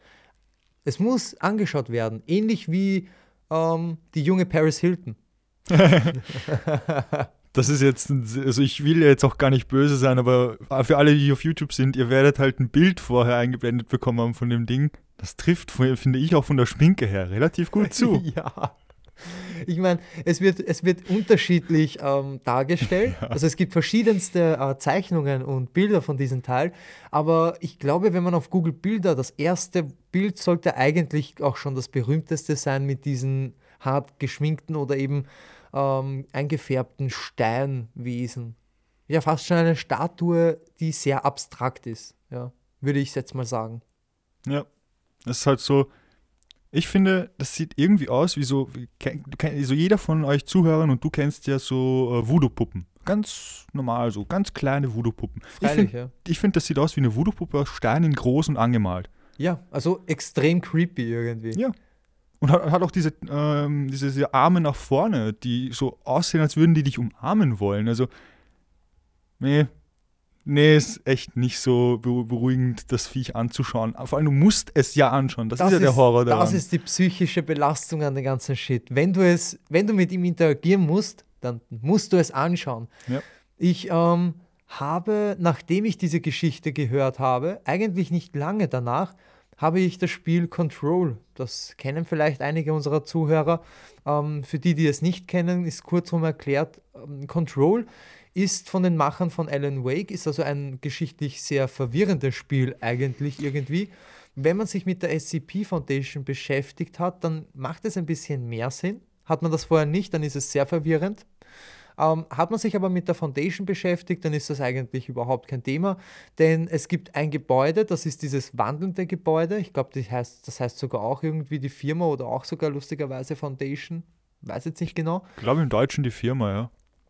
Es muss angeschaut werden. Ähnlich wie die junge Paris Hilton. Das ist jetzt, also ich will ja jetzt auch gar nicht böse sein, aber für alle, die auf YouTube sind, ihr werdet halt ein Bild vorher eingeblendet bekommen haben von dem Ding. Das trifft, finde ich, auch von der Schminke her relativ gut zu. Ja. Ich meine, es wird unterschiedlich dargestellt. Ja. Also es gibt verschiedenste Zeichnungen und Bilder von diesem Teil. Aber ich glaube, wenn man auf Google Bilder, das erste Bild sollte eigentlich auch schon das berühmteste sein mit diesen hart geschminkten oder eben eingefärbten Steinwesen. Ja, fast schon eine Statue, die sehr abstrakt ist. Ja, würde ich jetzt mal sagen. Ja, das ist halt so. Ich finde, das sieht irgendwie aus wie so jeder von euch Zuhörern und du kennst ja so Voodoo-Puppen. Ganz normal, so ganz kleine Voodoo-Puppen. Ich finde, das sieht aus wie eine Voodoo-Puppe aus Stein in groß und angemalt. Ja, also extrem creepy irgendwie. Ja. Und hat auch diese Arme nach vorne, die so aussehen, als würden die dich umarmen wollen. Also, nee, ist echt nicht so beruhigend, das Viech anzuschauen. Vor allem, du musst es ja anschauen. Das ist ja der Horror daran. Das ist die psychische Belastung an den ganzen Shit. Wenn du mit ihm interagieren musst, dann musst du es anschauen. Ja. Ich habe, nachdem ich diese Geschichte gehört habe, eigentlich nicht lange danach, habe ich das Spiel Control. Das kennen vielleicht einige unserer Zuhörer. Für die, die es nicht kennen, ist kurzum erklärt, Control ist von den Machern von Alan Wake, ist also ein geschichtlich sehr verwirrendes Spiel eigentlich irgendwie. Wenn man sich mit der SCP Foundation beschäftigt hat, dann macht es ein bisschen mehr Sinn. Hat man das vorher nicht, dann ist es sehr verwirrend. Hat man sich aber mit der Foundation beschäftigt, dann ist das eigentlich überhaupt kein Thema, denn es gibt ein Gebäude, das ist dieses wandelnde Gebäude. Ich glaube, das heißt sogar auch irgendwie die Firma oder auch sogar lustigerweise Foundation. Weiß jetzt nicht genau. Ich glaube im Deutschen die Firma, ja.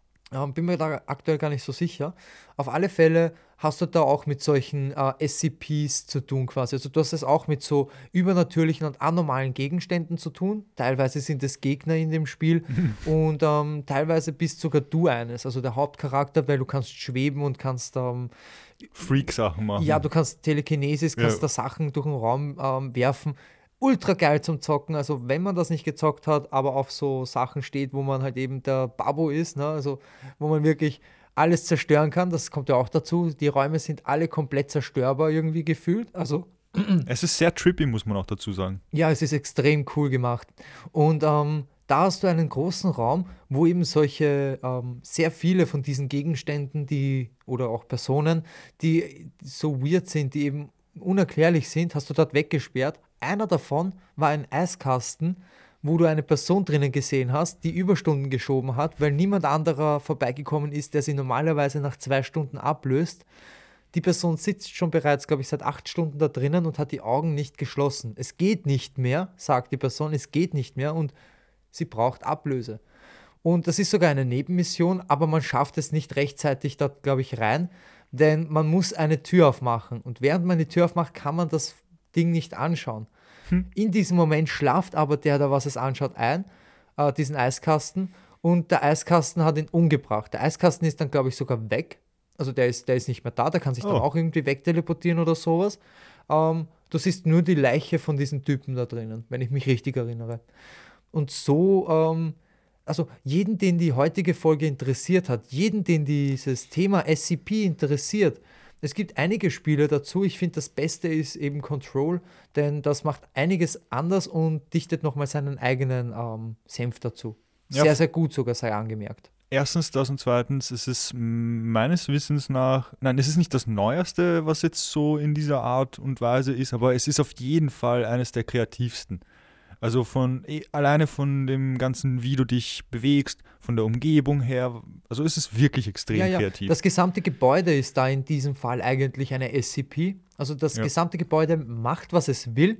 Bin mir da aktuell gar nicht so sicher. Auf alle Fälle hast du da auch mit solchen SCPs zu tun quasi. Also du hast es auch mit so übernatürlichen und anormalen Gegenständen zu tun. Teilweise sind es Gegner in dem Spiel und teilweise bist sogar du eines. Also der Hauptcharakter, weil du kannst schweben und kannst Freak-Sachen machen. ja, du kannst Telekinesis, kannst da Sachen durch den Raum werfen. Ultra geil zum Zocken, also wenn man das nicht gezockt hat, aber auf so Sachen steht, wo man halt eben der Babbo ist, ne? Also wo man wirklich alles zerstören kann, das kommt ja auch dazu, die Räume sind alle komplett zerstörbar irgendwie gefühlt, also Es ist sehr trippy, muss man auch dazu sagen. ja, es ist extrem cool gemacht und da hast du einen großen Raum, wo eben solche sehr viele von diesen Gegenständen, die oder auch Personen, die so weird sind, die eben unerklärlich sind, hast du dort weggesperrt. Einer davon war ein Eiskasten, wo du eine Person drinnen gesehen hast, die Überstunden geschoben hat, weil niemand anderer vorbeigekommen ist, der sie normalerweise nach 2 Stunden ablöst. Die Person sitzt schon bereits, glaube ich, seit 8 Stunden da drinnen und hat die Augen nicht geschlossen. Es geht nicht mehr, sagt die Person, es geht nicht mehr und sie braucht Ablöse. Und das ist sogar eine Nebenmission, aber man schafft es nicht rechtzeitig dort, glaube ich, rein, denn man muss eine Tür aufmachen. Und während man die Tür aufmacht, kann man das Ding nicht anschauen. In diesem Moment schlaft aber der, der was es anschaut, diesen Eiskasten. Und der Eiskasten hat ihn umgebracht. Der Eiskasten ist dann, glaube ich, sogar weg. Also der ist nicht mehr da, der kann sich dann auch irgendwie wegteleportieren oder sowas. Du siehst nur die Leiche von diesem Typen da drinnen, wenn ich mich richtig erinnere. Und so, also jeden, den die heutige Folge interessiert hat, jeden, den dieses Thema SCP interessiert, es gibt einige Spiele dazu. Ich finde, das Beste ist eben Control, denn das macht einiges anders und dichtet nochmal seinen eigenen Senf dazu. Ja. Sehr, sehr gut sogar, sei angemerkt. Erstens das und zweitens, es ist meines Wissens nach, nein, es ist nicht das Neueste, was jetzt so in dieser Art und Weise ist, aber es ist auf jeden Fall eines der kreativsten. Also alleine von dem Ganzen, wie du dich bewegst, von der Umgebung her, also es ist wirklich extrem kreativ. Das gesamte Gebäude ist da in diesem Fall eigentlich eine SCP. Also das gesamte Gebäude macht, was es will.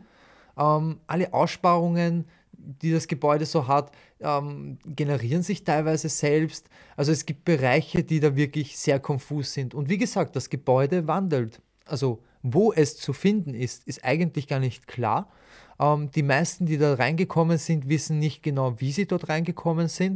Alle Aussparungen, die das Gebäude so hat, generieren sich teilweise selbst. Also es gibt Bereiche, die da wirklich sehr konfus sind. Und wie gesagt, das Gebäude wandelt. Also wo es zu finden ist, ist eigentlich gar nicht klar. Die meisten, die da reingekommen sind, wissen nicht genau, wie sie dort reingekommen sind.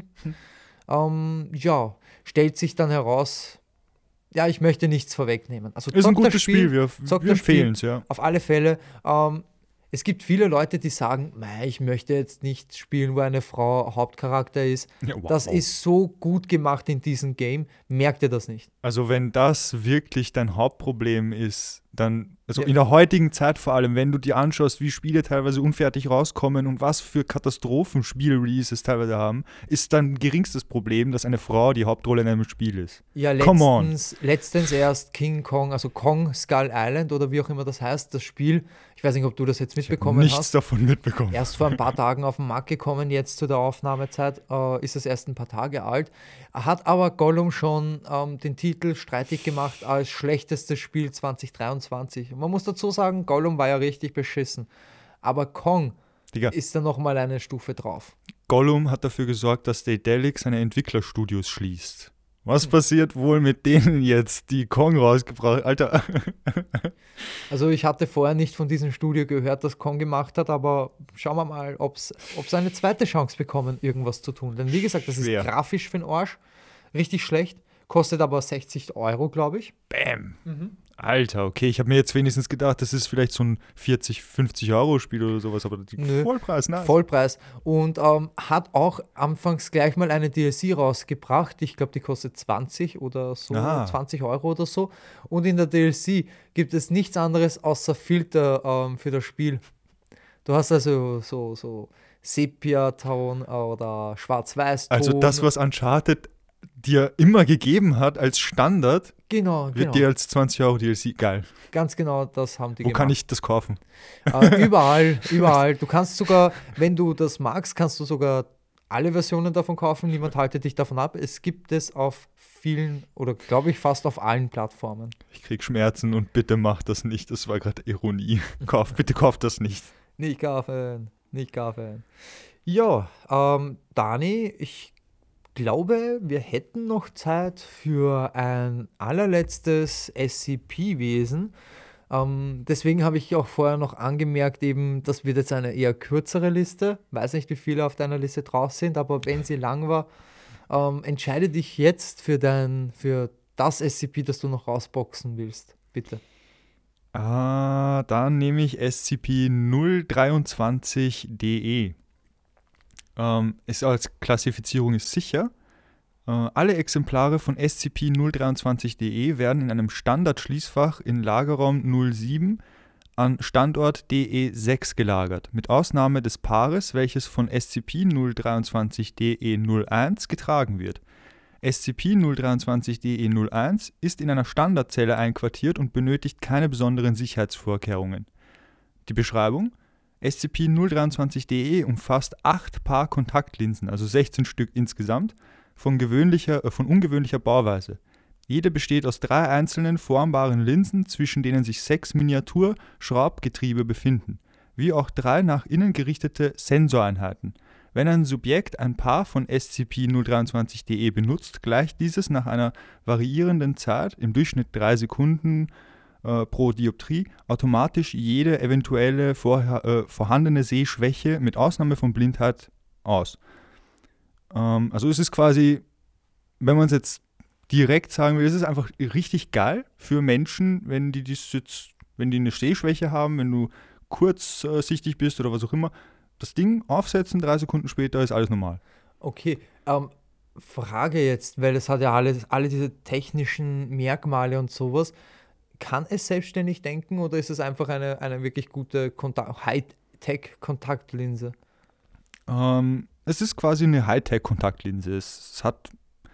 Stellt sich dann heraus, ja, ich möchte nichts vorwegnehmen. Also ist ein gutes Spiel, wir empfehlen es, ja. Auf alle Fälle. Es gibt viele Leute, die sagen, ich möchte jetzt nicht spielen, wo eine Frau Hauptcharakter ist. Ja, wow. Das ist so gut gemacht in diesem Game. Merkt ihr das nicht? Also wenn das wirklich dein Hauptproblem ist, dann, also in der heutigen Zeit vor allem, wenn du dir anschaust, wie Spiele teilweise unfertig rauskommen und was für Katastrophen Spiel-Releases teilweise haben, ist dein geringstes Problem, dass eine Frau die Hauptrolle in einem Spiel ist. Ja, letztens erst King Kong, also Kong Skull Island oder wie auch immer das heißt, das Spiel. Ich weiß nicht, ob du das jetzt mitbekommen hast. Nichts davon mitbekommen. Erst vor ein paar Tagen auf den Markt gekommen, jetzt zu der Aufnahmezeit ist es erst ein paar Tage alt. Hat aber Gollum schon den Titel streitig gemacht als schlechtestes Spiel 2023. Man muss dazu sagen, Gollum war ja richtig beschissen. Aber Kong ist da nochmal eine Stufe drauf. Gollum hat dafür gesorgt, dass Daedalic seine Entwicklerstudios schließt. Was passiert wohl mit denen jetzt, die Kong rausgebracht haben? Alter. Also ich hatte vorher nicht von diesem Studio gehört, das Kong gemacht hat, aber schauen wir mal, ob sie eine zweite Chance bekommen, irgendwas zu tun. Denn wie gesagt, das ist grafisch für den Arsch, richtig schlecht, kostet aber 60 €, glaube ich. Bam! Alter, okay, ich habe mir jetzt wenigstens gedacht, das ist vielleicht so ein 40, 50 Euro Spiel oder sowas, aber Nö. Vollpreis, nice. Vollpreis. Und hat auch anfangs gleich mal eine DLC rausgebracht. Ich glaube, die kostet 20 oder so, Aha. 20 Euro oder so. Und in der DLC gibt es nichts anderes außer Filter für das Spiel. Du hast also so Sepia-Ton oder Schwarz-Weiß-Ton. Also das, was Uncharted dir immer gegeben hat als Standard, Genau, wird dir als 20 Euro DLC geil. Ganz genau, das haben die Wo gemacht. kann ich das kaufen? Überall. Du kannst sogar, wenn du das magst, kannst du sogar alle Versionen davon kaufen. Niemand haltet dich davon ab. Es gibt es auf vielen oder glaube ich fast auf allen Plattformen. Ich krieg Schmerzen und bitte mach das nicht. Das war gerade Ironie. Bitte kauf das nicht. Nicht kaufen. Ja, Dani, ich glaube, wir hätten noch Zeit für ein allerletztes SCP-Wesen. Deswegen habe ich auch vorher noch angemerkt, eben, das wird jetzt eine eher kürzere Liste. Weiß nicht, wie viele auf deiner Liste drauf sind, aber wenn sie lang war, entscheide dich jetzt für das SCP, das du noch rausboxen willst. Bitte. Dann nehme ich SCP-023-DE. Ist als Klassifizierung ist sicher. Alle Exemplare von SCP-023-DE werden in einem Standardschließfach in Lagerraum 07 an Standort DE6 gelagert, mit Ausnahme des Paares, welches von SCP-023-DE01 getragen wird. SCP-023-DE01 ist in einer Standardzelle einquartiert und benötigt keine besonderen Sicherheitsvorkehrungen. Die Beschreibung: SCP-023-DE umfasst 8 Paar Kontaktlinsen, also 16 Stück insgesamt, von ungewöhnlicher Bauweise. Jede besteht aus 3 einzelnen formbaren Linsen, zwischen denen sich 6 Miniatur-Schraubgetriebe befinden, wie auch 3 nach innen gerichtete Sensoreinheiten. Wenn ein Subjekt ein Paar von SCP-023-DE benutzt, gleicht dieses nach einer variierenden Zeit, im Durchschnitt 3 Sekunden pro Dioptrie, automatisch jede eventuelle vorhandene Sehschwäche mit Ausnahme von Blindheit aus. Also es ist quasi, wenn man es jetzt direkt sagen will, es ist einfach richtig geil für Menschen, wenn die eine Sehschwäche haben, wenn du kurzsichtig bist oder was auch immer. Das Ding aufsetzen, 3 Sekunden später ist alles normal. Okay, Frage jetzt, weil es hat ja alle diese technischen Merkmale und sowas. Kann es selbstständig denken oder ist es einfach eine wirklich gute Hightech-Kontaktlinse? Es ist quasi eine Hightech-Kontaktlinse. Es hat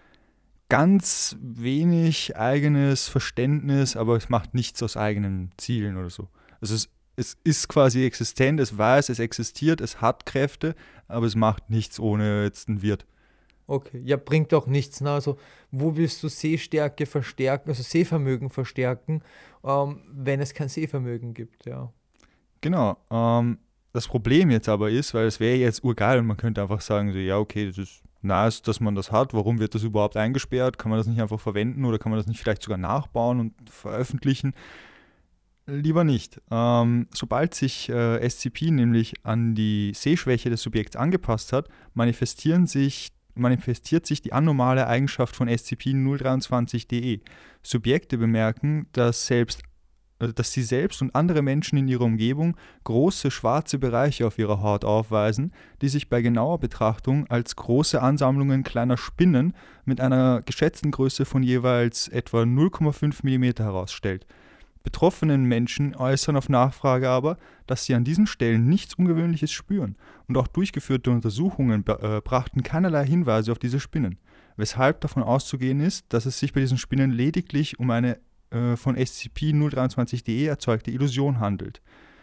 ganz wenig eigenes Verständnis, aber es macht nichts aus eigenen Zielen oder so. Also es ist quasi existent, es weiß, es existiert, es hat Kräfte, aber es macht nichts ohne jetzt einen Wirt. Okay, ja, bringt auch nichts. Ne? Also, wo willst du Sehstärke verstärken, also Sehvermögen verstärken, wenn es kein Sehvermögen gibt, ja. Genau. Das Problem jetzt aber ist, weil es wäre jetzt urgeil und man könnte einfach sagen, so, ja, okay, das ist nice, dass man das hat. Warum wird das überhaupt eingesperrt? Kann man das nicht einfach verwenden oder kann man das nicht vielleicht sogar nachbauen und veröffentlichen? Lieber nicht. Sobald sich SCP nämlich an die Sehschwäche des Subjekts angepasst hat, manifestiert sich die anormale Eigenschaft von SCP-023-DE. Subjekte bemerken, dass sie selbst und andere Menschen in ihrer Umgebung große schwarze Bereiche auf ihrer Haut aufweisen, die sich bei genauer Betrachtung als große Ansammlungen kleiner Spinnen mit einer geschätzten Größe von jeweils etwa 0,5 mm herausstellt. Betroffenen Menschen äußern auf Nachfrage aber, dass sie an diesen Stellen nichts Ungewöhnliches spüren und auch durchgeführte Untersuchungen brachten keinerlei Hinweise auf diese Spinnen, weshalb davon auszugehen ist, dass es sich bei diesen Spinnen lediglich um eine von SCP-023-DE erzeugte Illusion handelt.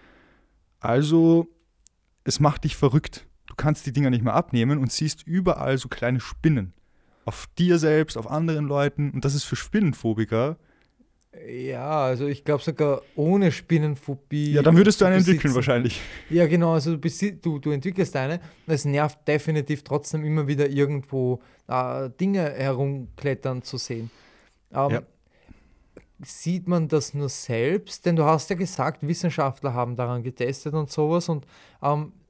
Also, es macht dich verrückt. Du kannst die Dinger nicht mehr abnehmen und siehst überall so kleine Spinnen. Auf dir selbst, auf anderen Leuten, und das ist für Spinnenphobiker. Ja, also ich glaube sogar ohne Spinnenphobie. Ja, dann würdest du eine entwickeln wahrscheinlich. Ja, genau, also du entwickelst eine. Es nervt definitiv trotzdem immer wieder irgendwo Dinge herumklettern zu sehen. Ja. Sieht man das nur selbst? Denn du hast ja gesagt, Wissenschaftler haben daran getestet und sowas. Und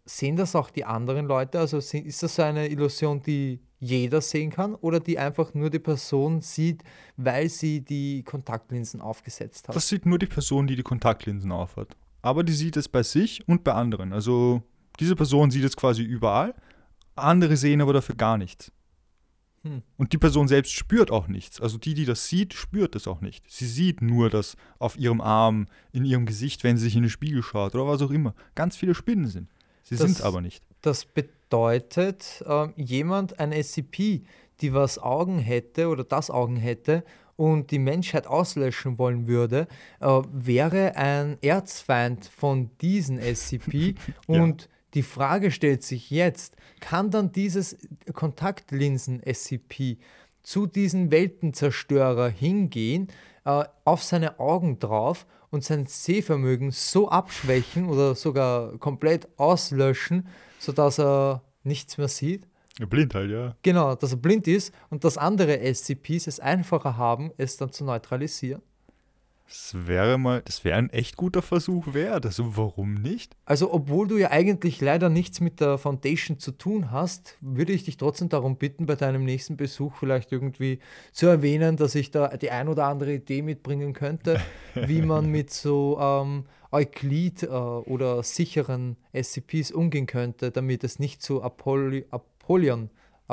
sehen das auch die anderen Leute? Also ist das so eine Illusion, die jeder sehen kann oder die einfach nur die Person sieht, weil sie die Kontaktlinsen aufgesetzt hat? Das sieht nur die Person, die die Kontaktlinsen aufhat. Aber die sieht es bei sich und bei anderen. Also diese Person sieht es quasi überall, andere sehen aber dafür gar nichts. Und die Person selbst spürt auch nichts. Also die das sieht, spürt es auch nicht. Sie sieht nur das auf ihrem Arm, in ihrem Gesicht, wenn sie sich in den Spiegel schaut oder was auch immer. Ganz viele Spinnen sind. Sie sind es aber nicht. Das bedeutet, jemand, ein SCP, die was Augen hätte oder das Augen hätte und die Menschheit auslöschen wollen würde, wäre ein Erzfeind von diesen SCP. Und die Frage stellt sich jetzt, kann dann dieses Kontaktlinsen-SCP zu diesem Weltenzerstörer hingehen, auf seine Augen drauf und sein Sehvermögen so abschwächen oder sogar komplett auslöschen, sodass er nichts mehr sieht? Blind halt, ja. Genau, dass er blind ist und dass andere SCPs es einfacher haben, es dann zu neutralisieren. Das wäre ein echt guter Versuch wert. Also warum nicht? Also obwohl du ja eigentlich leider nichts mit der Foundation zu tun hast, würde ich dich trotzdem darum bitten, bei deinem nächsten Besuch vielleicht irgendwie zu erwähnen, dass ich da die ein oder andere Idee mitbringen könnte, wie man mit so Euklid oder sicheren SCPs umgehen könnte, damit es nicht zu Apollyon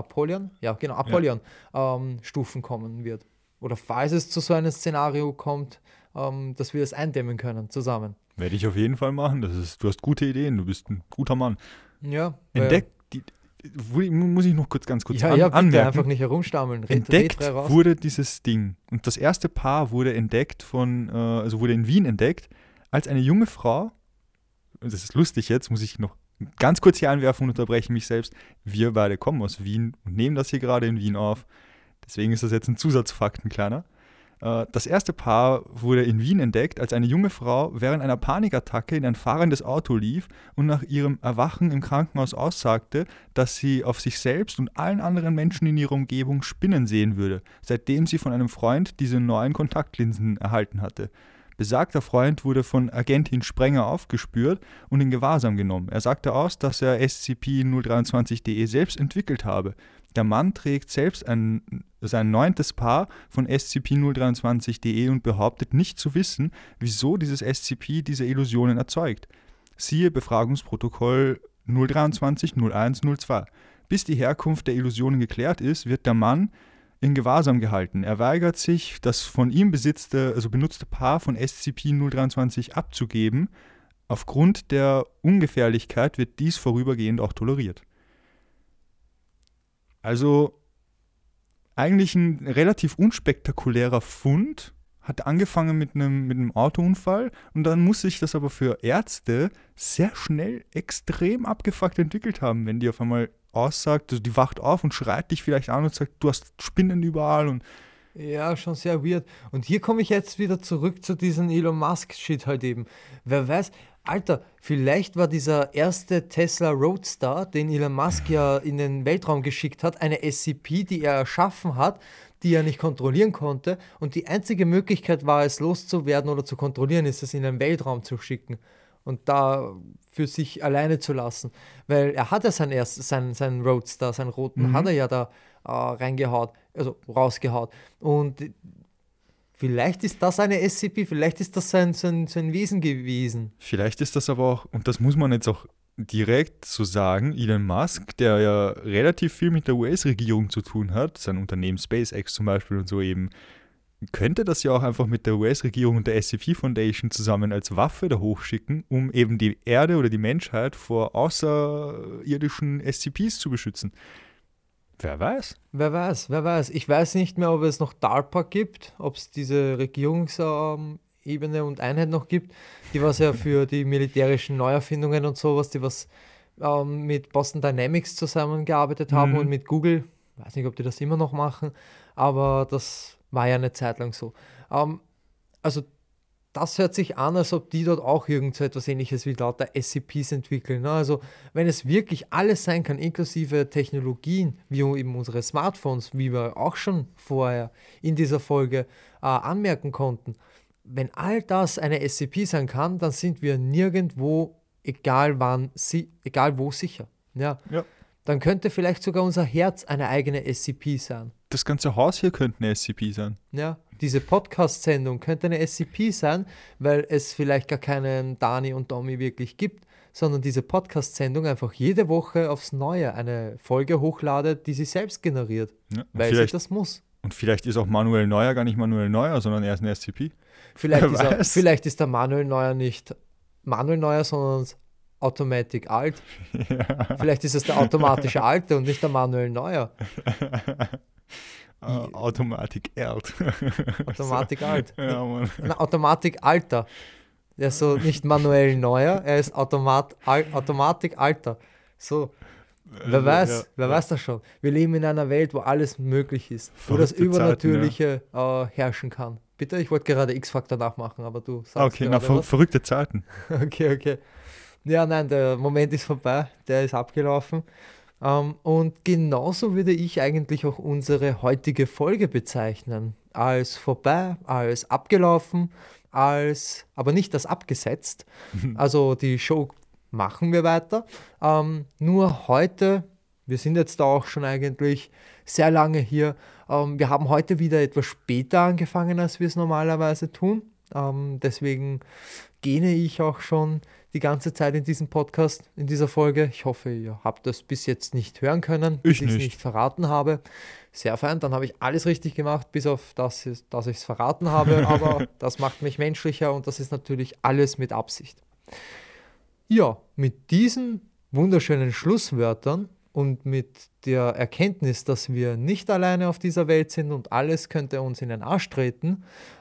Stufen kommen wird. Oder falls es zu so einem Szenario kommt, dass wir das eindämmen können, zusammen. Werde ich auf jeden Fall machen. Du hast gute Ideen, du bist ein guter Mann. Ja. Muss ich noch ganz kurz bitte anmerken. Einfach nicht herumstammeln. Entdeckt wurde dieses Ding. Und das erste Paar wurde wurde in Wien entdeckt, als eine junge Frau, und das ist lustig jetzt, muss ich noch ganz kurz hier einwerfen und unterbrechen mich selbst. Wir beide kommen aus Wien und nehmen das hier gerade in Wien auf. Deswegen ist das jetzt ein Zusatzfakt, ein kleiner. Das erste Paar wurde in Wien entdeckt, als eine junge Frau während einer Panikattacke in ein fahrendes Auto lief und nach ihrem Erwachen im Krankenhaus aussagte, dass sie auf sich selbst und allen anderen Menschen in ihrer Umgebung Spinnen sehen würde, seitdem sie von einem Freund diese neuen Kontaktlinsen erhalten hatte. Besagter Freund wurde von Agentin Sprenger aufgespürt und in Gewahrsam genommen. Er sagte aus, dass er SCP-023-DE selbst entwickelt habe. Der Mann trägt selbst sein 9. Paar von SCP-023-DE und behauptet nicht zu wissen, wieso dieses SCP diese Illusionen erzeugt. Siehe Befragungsprotokoll 023-01-02. Bis die Herkunft der Illusionen geklärt ist, wird der Mann in Gewahrsam gehalten. Er weigert sich, das von ihm benutzte Paar von SCP-023 abzugeben. Aufgrund der Ungefährlichkeit wird dies vorübergehend auch toleriert. Also eigentlich ein relativ unspektakulärer Fund, hat angefangen mit einem Autounfall und dann muss sich das aber für Ärzte sehr schnell extrem abgefuckt entwickelt haben, wenn die auf einmal aussagt, also die wacht auf und schreit dich vielleicht an und sagt, du hast Spinnen überall und ja, schon sehr weird. Und hier komme ich jetzt wieder zurück zu diesem Elon Musk-Shit halt eben. Wer weiß, Alter, vielleicht war dieser erste Tesla Roadster, den Elon Musk ja in den Weltraum geschickt hat, eine SCP, die er erschaffen hat, die er nicht kontrollieren konnte. Und die einzige Möglichkeit war es, loszuwerden oder zu kontrollieren, ist es in den Weltraum zu schicken und da für sich alleine zu lassen. Weil er hat ja seinen Roadster, seinen roten, hat er ja da reingehaut, also rausgehaut. Und vielleicht ist das eine SCP, vielleicht ist das sein Wesen gewesen. Vielleicht ist das aber auch, und das muss man jetzt auch direkt so sagen, Elon Musk, der ja relativ viel mit der US-Regierung zu tun hat, sein Unternehmen SpaceX zum Beispiel und so eben, könnte das ja auch einfach mit der US-Regierung und der SCP Foundation zusammen als Waffe da hochschicken, um eben die Erde oder die Menschheit vor außerirdischen SCPs zu beschützen. Wer weiß? Wer weiß. Ich weiß nicht mehr, ob es noch DARPA gibt, ob es diese Regierungsebene und Einheit noch gibt, die was ja für die militärischen Neuerfindungen und sowas, die was mit Boston Dynamics zusammengearbeitet haben und mit Google. Ich weiß nicht, ob die das immer noch machen, aber das war ja eine Zeit lang so. Also das hört sich an, als ob die dort auch irgend so etwas Ähnliches wie lauter SCPs entwickeln. Ne? Also wenn es wirklich alles sein kann, inklusive Technologien, wie eben unsere Smartphones, wie wir auch schon vorher in dieser Folge anmerken konnten, wenn all das eine SCP sein kann, dann sind wir nirgendwo egal wann, egal wo sicher. Ja. Dann könnte vielleicht sogar unser Herz eine eigene SCP sein. Das ganze Haus hier könnte eine SCP sein. Ja, diese Podcast-Sendung könnte eine SCP sein, weil es vielleicht gar keinen Dani und Domi wirklich gibt, sondern diese Podcast-Sendung einfach jede Woche aufs Neue eine Folge hochladet, die sie selbst generiert, weil sie das muss. Und vielleicht ist auch Manuel Neuer gar nicht Manuel Neuer, sondern er ist eine SCP. Vielleicht ist der Manuel Neuer nicht Manuel Neuer, sondern Automatic Alt. Ja. Vielleicht ist es der automatische Alte und nicht der Manuel Neuer. Automatic Alt. Automatic Alt. Ja, Mann. Automatic Alter. Der ist so nicht Manuel Neuer, er ist Automatic Alter. So, wer weiß das schon. Wir leben in einer Welt, wo alles möglich ist, wo das Übernatürliche herrschen kann. Bitte, ich wollte gerade X-Factor nachmachen, aber du sagst verrückte Zeiten. Okay. Ja, nein, der Moment ist vorbei, der ist abgelaufen. Und genauso würde ich eigentlich auch unsere heutige Folge bezeichnen. Als vorbei, als abgelaufen, aber nicht als abgesetzt. Also die Show machen wir weiter. Nur heute, wir sind jetzt da auch schon eigentlich sehr lange hier. Wir haben heute wieder etwas später angefangen, als wir es normalerweise tun. Deswegen gähne ich auch schon die ganze Zeit in diesem Podcast, in dieser Folge. Ich hoffe, ihr habt das bis jetzt nicht hören können, bis ich es nicht verraten habe. Sehr fein, dann habe ich alles richtig gemacht, bis auf dass ich es verraten habe, aber das macht mich menschlicher und das ist natürlich alles mit Absicht. Ja, mit diesen wunderschönen Schlusswörtern und mit der Erkenntnis, dass wir nicht alleine auf dieser Welt sind und alles könnte uns in den Arsch treten,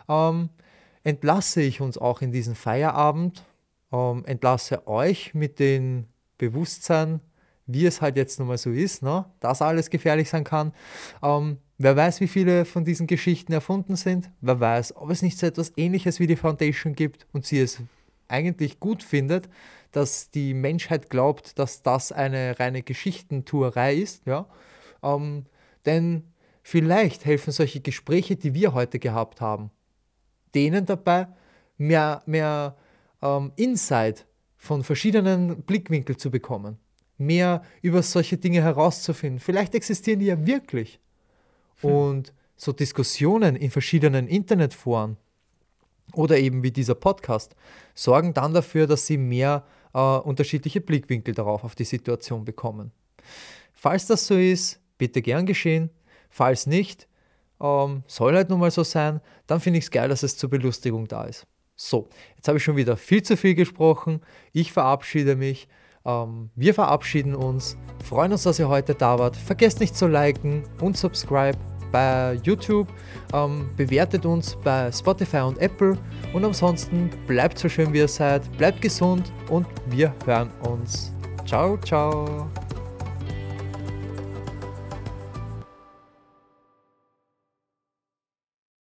entlasse ich uns auch in diesen Feierabend, entlasse euch mit dem Bewusstsein, wie es halt jetzt nun mal so ist, ne? Dass alles gefährlich sein kann. Wer weiß, wie viele von diesen Geschichten erfunden sind. Wer weiß, ob es nicht so etwas Ähnliches wie die Foundation gibt und sie es eigentlich gut findet, dass die Menschheit glaubt, dass das eine reine Geschichtentuerei ist. Ja? Denn vielleicht helfen solche Gespräche, die wir heute gehabt haben, denen dabei, mehr Insight von verschiedenen Blickwinkeln zu bekommen, mehr über solche Dinge herauszufinden. Vielleicht existieren die ja wirklich. Und so Diskussionen in verschiedenen Internetforen oder eben wie dieser Podcast sorgen dann dafür, dass sie mehr unterschiedliche Blickwinkel darauf auf die Situation bekommen. Falls das so ist, bitte gern geschehen. Falls nicht, soll halt nun mal so sein, dann finde ich es geil, dass es zur Belustigung da ist. So, jetzt habe ich schon wieder viel zu viel gesprochen. Ich verabschiede mich. Wir verabschieden uns. Freuen uns, dass ihr heute da wart. Vergesst nicht zu liken und subscribe bei YouTube. Bewertet uns bei Spotify und Apple. Und ansonsten bleibt so schön, wie ihr seid. Bleibt gesund und wir hören uns. Ciao, ciao.